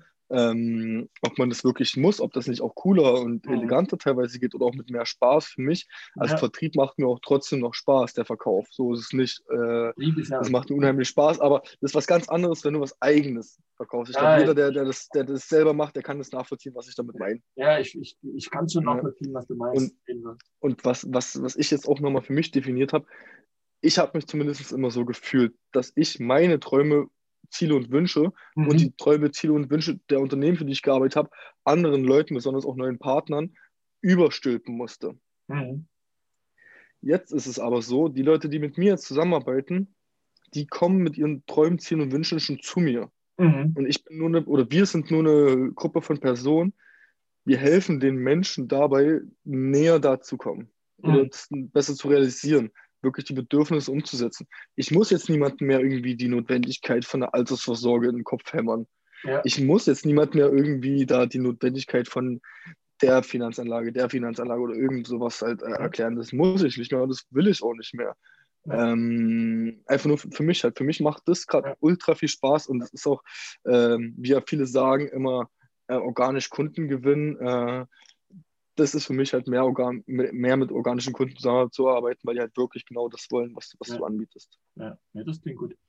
ob man das wirklich muss, ob das nicht auch cooler und eleganter teilweise geht oder auch mit mehr Spaß für mich. Also ja, Vertrieb macht mir auch trotzdem noch Spaß, der Verkauf. So ist es nicht. Liebe ist Das ja, macht mir unheimlich Spaß, aber das ist was ganz anderes, wenn du was Eigenes verkaufst. Ich glaube, ja, jeder, der das selber macht, der kann das nachvollziehen, was ich damit meine. ja, ich kann schon Ne? nachvollziehen, was du meinst. Und, und was ich jetzt auch nochmal für mich definiert habe, ich habe mich zumindest immer so gefühlt, dass ich meine Träume, Ziele und Wünsche und Mhm. die Träume, Ziele und Wünsche der Unternehmen, für die ich gearbeitet habe, anderen Leuten, besonders auch neuen Partnern, überstülpen musste. Mhm. Jetzt ist es aber so, die Leute, die mit mir jetzt zusammenarbeiten, die kommen mit ihren Träumen, Zielen und Wünschen schon zu mir. Mhm. Und ich bin nur oder wir sind nur eine Gruppe von Personen. Wir helfen den Menschen dabei, näher dazu kommen oder Mhm. das besser zu realisieren, wirklich die Bedürfnisse umzusetzen. Ich muss jetzt niemandem mehr irgendwie die Notwendigkeit von der Altersvorsorge in den Kopf hämmern. Ja, Ich muss jetzt niemandem mehr irgendwie da die Notwendigkeit von der Finanzanlage oder irgend sowas halt ja, erklären. Das muss ich nicht mehr und das will ich auch nicht mehr. ja, Einfach nur für mich halt. Für mich macht das gerade ja. ultra viel Spaß und es ist auch, wie ja viele sagen, immer organisch Kunden gewinnen. Das ist für mich halt mehr mit organischen Kunden zusammenzuarbeiten, weil die halt wirklich genau das wollen, was Ja, du anbietest. ja, ja, das klingt gut.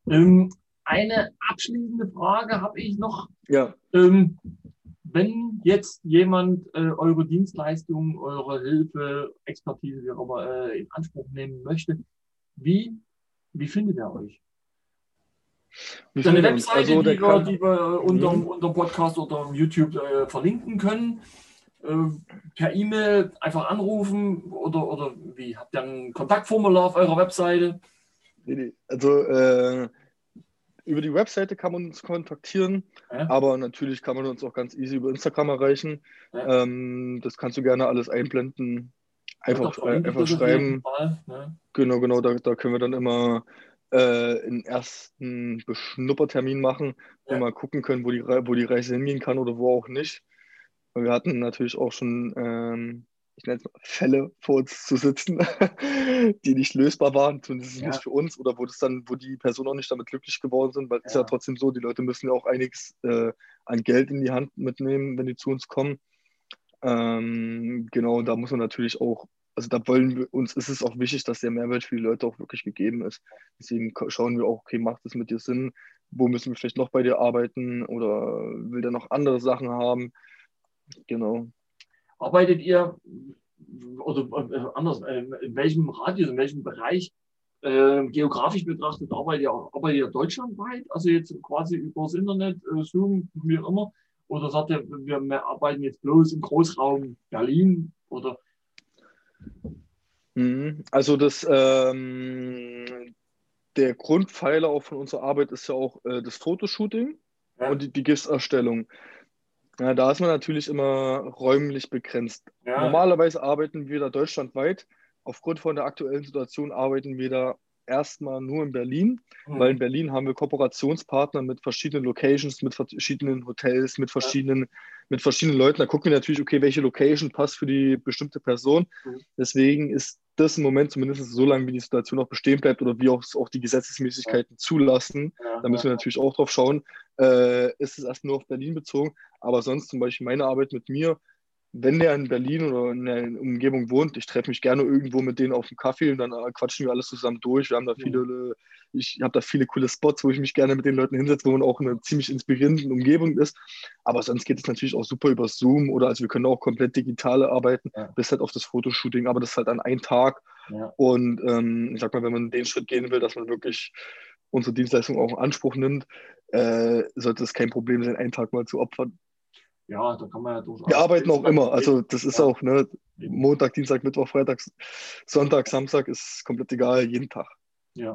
Eine abschließende Frage habe ich noch. Ja, Ähm, Wenn jetzt jemand eure Dienstleistungen, eure Hilfe, Expertise, wie auch immer, in Anspruch nehmen möchte, wie, wie findet er euch? wie Eine findet er uns? Webseite, Also der kann, die wir mhm. unter Podcast oder YouTube verlinken können. Äh, Per E-Mail einfach anrufen oder wie? Habt ihr ein Kontaktformular auf eurer Webseite? Nee. Also über die Webseite kann man uns kontaktieren, Ja, aber natürlich kann man uns auch ganz easy über Instagram erreichen. ja. Das kannst du gerne alles einblenden. Ja, doch, verlinke ich Einfach das auf jeden schreiben. Fall. Ne? Genau, da können wir dann immer einen ersten Beschnuppertermin machen, wo wir Ja, mal gucken können, wo die Reise hingehen kann oder wo auch nicht. Weil wir hatten natürlich auch schon, ich nenne es mal, Fälle vor uns zu sitzen, die nicht lösbar waren, zumindest nicht ja, für uns, oder wo die Personen auch nicht damit glücklich geworden sind, weil es ist ja ja. trotzdem so, die Leute müssen ja auch einiges an Geld in die Hand mitnehmen, wenn die zu uns kommen. Genau, da muss man natürlich auch, also da wollen wir uns, ist es auch wichtig, dass der Mehrwert für die Leute auch wirklich gegeben ist. Deswegen schauen wir auch, okay, macht es mit dir Sinn? Wo müssen wir vielleicht noch bei dir arbeiten oder will der noch andere Sachen haben? Genau. Arbeitet ihr, oder anders, in welchem Radius, in welchem Bereich geografisch betrachtet, arbeitet ihr deutschlandweit? Also jetzt quasi übers Internet, Zoom, wie auch immer? Oder sagt ihr, wir arbeiten jetzt bloß im Großraum Berlin? Oder? Also der Grundpfeiler auch von unserer Arbeit ist ja auch das Fotoshooting und die GIFs-Erstellung. Ja, da ist man natürlich immer räumlich begrenzt. Ja, Normalerweise arbeiten wir da deutschlandweit. Aufgrund von der aktuellen Situation arbeiten wir da erstmal nur in Berlin, weil in Berlin haben wir Kooperationspartner mit verschiedenen Locations, mit verschiedenen Hotels, mit verschiedenen Leuten. Da gucken wir natürlich, okay, welche Location passt für die bestimmte Person. Deswegen ist das im Moment zumindest so lange, wie die Situation auch bestehen bleibt oder wie auch die Gesetzesmäßigkeiten zulassen. Da müssen wir natürlich auch drauf schauen. Ist es erst nur auf Berlin bezogen, aber sonst zum Beispiel meine Arbeit mit mir, wenn der in Berlin oder in der Umgebung wohnt, ich treffe mich gerne irgendwo mit denen auf dem Kaffee und dann quatschen wir alles zusammen durch. Wir haben da ich habe da viele coole Spots, wo ich mich gerne mit den Leuten hinsetze, wo man auch in einer ziemlich inspirierenden Umgebung ist. Aber sonst geht es natürlich auch super über Zoom oder also wir können auch komplett digital arbeiten, bis halt auf das Fotoshooting, aber das ist halt an einem Tag. Ja. Und ich sag mal, wenn man den Schritt gehen will, dass man wirklich unsere Dienstleistung auch in Anspruch nimmt, sollte es kein Problem sein, einen Tag mal zu opfern. Ja, da kann man ja durchaus. Wir arbeiten auch immer, also das ist auch, ne, Montag, Dienstag, Mittwoch, Freitag, Sonntag, Samstag ist komplett egal, jeden Tag. Ja.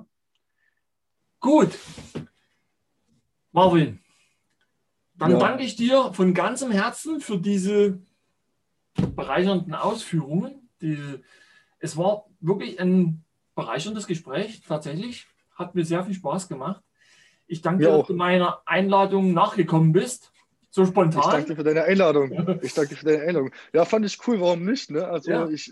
Gut. Marvin, dann danke ich dir von ganzem Herzen für diese bereichernden Ausführungen. Es war wirklich ein bereicherndes Gespräch, tatsächlich. Hat mir sehr viel Spaß gemacht. Ich danke dir, dass du meiner Einladung nachgekommen bist. So spontan. Ich danke dir für deine Einladung. Ja, fand ich cool, warum nicht? Ne? Also ich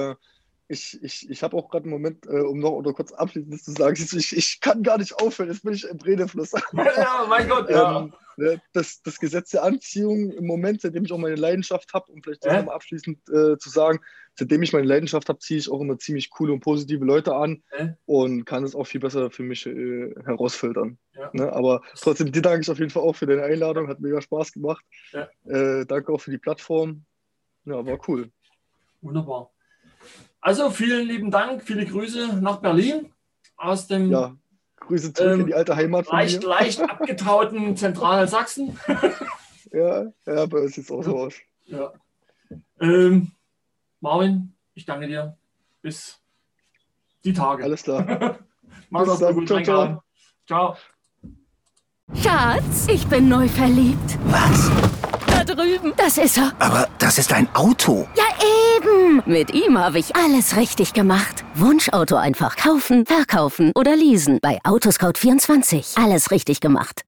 habe auch gerade einen Moment, um noch oder kurz abschließend zu sagen, ich kann gar nicht aufhören, jetzt bin ich im Redefluss. Ja, mein Gott, ja. Das Gesetz der Anziehung im Moment, seitdem ich auch meine Leidenschaft habe, um vielleicht das nochmal abschließend zu sagen, seitdem ich meine Leidenschaft habe, ziehe ich auch immer ziemlich coole und positive Leute an und kann es auch viel besser für mich herausfiltern. Ja. Ne? Aber trotzdem, dir danke ich auf jeden Fall auch für deine Einladung, hat mega Spaß gemacht. Ja. Danke auch für die Plattform. Ja, war cool. Wunderbar. Also vielen lieben Dank, viele Grüße nach Berlin aus dem Grüße zurück in die alte Heimat von mir. Leicht abgetauten Zentralsachsen. ja, bei uns sieht es auch so aus. Ja. Marvin, ich danke dir. Bis die Tage. Alles klar. Mach's gut. Ciao. Ciao. Schatz, ich bin neu verliebt. Was? Da drüben. Das ist er. Aber das ist ein Auto. Ja, eben. Mit ihm habe ich alles richtig gemacht. Wunschauto einfach kaufen, verkaufen oder leasen. Bei Autoscout24. Alles richtig gemacht.